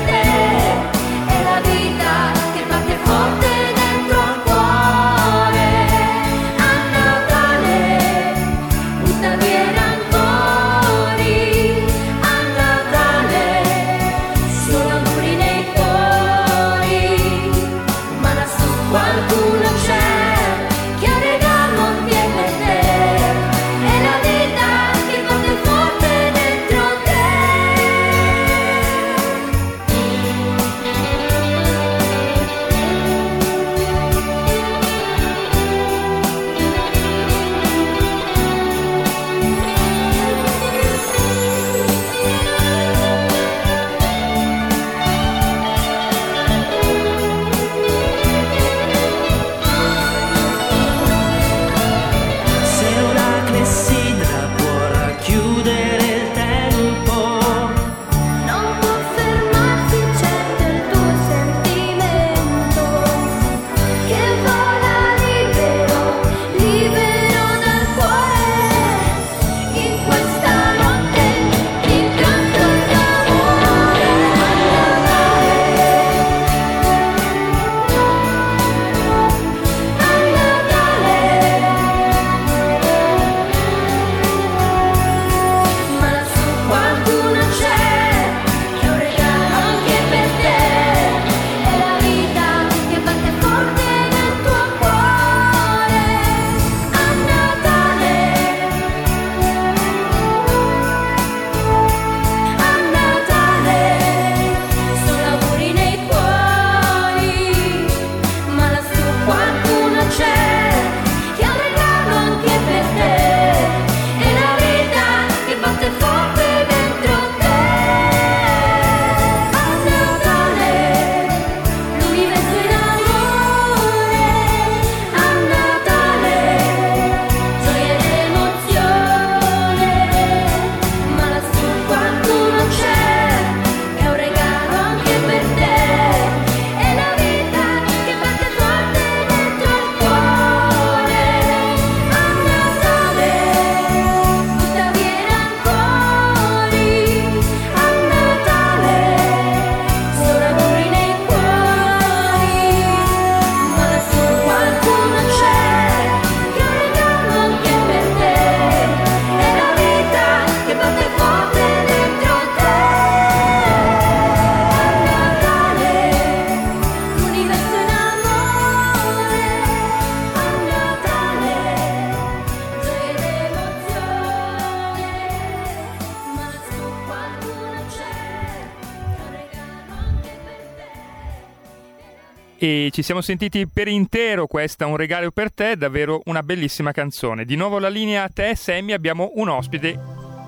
e ci siamo sentiti per intero. Questa Un regalo per te, davvero una bellissima canzone. Di nuovo la linea a te, Sammy, abbiamo un ospite.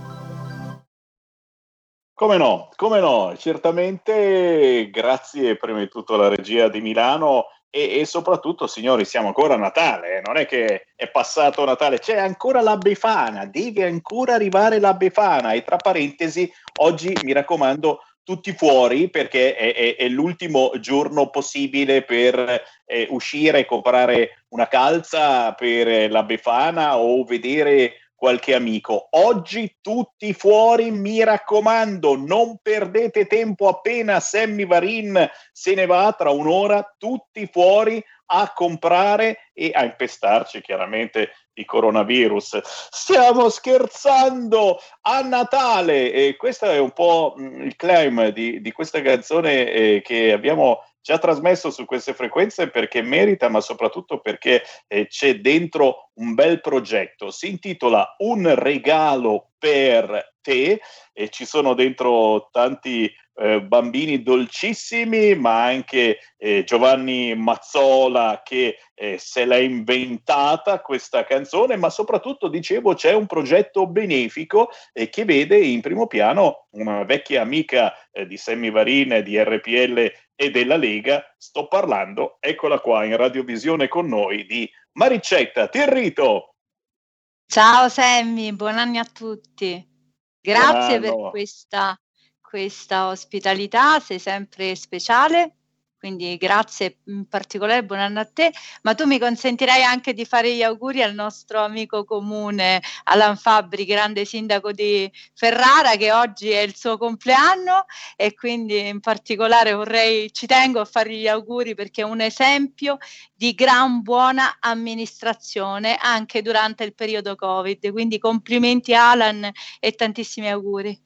Come no, come no, certamente grazie prima di tutto alla regia di Milano e, e soprattutto, signori, siamo ancora a Natale, eh? Non è che è passato Natale, c'è ancora la Befana, deve ancora arrivare la Befana e tra parentesi oggi mi raccomando tutti fuori perché è, è, è l'ultimo giorno possibile per eh, uscire e comprare una calza per la Befana o vedere qualche amico. Oggi tutti fuori, mi raccomando, non perdete tempo, appena Sammy Varin se ne va tra un'ora, tutti fuori a comprare e a impestarci chiaramente di coronavirus. Stiamo scherzando a Natale e questo è un po' il claim di, di questa canzone eh, che abbiamo già trasmesso su queste frequenze perché merita, ma soprattutto perché eh, c'è dentro un bel progetto. Si intitola Un regalo per te e ci sono dentro tanti eh, bambini dolcissimi, ma anche eh, Giovanni Mazzola che eh, se l'è inventata questa canzone, ma soprattutto, dicevo, c'è un progetto benefico eh, che vede in primo piano una vecchia amica eh, di Sammy Varin, di R P L e della Lega. Sto parlando, eccola qua in radiovisione con noi, di Maricetta Tirrito. Ciao Sammy, buon anno a tutti. Grazie per questa, questa ospitalità, sei sempre speciale, quindi grazie in particolare, buon anno a te, ma tu mi consentirai anche di fare gli auguri al nostro amico comune Alan Fabbri, grande sindaco di Ferrara, che oggi è il suo compleanno e quindi in particolare vorrei, ci tengo a fargli gli auguri perché è un esempio di gran buona amministrazione anche durante il periodo Covid, quindi complimenti Alan e tantissimi auguri.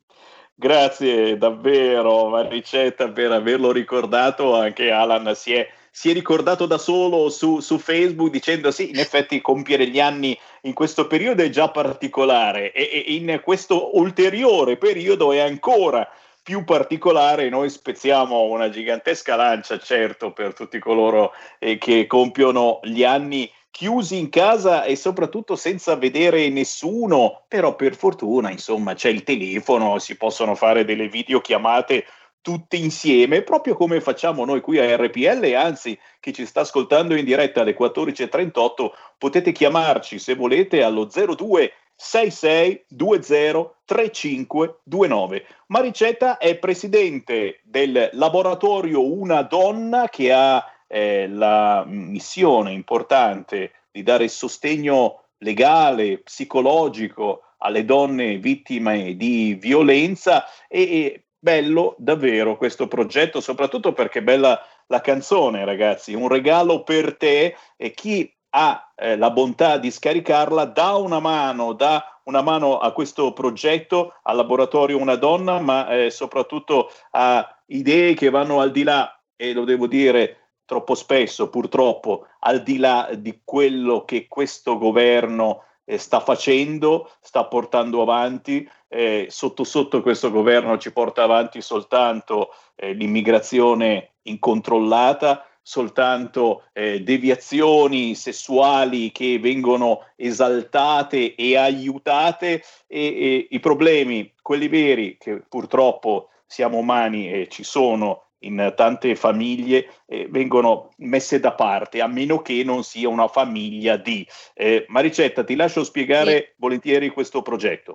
Grazie davvero Maricetta per averlo ricordato, anche Alan si è, si è ricordato da solo su, su Facebook dicendo sì, in effetti compiere gli anni in questo periodo è già particolare e, e in questo ulteriore periodo è ancora più particolare. Noi spezziamo una gigantesca lancia, certo, per tutti coloro eh, che compiono gli anni chiusi in casa e soprattutto senza vedere nessuno, però per fortuna insomma c'è il telefono, si possono fare delle videochiamate tutte insieme, proprio come facciamo noi qui a R P L, anzi chi ci sta ascoltando in diretta alle quattordici e trentotto potete chiamarci se volete allo zero due sei sei due zero tre cinque due nove. Maricetta è presidente del laboratorio Una Donna che ha Eh, la missione importante di dare sostegno legale, psicologico alle donne vittime di violenza e, e bello davvero questo progetto, soprattutto perché è bella la canzone, ragazzi, Un regalo per te, e chi ha eh, la bontà di scaricarla dà una mano, dà una mano a questo progetto, al laboratorio Una Donna, ma eh, soprattutto a idee che vanno al di là, e lo devo dire troppo spesso, purtroppo, al di là di quello che questo governo eh, sta facendo, sta portando avanti. Eh, sotto sotto questo governo ci porta avanti soltanto eh, l'immigrazione incontrollata, soltanto eh, deviazioni sessuali che vengono esaltate e aiutate e, e i problemi, quelli veri, che purtroppo siamo umani e ci sono in tante famiglie, eh, vengono messe da parte, a meno che non sia una famiglia di. Eh, Maricetta, ti lascio spiegare sì. volentieri questo progetto.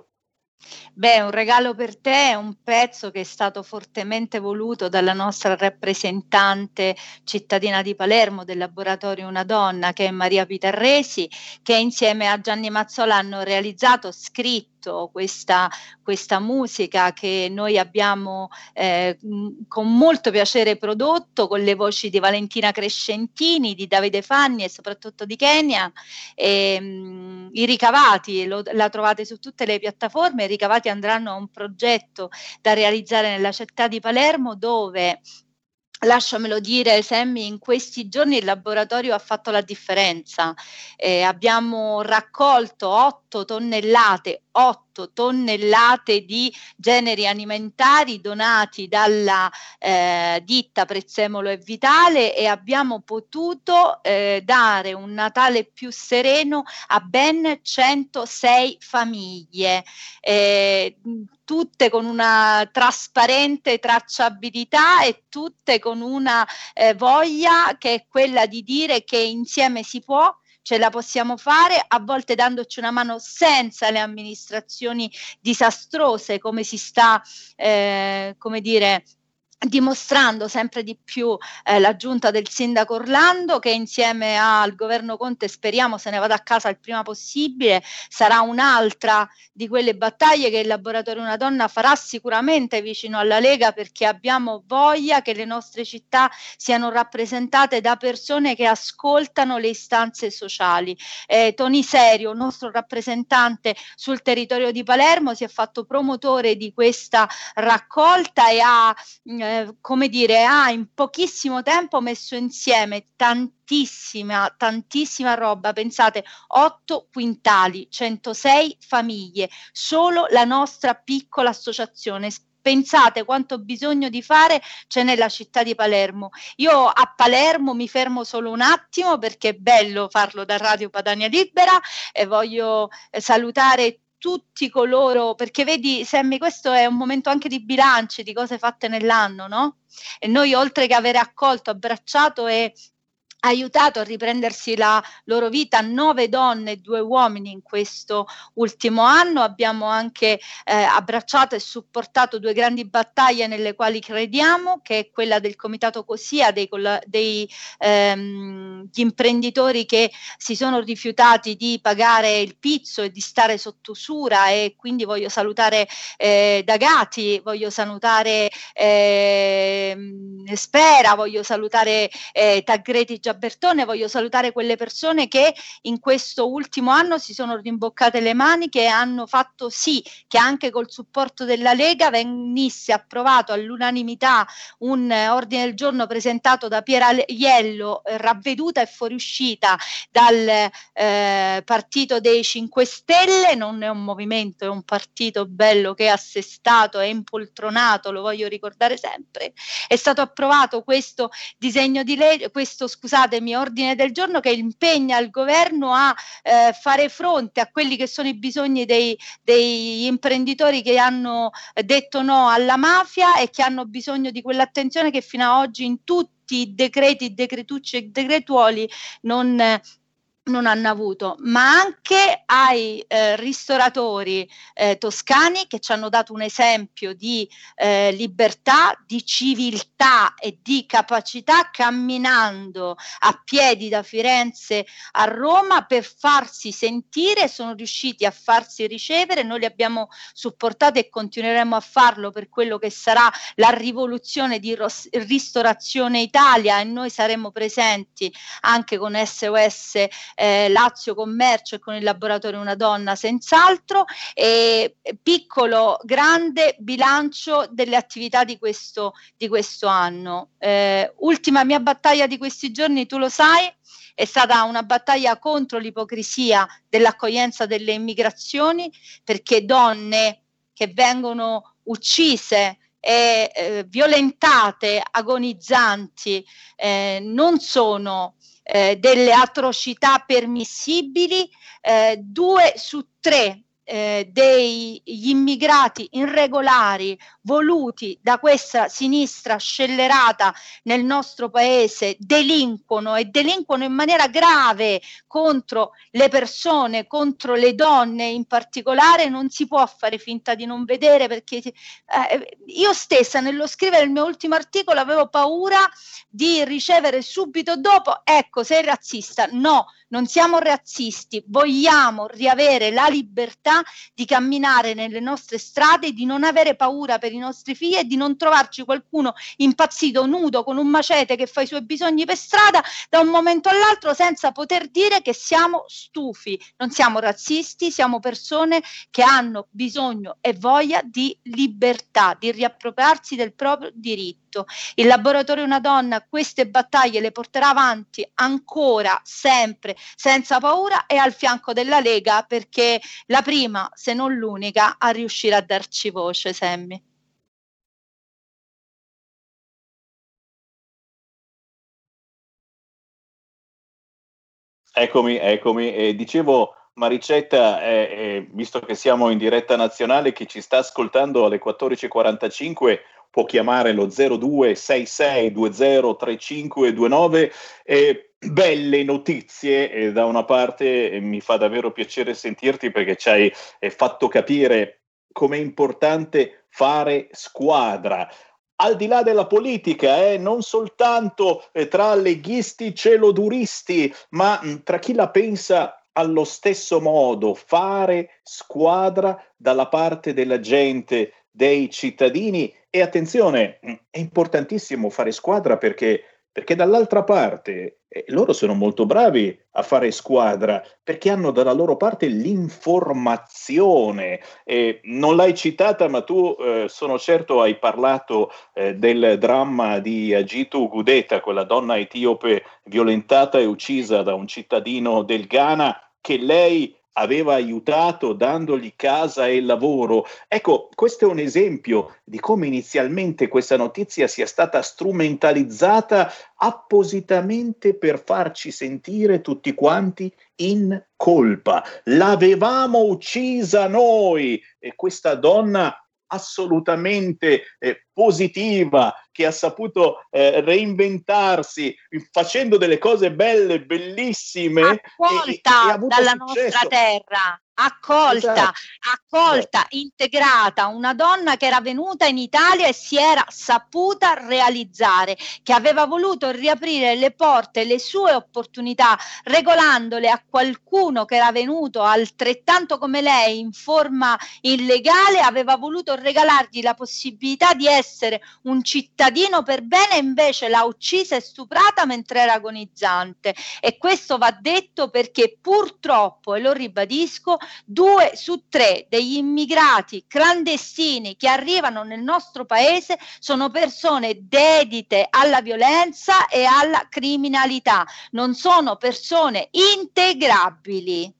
Beh, Un regalo per te è un pezzo che è stato fortemente voluto dalla nostra rappresentante cittadina di Palermo del laboratorio Una Donna, che è Maria Pitarresi, che insieme a Gianni Mazzola hanno realizzato, scritto questa, questa musica che noi abbiamo eh, con molto piacere prodotto con le voci di Valentina Crescentini, di Davide Fanni e soprattutto di Kenya. E, mh, i ricavati lo, la trovate su tutte le piattaforme. I ricavati andranno a un progetto da realizzare nella città di Palermo, dove, lasciamelo dire Sammy, in questi giorni il laboratorio ha fatto la differenza. Eh, abbiamo raccolto otto otto tonnellate, otto tonnellate di generi alimentari donati dalla eh, ditta Prezzemolo e Vitale, e abbiamo potuto eh, dare un Natale più sereno a ben centosei famiglie, eh, tutte con una trasparente tracciabilità e tutte con una eh, voglia che è quella di dire che insieme si può, ce la possiamo fare, a volte dandoci una mano senza le amministrazioni disastrose, come si sta, eh, come dire, dimostrando sempre di più eh, la giunta del sindaco Orlando, che insieme al governo Conte speriamo se ne vada a casa il prima possibile. Sarà un'altra di quelle battaglie che il Laboratorio Una Donna farà sicuramente vicino alla Lega, perché abbiamo voglia che le nostre città siano rappresentate da persone che ascoltano le istanze sociali. eh, Toni Serio, nostro rappresentante sul territorio di Palermo, si è fatto promotore di questa raccolta e ha eh, come dire, ha in pochissimo tempo messo insieme tantissima, tantissima roba. Pensate, otto quintali, centosei famiglie, solo la nostra piccola associazione. Pensate quanto bisogno di fare c'è nella città di Palermo. Io a Palermo mi fermo solo un attimo perché è bello farlo da Radio Padania Libera, e voglio eh, salutare tutti coloro, perché vedi Sammy, questo è un momento anche di bilanci, di cose fatte nell'anno, no? E noi, oltre che avere accolto, abbracciato e aiutato a riprendersi la loro vita nove donne e due uomini in questo ultimo anno, abbiamo anche eh, abbracciato e supportato due grandi battaglie nelle quali crediamo, che è quella del Comitato Cosia, dei, dei ehm, gli imprenditori che si sono rifiutati di pagare il pizzo e di stare sotto usura, e quindi voglio salutare eh, Dagati, voglio salutare eh, Spera, voglio salutare eh, Tagreti Giabertone, voglio salutare quelle persone che in questo ultimo anno si sono rimboccate le maniche e hanno fatto sì che anche col supporto della Lega venisse approvato all'unanimità un eh, ordine del giorno presentato da Piera Iello, eh, ravveduta e fuoriuscita dal eh, partito dei cinque Stelle. Non è un movimento, è un partito bello che è assestato, è impoltronato, lo voglio ricordare sempre. È stato approvato questo disegno di legge, questo scusate Scusatemi, ordine del giorno che impegna il governo a eh, fare fronte a quelli che sono i bisogni dei, degli imprenditori che hanno detto no alla mafia e che hanno bisogno di quell'attenzione che fino ad oggi in tutti i decreti, decretucci e decretuoli non eh, non hanno avuto, ma anche ai eh, ristoratori eh, toscani che ci hanno dato un esempio di eh, libertà, di civiltà e di capacità, camminando a piedi da Firenze a Roma per farsi sentire. Sono riusciti a farsi ricevere, noi li abbiamo supportati e continueremo a farlo per quello che sarà la rivoluzione di Ros- Ristorazione Italia, e noi saremo presenti anche con S O S Eh, Lazio Commercio e con il Laboratorio Una Donna senz'altro. E piccolo grande bilancio delle attività di questo, di questo anno. Eh, ultima mia battaglia di questi giorni, tu lo sai, è stata una battaglia contro l'ipocrisia dell'accoglienza delle immigrazioni, perché donne che vengono uccise e eh, violentate, agonizzanti, eh, non sono Eh, delle atrocità permissibili. Eh, due su tre eh, degli immigrati irregolari voluti da questa sinistra scellerata nel nostro paese delinquono e delinquono in maniera grave contro le persone, contro le donne in particolare. Non si può fare finta di non vedere, perché eh, io stessa nello scrivere il mio ultimo articolo avevo paura di ricevere subito dopo: ecco, sei razzista. No, non siamo razzisti, vogliamo riavere la libertà di camminare nelle nostre strade, di non avere paura per i nostri figli e di non trovarci qualcuno impazzito nudo con un macete che fa i suoi bisogni per strada da un momento all'altro senza poter dire che siamo stufi. Non siamo razzisti, siamo persone che hanno bisogno e voglia di libertà, di riappropriarsi del proprio diritto. Il laboratorio Una Donna queste battaglie le porterà avanti ancora, sempre, senza paura, e al fianco della Lega, perché la prima, se non l'unica, a riuscire a darci voce, Sammy. Eccomi, eccomi. Eh, dicevo, Maricetta, eh, eh, visto che siamo in diretta nazionale, chi ci sta ascoltando alle quattordici e quarantacinque può chiamare lo zero due sei sei due zero tre cinque due nove. Eh, belle notizie, eh, da una parte eh, mi fa davvero piacere sentirti, perché ci hai eh, fatto capire com'è importante fare squadra. Al di là della politica, eh, non soltanto eh, tra leghisti celoduristi, ma mh, tra chi la pensa allo stesso modo, fare squadra dalla parte della gente, dei cittadini. E attenzione, mh, è importantissimo fare squadra perché, perché dall'altra parte eh, loro sono molto bravi a fare squadra, perché hanno dalla loro parte l'informazione. Eh, non l'hai citata, ma tu eh, sono certo hai parlato eh, del dramma di Agitu Gudeta, quella donna etiope violentata e uccisa da un cittadino del Ghana, che lei aveva aiutato dandogli casa e lavoro. Ecco, questo è un esempio di come inizialmente questa notizia sia stata strumentalizzata appositamente per farci sentire tutti quanti in colpa. L'avevamo uccisa noi, e questa donna assolutamente eh, positiva, che ha saputo eh, reinventarsi facendo delle cose belle, bellissime, accolta e, e ha avuto dalla successo. nostra terra, accolta, Esatto. accolta, integrata, una donna che era venuta in Italia e si era saputa realizzare, che aveva voluto riaprire le porte, le sue opportunità, regolandole a qualcuno che era venuto altrettanto come lei in forma illegale, aveva voluto regalargli la possibilità di essere un cittadino per bene, invece l'ha uccisa e stuprata mentre era agonizzante. E questo va detto perché purtroppo, e lo ribadisco, due su tre degli immigrati clandestini che arrivano nel nostro paese sono persone dedite alla violenza e alla criminalità, non sono persone integrabili.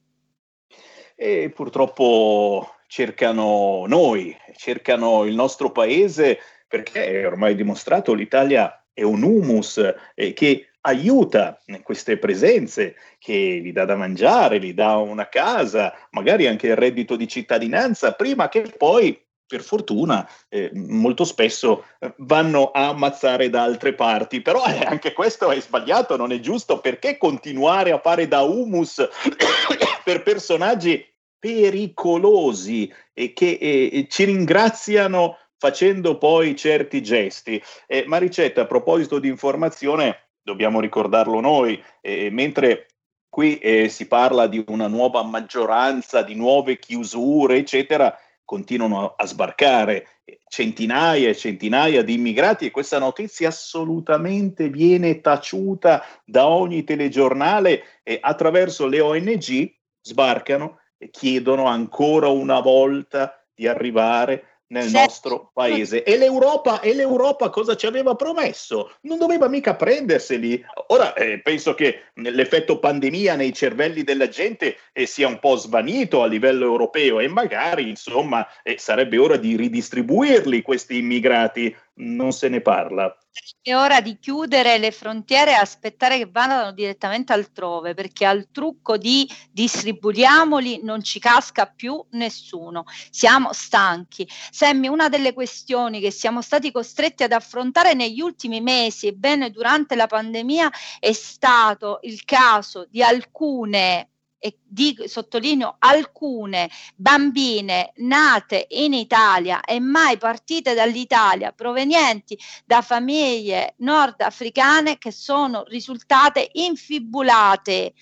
E purtroppo cercano noi, cercano il nostro paese, perché è ormai dimostrato l'Italia è un humus eh, che aiuta queste presenze, che gli dà da mangiare, gli dà una casa, magari anche il reddito di cittadinanza, prima che poi, per fortuna, eh, molto spesso eh, vanno a ammazzare da altre parti. Però eh, anche questo è sbagliato, non è giusto. Perché continuare a fare da humus per personaggi pericolosi e che eh, ci ringraziano facendo poi certi gesti? Eh, Maricetta, a proposito di informazione, dobbiamo ricordarlo noi, eh, mentre qui eh, si parla di una nuova maggioranza, di nuove chiusure, eccetera, continuano a sbarcare centinaia e centinaia di immigrati, e questa notizia assolutamente viene taciuta da ogni telegiornale, e attraverso le O N G sbarcano e chiedono ancora una volta di arrivare nel sì. nostro paese. E l'Europa, e l'Europa cosa ci aveva promesso? Non doveva mica prenderseli. Ora eh, penso che l'effetto pandemia nei cervelli della gente eh, sia un po' svanito a livello europeo, e magari insomma eh, sarebbe ora di ridistribuirli questi immigrati. Non se ne parla. È ora di chiudere le frontiere e aspettare che vadano direttamente altrove, perché al trucco di distribuiamoli non ci casca più nessuno. Siamo stanchi. Sammy, una delle questioni che siamo stati costretti ad affrontare negli ultimi mesi e bene durante la pandemia è stato il caso di alcune, e di, sottolineo alcune bambine nate in Italia e mai partite dall'Italia, provenienti da famiglie nordafricane, che sono risultate infibulate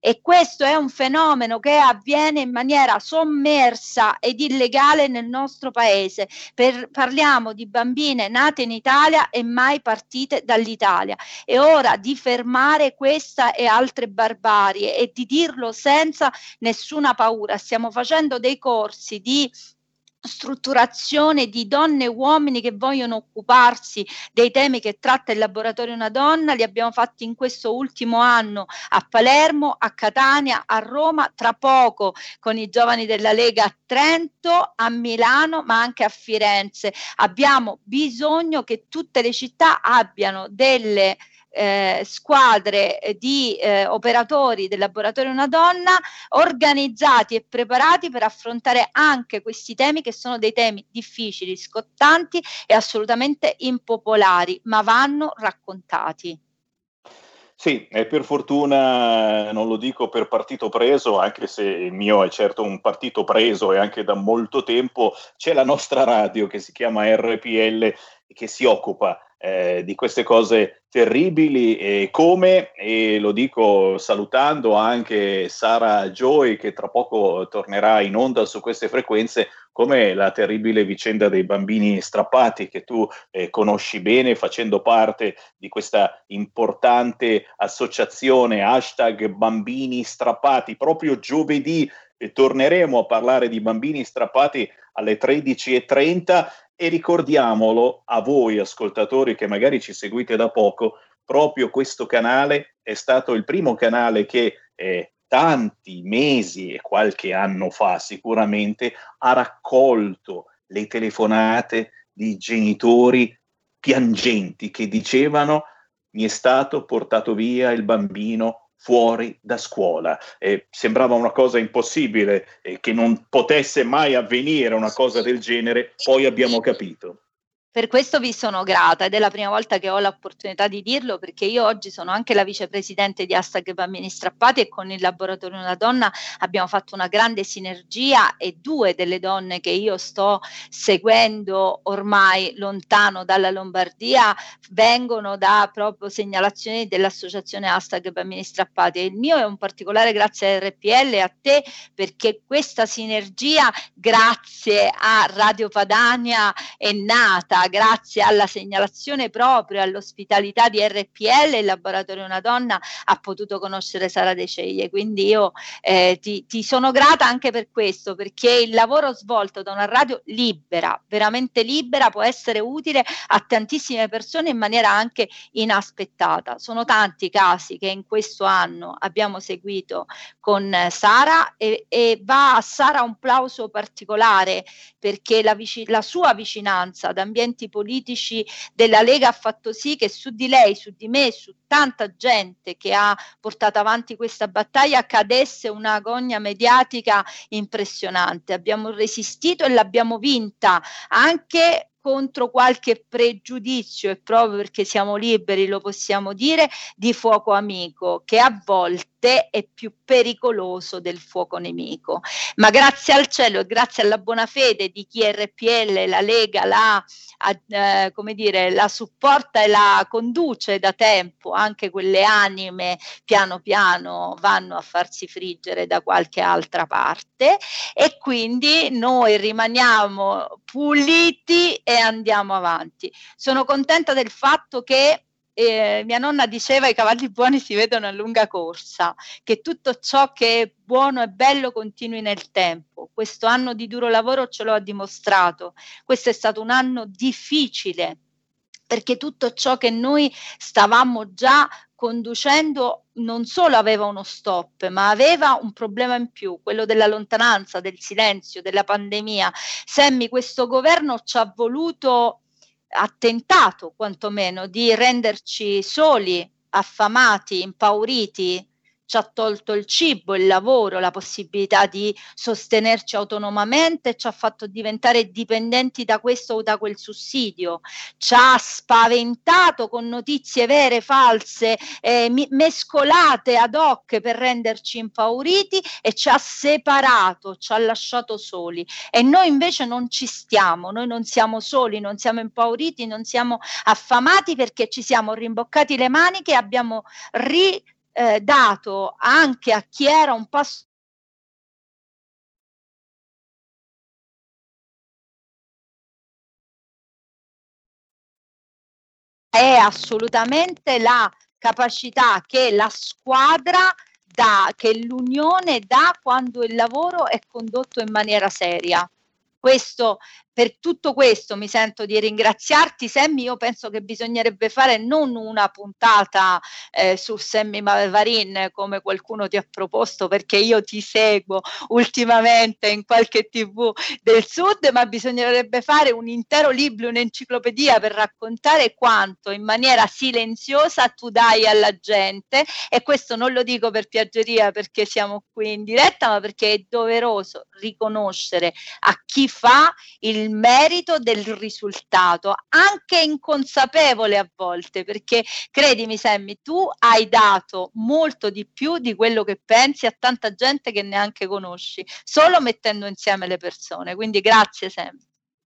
E questo è un fenomeno che avviene in maniera sommersa ed illegale nel nostro paese. Per, parliamo di bambine nate in Italia e mai partite dall'Italia. È ora di fermare questa e altre barbarie e di dirlo senza nessuna paura. Stiamo facendo dei corsi di strutturazione di donne e uomini che vogliono occuparsi dei temi che tratta il laboratorio Una Donna. Li abbiamo fatti in questo ultimo anno a Palermo, a Catania, a Roma, tra poco con i giovani della Lega a Trento, a Milano, ma anche a Firenze. Abbiamo bisogno che tutte le città abbiano delle Eh, squadre di eh, operatori del laboratorio Una Donna organizzati e preparati per affrontare anche questi temi, che sono dei temi difficili, scottanti e assolutamente impopolari, ma vanno raccontati. Sì, e per fortuna non lo dico per partito preso, anche se il mio è certo un partito preso e anche da molto tempo. C'è la nostra radio che si chiama R P L e che si occupa eh, di queste cose terribili, e come, e lo dico salutando anche Sara Joy, che tra poco tornerà in onda su queste frequenze, come la terribile vicenda dei bambini strappati, che tu eh, conosci bene, facendo parte di questa importante associazione hashtag bambini strappati. Proprio giovedì eh, torneremo a parlare di bambini strappati alle tredici e trenta, e ricordiamolo a voi ascoltatori che magari ci seguite da poco, proprio questo canale è stato il primo canale che eh, tanti mesi e qualche anno fa sicuramente ha raccolto le telefonate di genitori piangenti che dicevano: mi è stato portato via il bambino fuori da scuola. Eh, sembrava una cosa impossibile, eh, che non potesse mai avvenire una cosa del genere, poi abbiamo capito. Per questo vi sono grata, ed è la prima volta che ho l'opportunità di dirlo, perché io oggi sono anche la vicepresidente di hashtag Bambini Strappati, e con il laboratorio Una Donna abbiamo fatto una grande sinergia, e due delle donne che io sto seguendo ormai lontano dalla Lombardia vengono da proprio segnalazioni dell'associazione hashtag Bambini Strappati, e il mio è un particolare grazie a R P L e a te, perché questa sinergia grazie a Radio Padania è nata, grazie alla segnalazione proprio, all'ospitalità di R P L. Il laboratorio Una Donna ha potuto conoscere Sara De Ceglie, quindi io eh, ti, ti sono grata anche per questo, perché il lavoro svolto da una radio libera, veramente libera, può essere utile a tantissime persone in maniera anche inaspettata. Sono tanti casi che in questo anno abbiamo seguito con Sara, e, e va a Sara un plauso particolare, perché la, vic- la sua vicinanza ad ambienti politici della Lega ha fatto sì che su di lei, su di me, su tanta gente che ha portato avanti questa battaglia cadesse una gogna mediatica impressionante. Abbiamo resistito e l'abbiamo vinta, anche contro qualche pregiudizio, e proprio perché siamo liberi lo possiamo dire, di fuoco amico, che a volte è più pericoloso del fuoco nemico. Ma grazie al cielo e grazie alla buona fede di chi R P L, la Lega, la, eh, come dire, la supporta e la conduce da tempo, anche quelle anime piano piano vanno a farsi friggere da qualche altra parte, e quindi noi rimaniamo puliti e andiamo avanti. Sono contenta del fatto che eh, mia nonna diceva: i cavalli buoni si vedono a lunga corsa, che tutto ciò che è buono e bello continui nel tempo. Questo anno di duro lavoro ce lo ha dimostrato. Questo è stato un anno difficile, perché tutto ciò che noi stavamo già conducendo non solo aveva uno stop, ma aveva un problema in più, quello della lontananza, del silenzio, della pandemia. Semmi, questo governo ci ha voluto, ha tentato quantomeno di renderci soli, affamati, impauriti. Ci ha tolto il cibo, il lavoro, la possibilità di sostenerci autonomamente, ci ha fatto diventare dipendenti da questo o da quel sussidio, ci ha spaventato con notizie vere, false, eh, mescolate ad hoc per renderci impauriti, e ci ha separato, ci ha lasciato soli. E noi invece non ci stiamo, noi non siamo soli, non siamo impauriti, non siamo affamati, perché ci siamo rimboccati le maniche e abbiamo ri eh, dato anche a chi era un passo è assolutamente la capacità che la squadra dà, che l'unione dà quando il lavoro è condotto in maniera seria. Questo, per tutto questo mi sento di ringraziarti, Sammy. Io penso che bisognerebbe fare non una puntata eh, su Sammy Varin come qualcuno ti ha proposto, perché io ti seguo ultimamente in qualche tivù del Sud, ma bisognerebbe fare un intero libro, un'enciclopedia per raccontare quanto in maniera silenziosa tu dai alla gente, e questo non lo dico per piaggeria perché siamo qui in diretta, ma perché è doveroso riconoscere a chi fa il merito del risultato, anche inconsapevole a volte, perché credimi Sammy, tu hai dato molto di più di quello che pensi a tanta gente che neanche conosci, solo mettendo insieme le persone, quindi grazie Sammy.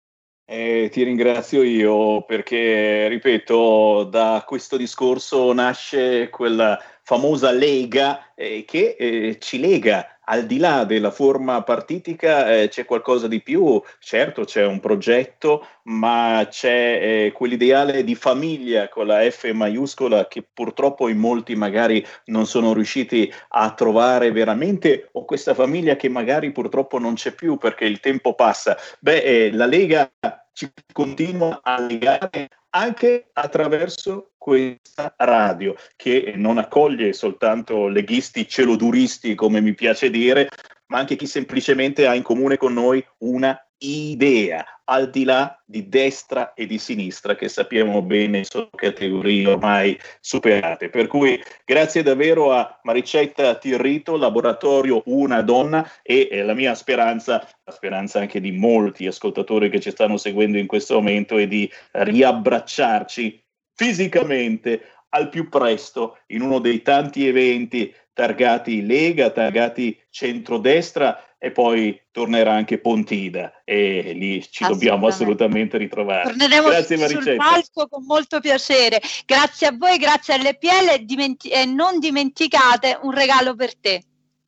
Eh, ti ringrazio io perché, ripeto, da questo discorso nasce quella famosa lega eh, che eh, ci lega. Al di là della forma partitica eh, c'è qualcosa di più, certo c'è un progetto, ma c'è eh, quell'ideale di famiglia con la F maiuscola che purtroppo in molti magari non sono riusciti a trovare veramente, o questa famiglia che magari purtroppo non c'è più perché il tempo passa. Beh, eh, la Lega ci continua a legare anche attraverso questa radio, che non accoglie soltanto leghisti celoduristi, come mi piace dire, ma anche chi semplicemente ha in comune con noi una idea, al di là di destra e di sinistra, che sappiamo bene sono categorie ormai superate. Per cui grazie davvero a Maricetta Tirrito, Laboratorio Una Donna, e eh, la mia speranza, la speranza anche di molti ascoltatori che ci stanno seguendo in questo momento, è di riabbracciarci fisicamente al più presto in uno dei tanti eventi targati Lega, targati centrodestra, e poi tornerà anche Pontida e lì ci dobbiamo assolutamente ritrovare. Torneremo grazie sul Maricetta. palco con molto piacere. Grazie a voi, grazie a L P L e, dimenti- e non dimenticate un regalo per te.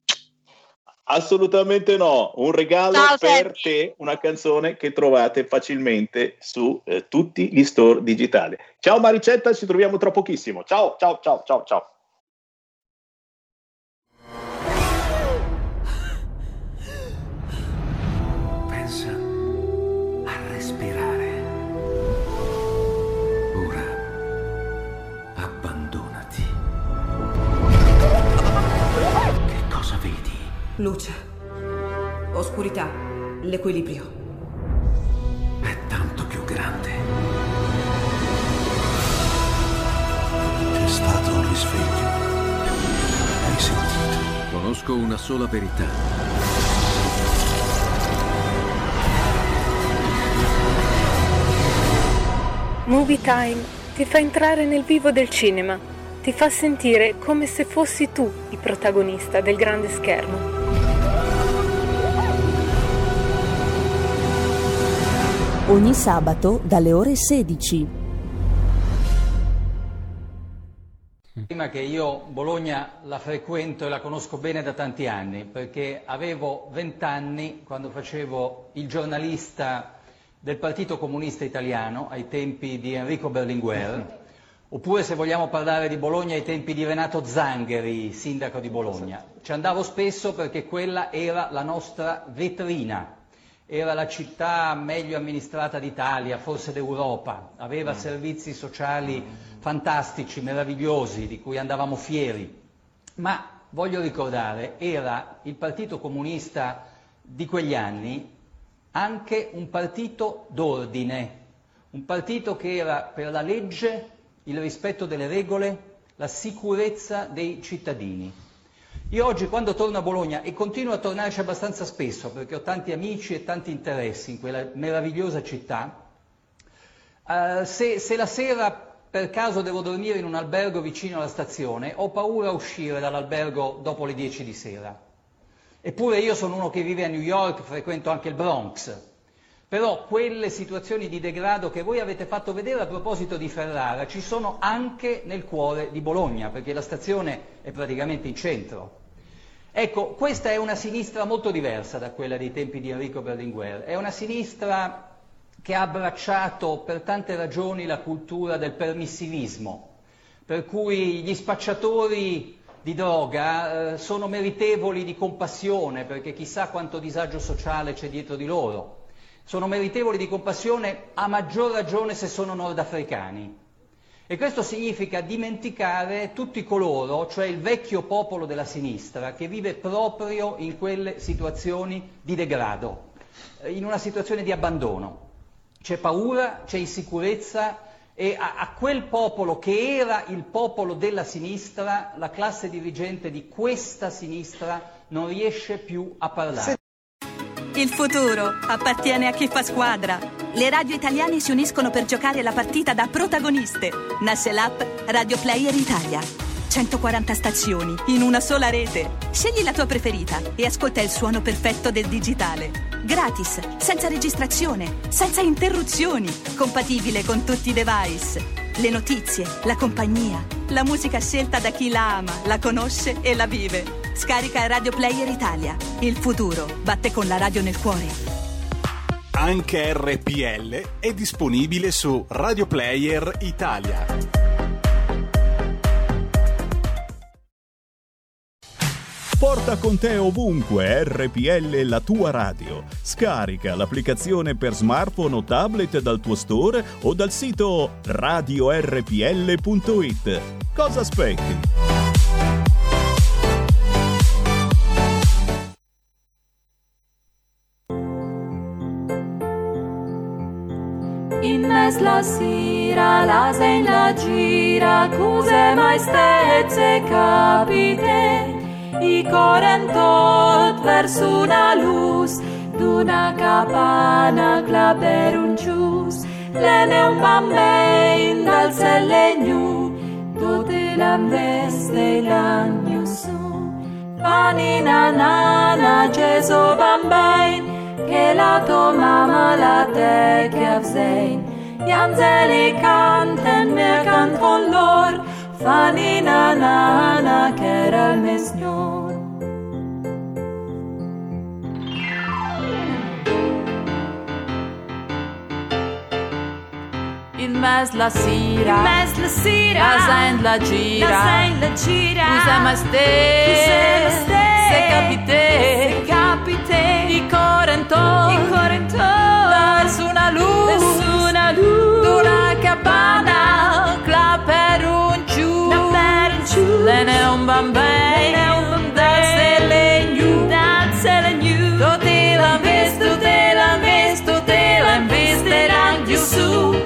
Assolutamente no, un regalo Ciao, per Sammy. te, una canzone che trovate facilmente su eh, tutti gli store digitali. Ciao Maricetta, ci troviamo tra pochissimo. Ciao, ciao, ciao, ciao, ciao. Pensa a respirare. Ora abbandonati. Che cosa vedi? Luce, oscurità, l'equilibrio. È tanto più grande. C'è stato un risveglio. Hai sentito? Conosco una sola verità. Movie Time ti fa entrare nel vivo del cinema, ti fa sentire come se fossi tu il protagonista del grande schermo. Ogni sabato dalle ore sedici. Prima che io Bologna la frequento e la conosco bene da tanti anni, perché avevo vent'anni quando facevo il giornalista del Partito Comunista Italiano ai tempi di Enrico Berlinguer, oppure se vogliamo parlare di Bologna ai tempi di Renato Zangheri, sindaco di Bologna. Ci andavo spesso perché quella era la nostra vetrina, era la città meglio amministrata d'Italia, forse d'Europa, aveva servizi sociali fantastici, meravigliosi, di cui andavamo fieri. Ma voglio ricordare, era il Partito Comunista di quegli anni anche un partito d'ordine, un partito che era per la legge, il rispetto delle regole, la sicurezza dei cittadini. Io oggi quando torno a Bologna, e continuo a tornarci abbastanza spesso perché ho tanti amici e tanti interessi in quella meravigliosa città, eh, se, se la sera per caso devo dormire in un albergo vicino alla stazione, ho paura a uscire dall'albergo dopo le dieci di sera. Eppure io sono uno che vive a New York, frequento anche il Bronx. Però quelle situazioni di degrado che voi avete fatto vedere a proposito di Ferrara ci sono anche nel cuore di Bologna, perché la stazione è praticamente in centro. Ecco, questa è una sinistra molto diversa da quella dei tempi di Enrico Berlinguer. È una sinistra che ha abbracciato per tante ragioni la cultura del permissivismo, per cui gli spacciatori di droga eh, sono meritevoli di compassione, perché chissà quanto disagio sociale c'è dietro di loro. Sono meritevoli di compassione a maggior ragione se sono nordafricani. E questo significa dimenticare tutti coloro, cioè il vecchio popolo della sinistra, che vive proprio in quelle situazioni di degrado, in una situazione di abbandono. C'è paura, c'è insicurezza, e a, a quel popolo che era il popolo della sinistra, la classe dirigente di questa sinistra non riesce più a parlare. Il futuro appartiene a chi fa squadra. Le radio italiane si uniscono per giocare la partita da protagoniste. Nasce l'app Radio Player Italia. centoquaranta stazioni in una sola rete. Scegli la tua preferita e ascolta il suono perfetto del digitale. Gratis, senza registrazione, senza interruzioni. Compatibile con tutti i device. Le notizie, la compagnia, la musica scelta da chi la ama, la conosce e la vive. Scarica Radio Player Italia. Il futuro batte con la radio nel cuore. Anche R P L è disponibile su Radio Player Italia. Porta con te ovunque R P L, la tua radio. Scarica l'applicazione per smartphone o tablet dal tuo store o dal sito radio r p l punto i t. Cosa aspetti? In mes la sera, la sen la gira, cose mai stezze capite, i coren tot verso una luz, d'una capana claper un cius, l'ene un bambein dal sellegnu, tutte l'ambeste l'agnu su, panina nana geso bambein, che la tua mamma la te che avsein, gli angeli canten, me cant con lor, fanina nana che era il mio signor. In mes la sera, in mes la sera, la sen la gira, la sen la gira, usa ma ste, usa ma ste, se capite, se capite, i corento, i corento, verso una luce, verso una luce, d'una cabana, cla per un ciù, per un ciù, l'ene un bambè, l'ene un bambè, dal selegnu, dal selegnu, tutti l'han visto, te l'han visto, te l'han visto, l'han giù su.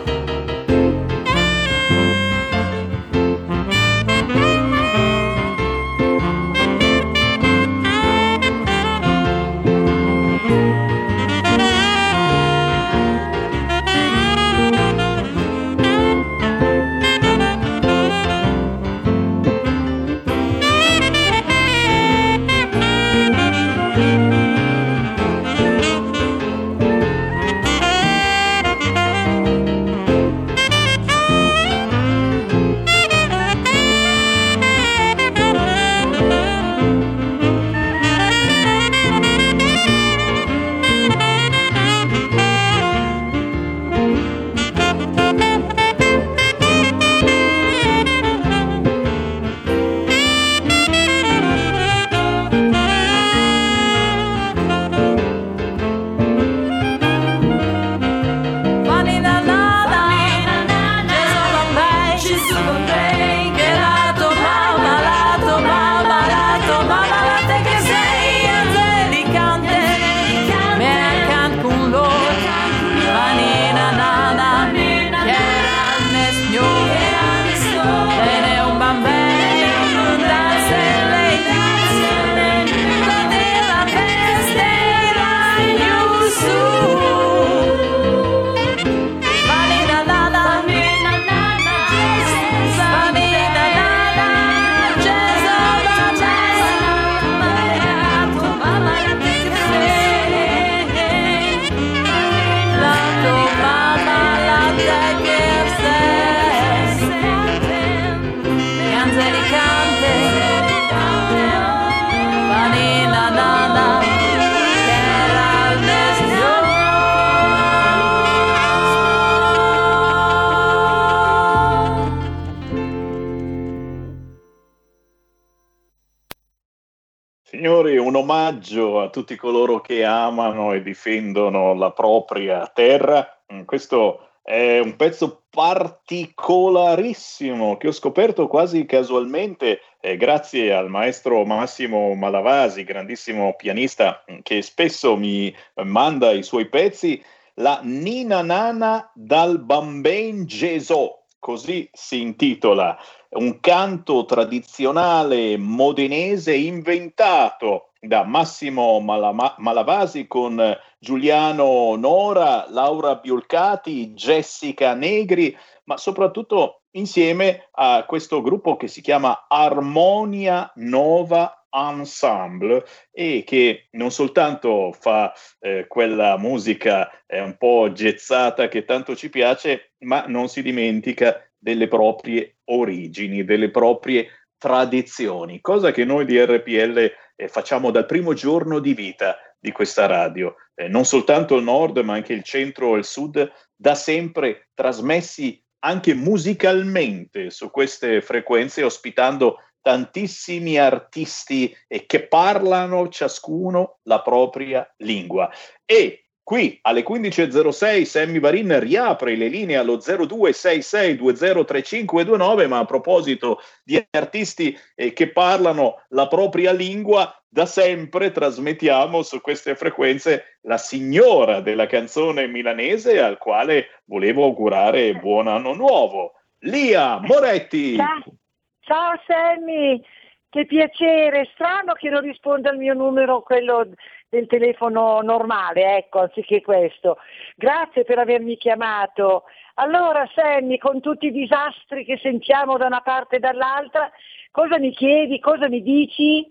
signori, un omaggio a tutti coloro che amano e difendono la propria terra. Questo è un pezzo particolarissimo che ho scoperto quasi casualmente eh, grazie al maestro Massimo Malavasi, grandissimo pianista che spesso mi manda i suoi pezzi, la Nina Nana dal Bamben Gesù, così si intitola, un canto tradizionale modenese inventato da Massimo Malama- Malavasi con Giuliano Nora, Laura Biolcati, Jessica Negri, ma soprattutto insieme a questo gruppo che si chiama Armonia Nova Ensemble e che non soltanto fa eh, quella musica eh, un po' gezzata che tanto ci piace, ma non si dimentica delle proprie origini, delle proprie tradizioni, cosa che noi di R P L eh, facciamo dal primo giorno di vita di questa radio. Eh, non soltanto il nord, ma anche il centro e il sud, da sempre trasmessi anche musicalmente su queste frequenze, ospitando tantissimi artisti eh, che parlano ciascuno la propria lingua. E qui alle quindici e zero sei Sammy Varin riapre le linee allo zero due sei sei due zero tre cinque due nove, ma a proposito di artisti eh, che parlano la propria lingua, da sempre trasmettiamo su queste frequenze la signora della canzone milanese, al quale volevo augurare buon anno nuovo, Lia Moretti. Ciao, ciao Sammy, che piacere, strano che non risponda al mio numero, quello del telefono normale, ecco, anziché questo. Grazie per avermi chiamato. Allora Sammy, con tutti i disastri che sentiamo da una parte e dall'altra, cosa mi chiedi, cosa mi dici?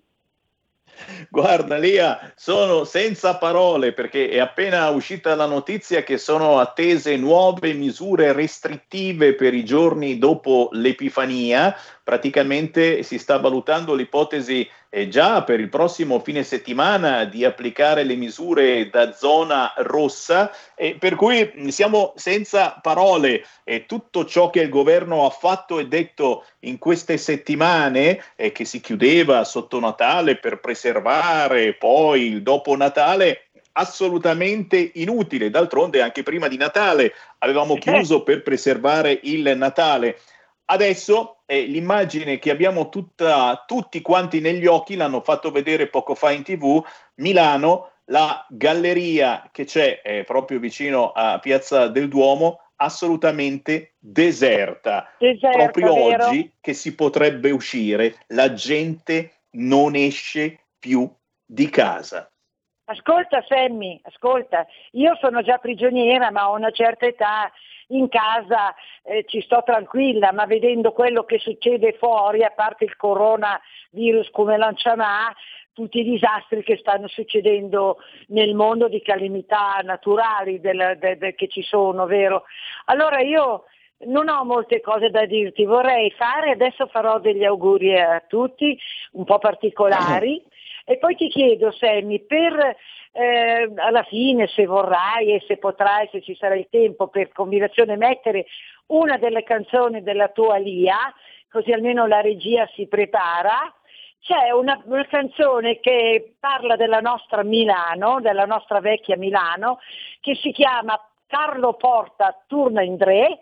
Guarda Lia, sono senza parole perché è appena uscita la notizia che sono attese nuove misure restrittive per i giorni dopo l'Epifania. Praticamente si sta valutando l'ipotesi eh, già per il prossimo fine settimana di applicare le misure da zona rossa, e per cui siamo senza parole. E tutto ciò che il governo ha fatto e detto in queste settimane, eh, che si chiudeva sotto Natale per preservare poi il dopo Natale, assolutamente inutile. D'altronde anche prima di Natale avevamo chiuso per preservare il Natale. Adesso eh, l'immagine che abbiamo tutta, tutti quanti negli occhi, l'hanno fatto vedere poco fa in tivù, Milano, la galleria che c'è eh, proprio vicino a Piazza del Duomo, assolutamente deserta. Deserta, proprio vero? Oggi che si potrebbe uscire, la gente non esce più di casa. Ascolta Sammy, ascolta, io sono già prigioniera, ma ho una certa età, in casa eh, ci sto tranquilla, ma vedendo quello che succede fuori, a parte il coronavirus come lanciamà, tutti i disastri che stanno succedendo nel mondo di calamità naturali del, de, de, che ci sono, vero? Allora io non ho molte cose da dirti, vorrei fare, adesso farò degli auguri a tutti, un po' particolari, e poi ti chiedo Sammy, per eh, alla fine se vorrai e se potrai, se ci sarà il tempo, per combinazione mettere una delle canzoni della tua Lia, così almeno la regia si prepara. C'è una, una canzone che parla della nostra Milano, della nostra vecchia Milano, che si chiama Carlo Porta Turna in Dre,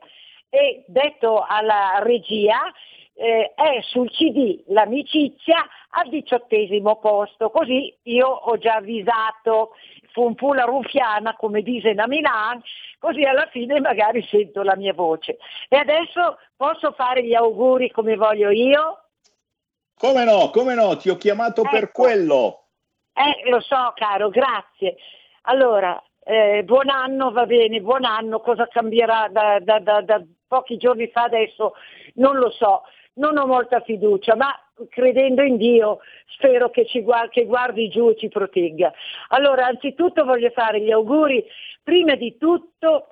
e detto alla regia eh, è sul C D L'amicizia al diciottesimo posto, così io ho già avvisato, fu un po' la ruffiana come dice a Milano, così alla fine magari sento la mia voce. E adesso posso fare gli auguri come voglio io? Come no, come no, ti ho chiamato ecco. per quello. Eh, lo so caro, grazie. Allora, eh, buon anno, va bene, buon anno, cosa cambierà da, da, da, da pochi giorni fa adesso? Non lo so, non ho molta fiducia, ma credendo in Dio spero che, ci guardi, che guardi giù e ci protegga. Allora, anzitutto voglio fare gli auguri, prima di tutto,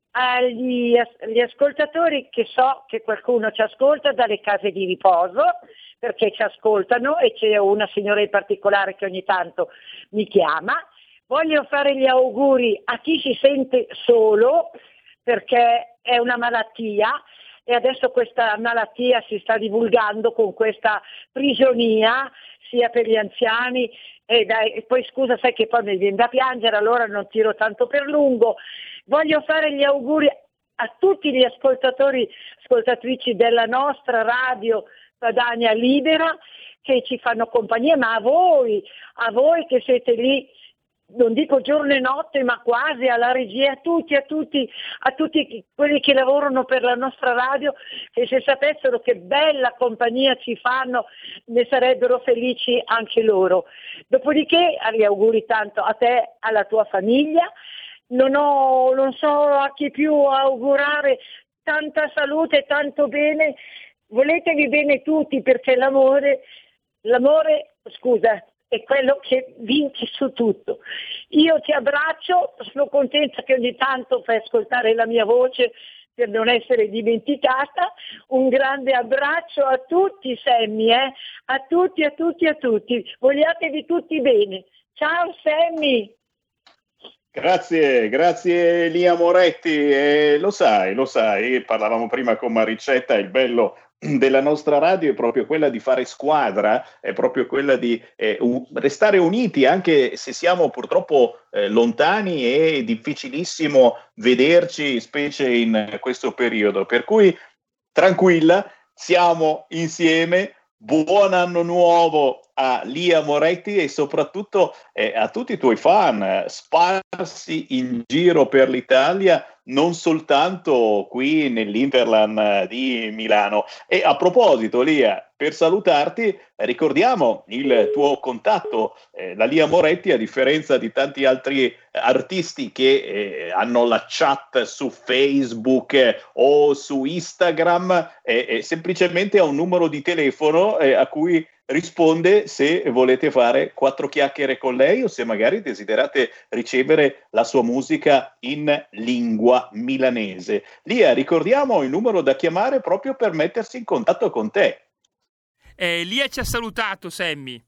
agli, agli ascoltatori, che so che qualcuno ci ascolta dalle case di riposo, perché ci ascoltano, e c'è una signora in particolare che ogni tanto mi chiama. Voglio fare gli auguri a chi si sente solo, perché è una malattia, e adesso questa malattia si sta divulgando con questa prigionia sia per gli anziani e, dai, e poi scusa, sai che poi mi viene da piangere, allora non tiro tanto per lungo. Voglio fare gli auguri a tutti gli ascoltatori, ascoltatrici della nostra radio Padania Libera che ci fanno compagnia, ma a voi, a voi che siete lì, non dico giorno e notte, ma quasi alla regia, a tutti, a tutti, a tutti quelli che lavorano per la nostra radio, che se sapessero che bella compagnia ci fanno, ne sarebbero felici anche loro. Dopodiché, gli auguri tanto a te, alla tua famiglia. Non ho, non so a chi più augurare tanta salute, tanto bene. Voletevi bene tutti, perché l'amore, l'amore, scusa, è quello che vince su tutto. Io ti abbraccio, sono contenta che ogni tanto fai ascoltare la mia voce per non essere dimenticata. Un grande abbraccio a tutti, Sammy, eh? a tutti, a tutti, a tutti. Vogliatevi tutti bene. Ciao Sammy! Grazie, grazie Lia Moretti. Eh, lo sai, lo sai, parlavamo prima con Maricetta, il bello della nostra radio è proprio quella di fare squadra, è proprio quella di eh, un, restare uniti anche se siamo purtroppo eh, lontani e difficilissimo vederci, specie in questo periodo. Per cui tranquilla, siamo insieme. Buon anno nuovo a Lia Moretti e soprattutto eh, a tutti i tuoi fan sparsi in giro per l'Italia, non soltanto qui nell'Interland di Milano. E a proposito, Lia, per salutarti ricordiamo il tuo contatto. Eh, la Lia Moretti, a differenza di tanti altri artisti che eh, hanno la chat su Facebook eh, o su Instagram, eh, eh, semplicemente ha un numero di telefono eh, a cui risponde se volete fare quattro chiacchiere con lei o se magari desiderate ricevere la sua musica in lingua milanese. Lia, ricordiamo il numero da chiamare proprio per mettersi in contatto con te. Eh, Lia ci ha salutato, Sammy.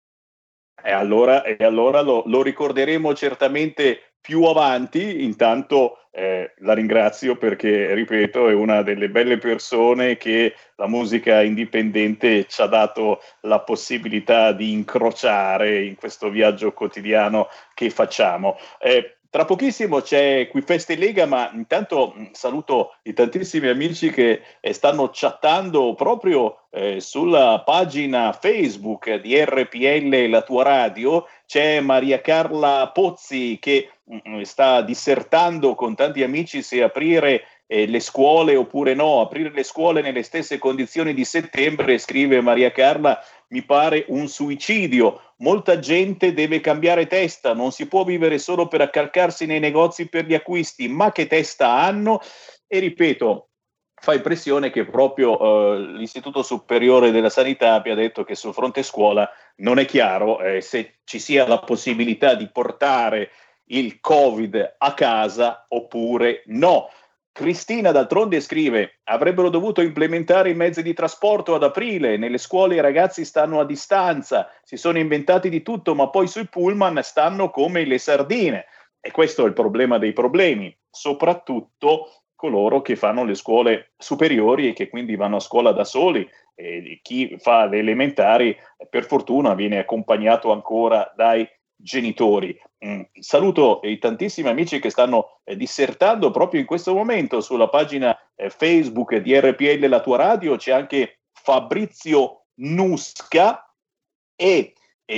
E allora, e allora lo, lo ricorderemo certamente più avanti. Intanto eh, la ringrazio perché, ripeto, è una delle belle persone che la musica indipendente ci ha dato la possibilità di incrociare in questo viaggio quotidiano che facciamo. Eh, Tra pochissimo c'è qui Feste Lega, ma intanto saluto i tantissimi amici che eh, stanno chattando proprio eh, sulla pagina Facebook di R P L La Tua Radio. C'è Maria Carla Pozzi che mh, sta dissertando con tanti amici se aprire eh, le scuole oppure no, aprire le scuole nelle stesse condizioni di settembre, scrive Maria Carla. Mi pare un suicidio, molta gente deve cambiare testa, non si può vivere solo per accalcarsi nei negozi per gli acquisti, ma che testa hanno? E ripeto, fa impressione che proprio eh, l'Istituto Superiore della Sanità abbia detto che sul fronte scuola non è chiaro eh, se ci sia la possibilità di portare il Covid a casa oppure no. Cristina d'altronde scrive: avrebbero dovuto implementare i mezzi di trasporto ad aprile, nelle scuole i ragazzi stanno a distanza, si sono inventati di tutto, ma poi sui pullman stanno come le sardine. E questo è il problema dei problemi, soprattutto coloro che fanno le scuole superiori e che quindi vanno a scuola da soli. E chi fa le elementari, per fortuna, viene accompagnato ancora dai genitori. Mm. Saluto i tantissimi amici che stanno eh, dissertando proprio in questo momento sulla pagina eh, Facebook di R P L La Tua Radio. C'è anche Fabrizio Nusca e,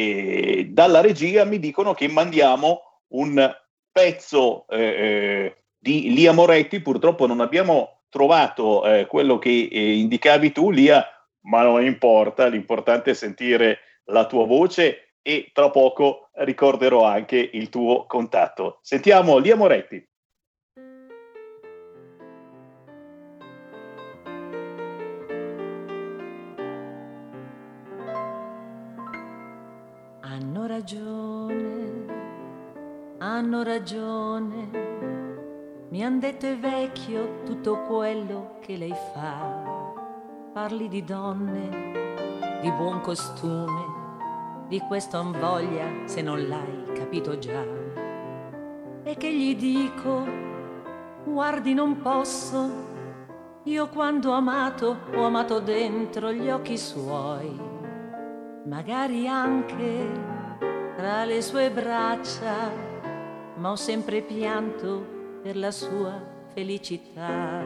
e dalla regia mi dicono che mandiamo un pezzo eh, eh, di Lia Moretti. Purtroppo non abbiamo trovato eh, quello che eh, indicavi tu, Lia, ma non importa, l'importante è sentire la tua voce. E tra poco ricorderò anche il tuo contatto. Sentiamo Lia Moretti. Hanno ragione, hanno ragione, mi han detto è vecchio tutto quello che lei fa. Parli di donne, di buon costume, di questo han voglia se non l'hai capito già. E che gli dico, guardi non posso, Io quando ho amato, ho amato dentro gli occhi suoi, magari anche tra le sue braccia, ma ho sempre pianto per la sua felicità.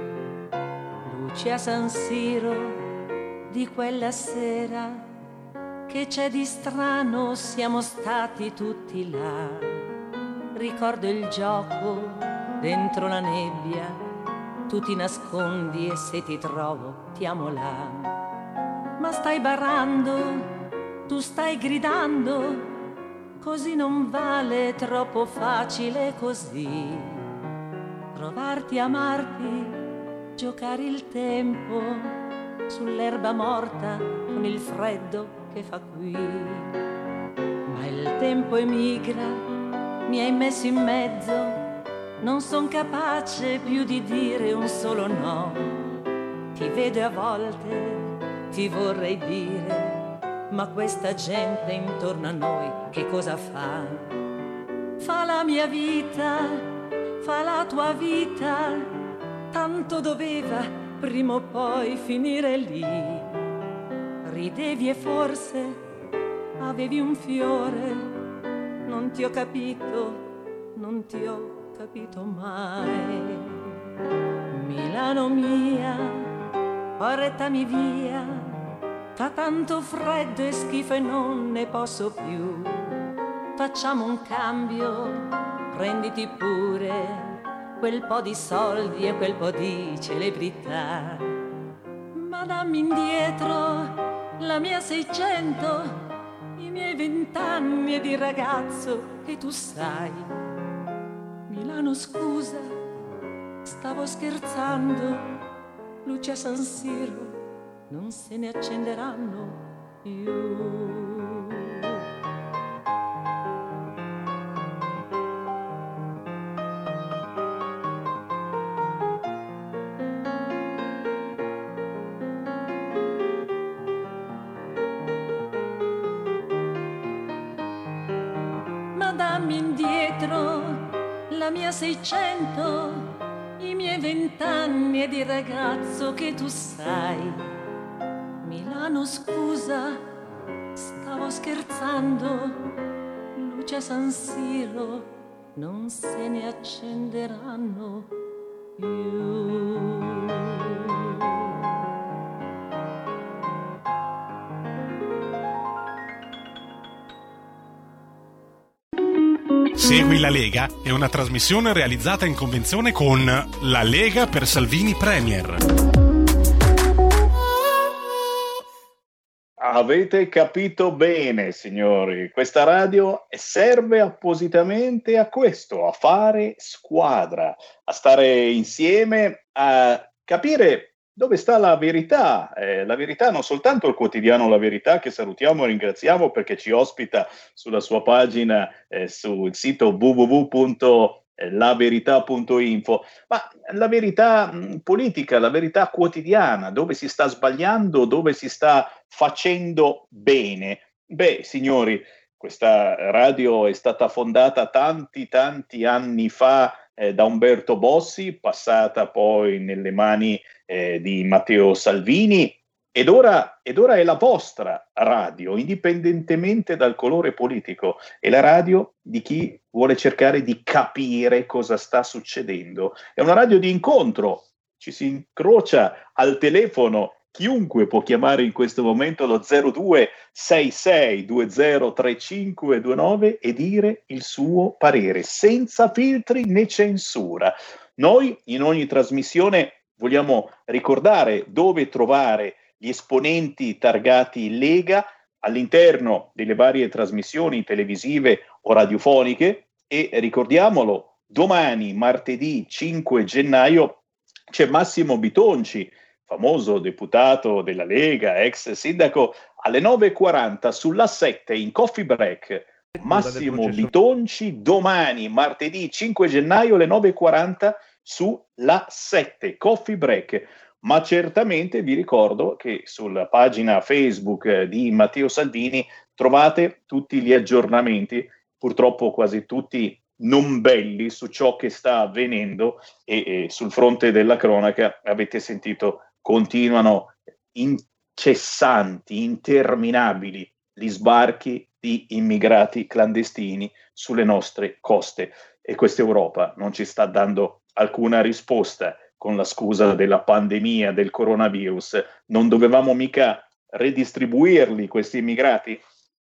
Luce a San Siro di quella sera, che c'è di strano, siamo stati tutti là. Ricordo il gioco dentro la nebbia, tu ti nascondi e se ti trovo ti amo là. Ma stai barando, tu stai gridando, così non vale, troppo facile così. Provarti a amarti, giocare il tempo sull'erba morta con il freddo che fa qui. Ma il tempo emigra, mi hai messo in mezzo, non son capace più di dire un solo no. Ti vedo e a volte ti vorrei dire, ma questa gente intorno a noi che cosa fa? Fa la mia vita, fa la tua vita, tanto doveva prima o poi finire lì. Ridevi e forse avevi un fiore, non ti ho capito, non ti ho capito mai. Milano mia, portami via, fa tanto freddo e schifo e non ne posso più. Facciamo un cambio, prenditi pure quel po' di soldi e quel po' di celebrità, ma dammi indietro la mia seicento, i miei vent'anni di ragazzo che tu sai. Milano scusa, stavo scherzando, luce a San Siro, non se ne accenderanno più. Ma dammi indietro la mia seicento, i miei vent'anni di ragazzo che tu sai. Milano scusa, stavo scherzando, luce a San Siro, non se ne accenderanno più. Segui la Lega è una trasmissione realizzata in convenzione con La Lega per Salvini Premier. Avete capito bene, signori, questa radio serve appositamente a questo, a fare squadra, a stare insieme, a capire dove sta la verità, eh, la verità non soltanto il quotidiano La Verità, che salutiamo e ringraziamo perché ci ospita sulla sua pagina eh, sul sito w w w punto la verità punto info, ma la verità mh, politica, la verità quotidiana, dove si sta sbagliando, dove si sta facendo bene. Beh, signori, questa radio è stata fondata tanti tanti anni fa eh, da Umberto Bossi, passata poi nelle mani eh, di Matteo Salvini, ed ora, ed ora è la vostra radio, indipendentemente dal colore politico. È la radio di chi vuole cercare di capire cosa sta succedendo. È una radio di incontro, ci si incrocia al telefono. Chiunque può chiamare in questo momento lo zero due sei sei due zero tre cinque due nove e dire il suo parere, senza filtri né censura. Noi in ogni trasmissione vogliamo ricordare dove trovare gli esponenti targati Lega all'interno delle varie trasmissioni televisive o radiofoniche, e ricordiamolo, domani, martedì cinque gennaio, c'è Massimo Bitonci, famoso deputato della Lega, ex sindaco, alle nove e quaranta sulla sette in Coffee Break. Massimo Bitonci, domani, martedì cinque gennaio, alle nove e quaranta sulla sette, Coffee Break. Ma certamente vi ricordo che sulla pagina Facebook di Matteo Salvini trovate tutti gli aggiornamenti, purtroppo quasi tutti non belli su ciò che sta avvenendo e, e sul fronte della cronaca, avete sentito, continuano incessanti, interminabili gli sbarchi di immigrati clandestini sulle nostre coste, e questa Europa non ci sta dando alcuna risposta con la scusa della pandemia, del coronavirus. Non dovevamo mica redistribuirli questi immigrati?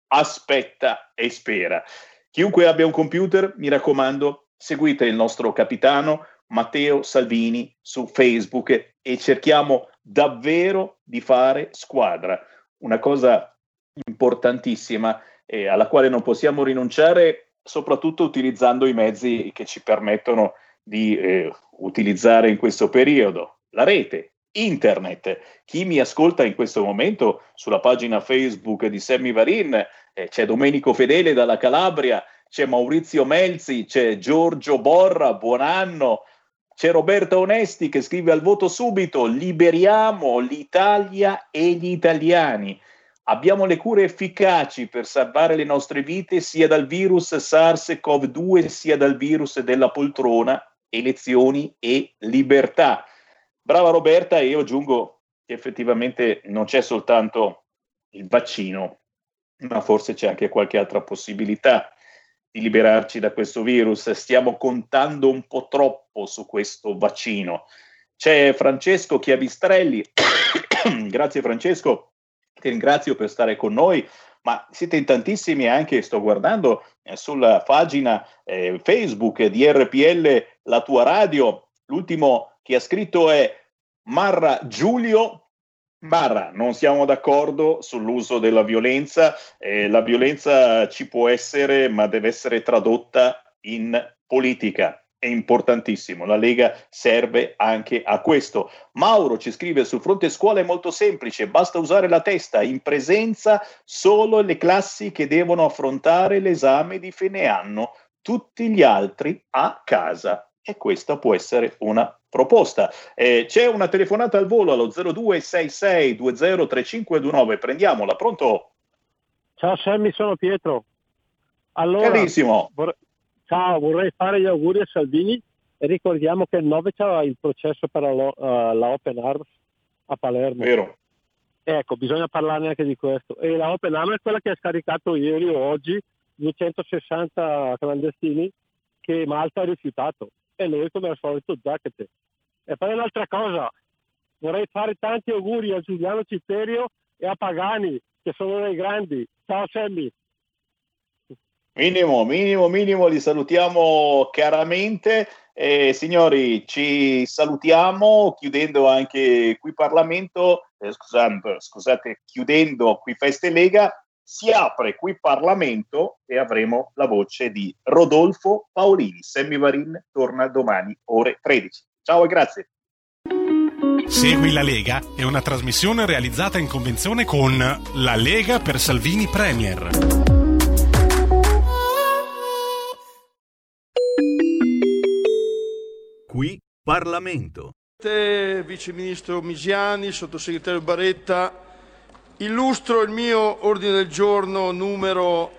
Aspetta e spera. Chiunque abbia un computer, mi raccomando, seguite il nostro capitano Matteo Salvini su Facebook e cerchiamo davvero di fare squadra. Una cosa importantissima eh, alla quale non possiamo rinunciare, soprattutto utilizzando i mezzi che ci permettono di eh, utilizzare in questo periodo la rete, internet. Chi mi ascolta in questo momento sulla pagina Facebook di Sammy Varin, eh, c'è Domenico Fedele dalla Calabria, c'è Maurizio Melzi, c'è Giorgio Borra, buon anno, c'è Roberta Onesti che scrive al voto subito: liberiamo l'Italia e gli italiani. Abbiamo le cure efficaci per salvare le nostre vite sia dal virus SARS-CoV due sia dal virus della poltrona, elezioni e libertà. Brava Roberta, e io aggiungo che effettivamente non c'è soltanto il vaccino, ma forse c'è anche qualche altra possibilità di liberarci da questo virus. Stiamo contando un po' troppo su questo vaccino. C'è Francesco Chiavistrelli, grazie Francesco, ti ringrazio per stare con noi, ma siete in tantissimi anche, sto guardando eh, sulla pagina eh, Facebook di R P L La Tua Radio, l'ultimo che ha scritto è Marra Giulio. Marra, non siamo d'accordo sull'uso della violenza, eh, la violenza ci può essere, ma deve essere tradotta in politica. È importantissimo, la Lega serve anche a questo. Mauro ci scrive: sul fronte scuola è molto semplice, basta usare la testa, in presenza solo le classi che devono affrontare l'esame di fine anno, tutti gli altri a casa. E questa può essere una proposta. Eh, c'è una telefonata al volo allo zero due sei sei due zero tre cinque due nove, prendiamola, pronto? Ciao Sammy, sono Pietro. Allora, carissimo. Vor- Ciao, vorrei fare gli auguri a Salvini e ricordiamo che il nove c'era il processo per la, uh, la Open Arms a Palermo. Vero. Ecco, bisogna parlarne anche di questo. E la Open Arms è quella che ha scaricato ieri o oggi duecentosessanta clandestini che Malta ha rifiutato. E noi come al solito zacchete. E poi un'altra cosa, vorrei fare tanti auguri a Giuliano Ciperio e a Pagani, che sono dei grandi. Ciao Sammy. Minimo, minimo, minimo, li salutiamo caramente. Eh, signori, ci salutiamo chiudendo anche qui Parlamento, eh, scusate, scusate, chiudendo qui Feste Lega, si apre qui Parlamento e avremo la voce di Rodolfo Paolini. Sammy Varin torna domani ore tredici. Ciao e grazie. Segui la Lega è una trasmissione realizzata in convenzione con La Lega per Salvini Premier. Qui Parlamento. Vice Ministro Misiani, Sottosegretario Baretta, illustro il mio ordine del giorno numero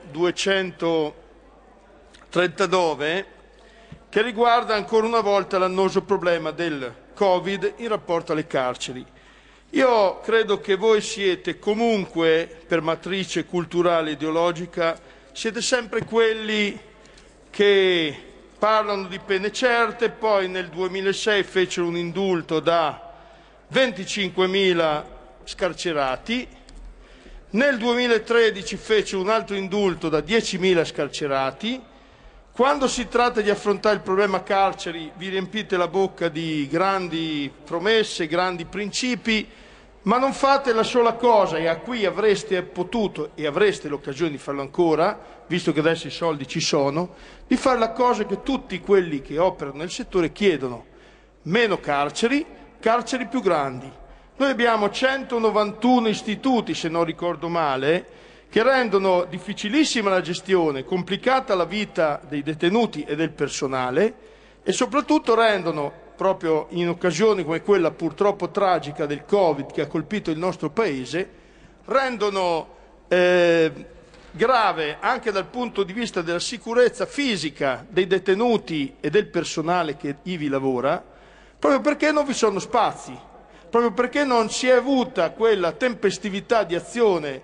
duecentotrentadue che riguarda ancora una volta l'annoso problema del Covid in rapporto alle carceri. Io credo che voi siete comunque, per matrice culturale e ideologica, siete sempre quelli che parlano di pene certe, poi nel duemilasei fecero un indulto da venticinquemila scarcerati, nel duemilatredici fecero un altro indulto da diecimila scarcerati. Quando si tratta di affrontare il problema carceri vi riempite la bocca di grandi promesse, grandi principi, ma non fate la sola cosa, e a cui avreste potuto e avreste l'occasione di farlo ancora, visto che adesso i soldi ci sono, di fare la cosa che tutti quelli che operano nel settore chiedono: meno carceri, carceri più grandi. Noi abbiamo centonovantuno istituti, se non ricordo male, che rendono difficilissima la gestione, complicata la vita dei detenuti e del personale, e soprattutto rendono, proprio in occasioni come quella purtroppo tragica del Covid che ha colpito il nostro Paese, rendono eh, grave anche dal punto di vista della sicurezza fisica dei detenuti e del personale che ivi lavora, proprio perché non vi sono spazi, proprio perché non si è avuta quella tempestività di azione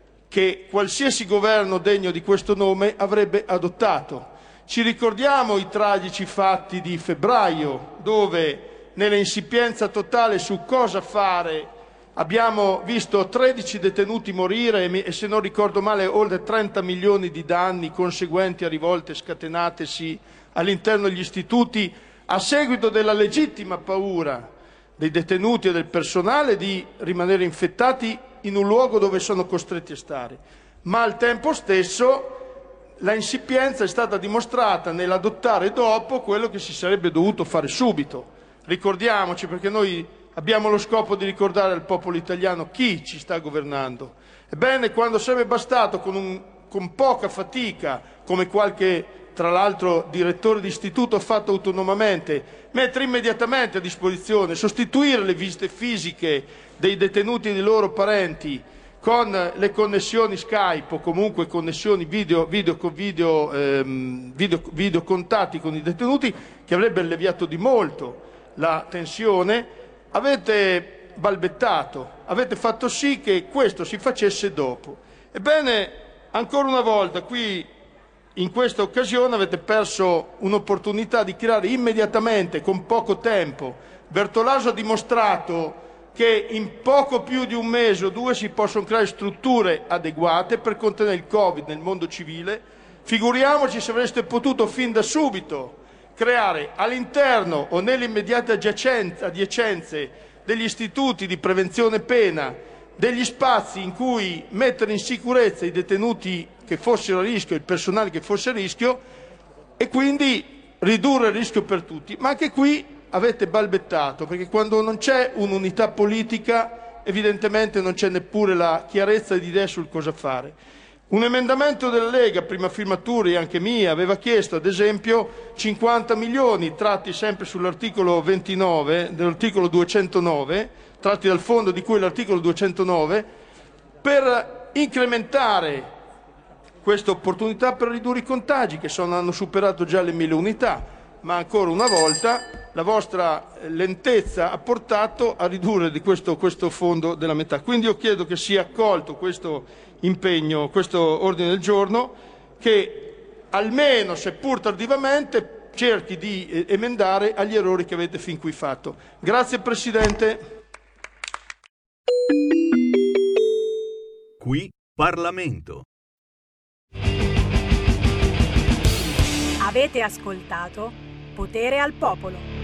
che qualsiasi governo degno di questo nome avrebbe adottato. Ci ricordiamo i tragici fatti di febbraio, dove nella insipienza totale su cosa fare abbiamo visto tredici detenuti morire e, se non ricordo male, oltre trenta milioni di danni conseguenti a rivolte scatenatesi all'interno degli istituti a seguito della legittima paura dei detenuti e del personale di rimanere infettati in un luogo dove sono costretti a stare. Ma al tempo stesso la insipienza è stata dimostrata nell'adottare dopo quello che si sarebbe dovuto fare subito. Ricordiamoci, perché noi abbiamo lo scopo di ricordare al popolo italiano chi ci sta governando. Ebbene, quando sarebbe bastato con, un, con poca fatica, come qualche, tra l'altro, direttore di istituto ha fatto autonomamente, mettere immediatamente a disposizione, sostituire le visite fisiche dei detenuti e dei loro parenti con le connessioni Skype o comunque connessioni video, video, video, ehm, video, video contatti con i detenuti, che avrebbe alleviato di molto la tensione, avete balbettato, avete fatto sì che questo si facesse dopo. Ebbene, ancora una volta qui in questa occasione avete perso un'opportunità di creare immediatamente, con poco tempo. Bertolaso ha dimostrato che in poco più di un mese o due si possono creare strutture adeguate per contenere il Covid nel mondo civile. Figuriamoci se avreste potuto fin da subito creare all'interno o nelle immediate adiacenze degli istituti di prevenzione pena degli spazi in cui mettere in sicurezza i detenuti che fossero a rischio, il personale che fosse a rischio, e quindi ridurre il rischio per tutti. Ma anche qui avete balbettato, perché quando non c'è un'unità politica evidentemente non c'è neppure la chiarezza di idee sul cosa fare. Un emendamento della Lega, prima firma Turri e anche mia, aveva chiesto ad esempio cinquanta milioni tratti sempre sull'articolo ventinove, dell'articolo duecentonove, tratti dal fondo di cui l'articolo duecentonove, per incrementare questa opportunità per ridurre i contagi, che sono, hanno superato già le mille unità, ma ancora una volta la vostra lentezza ha portato a ridurre di questo, questo fondo della metà. Quindi io chiedo che sia accolto questo impegno, questo ordine del giorno, che almeno, seppur tardivamente, cerchi di emendare agli errori che avete fin qui fatto. Grazie Presidente. Qui Parlamento. Avete ascoltato Potere al Popolo.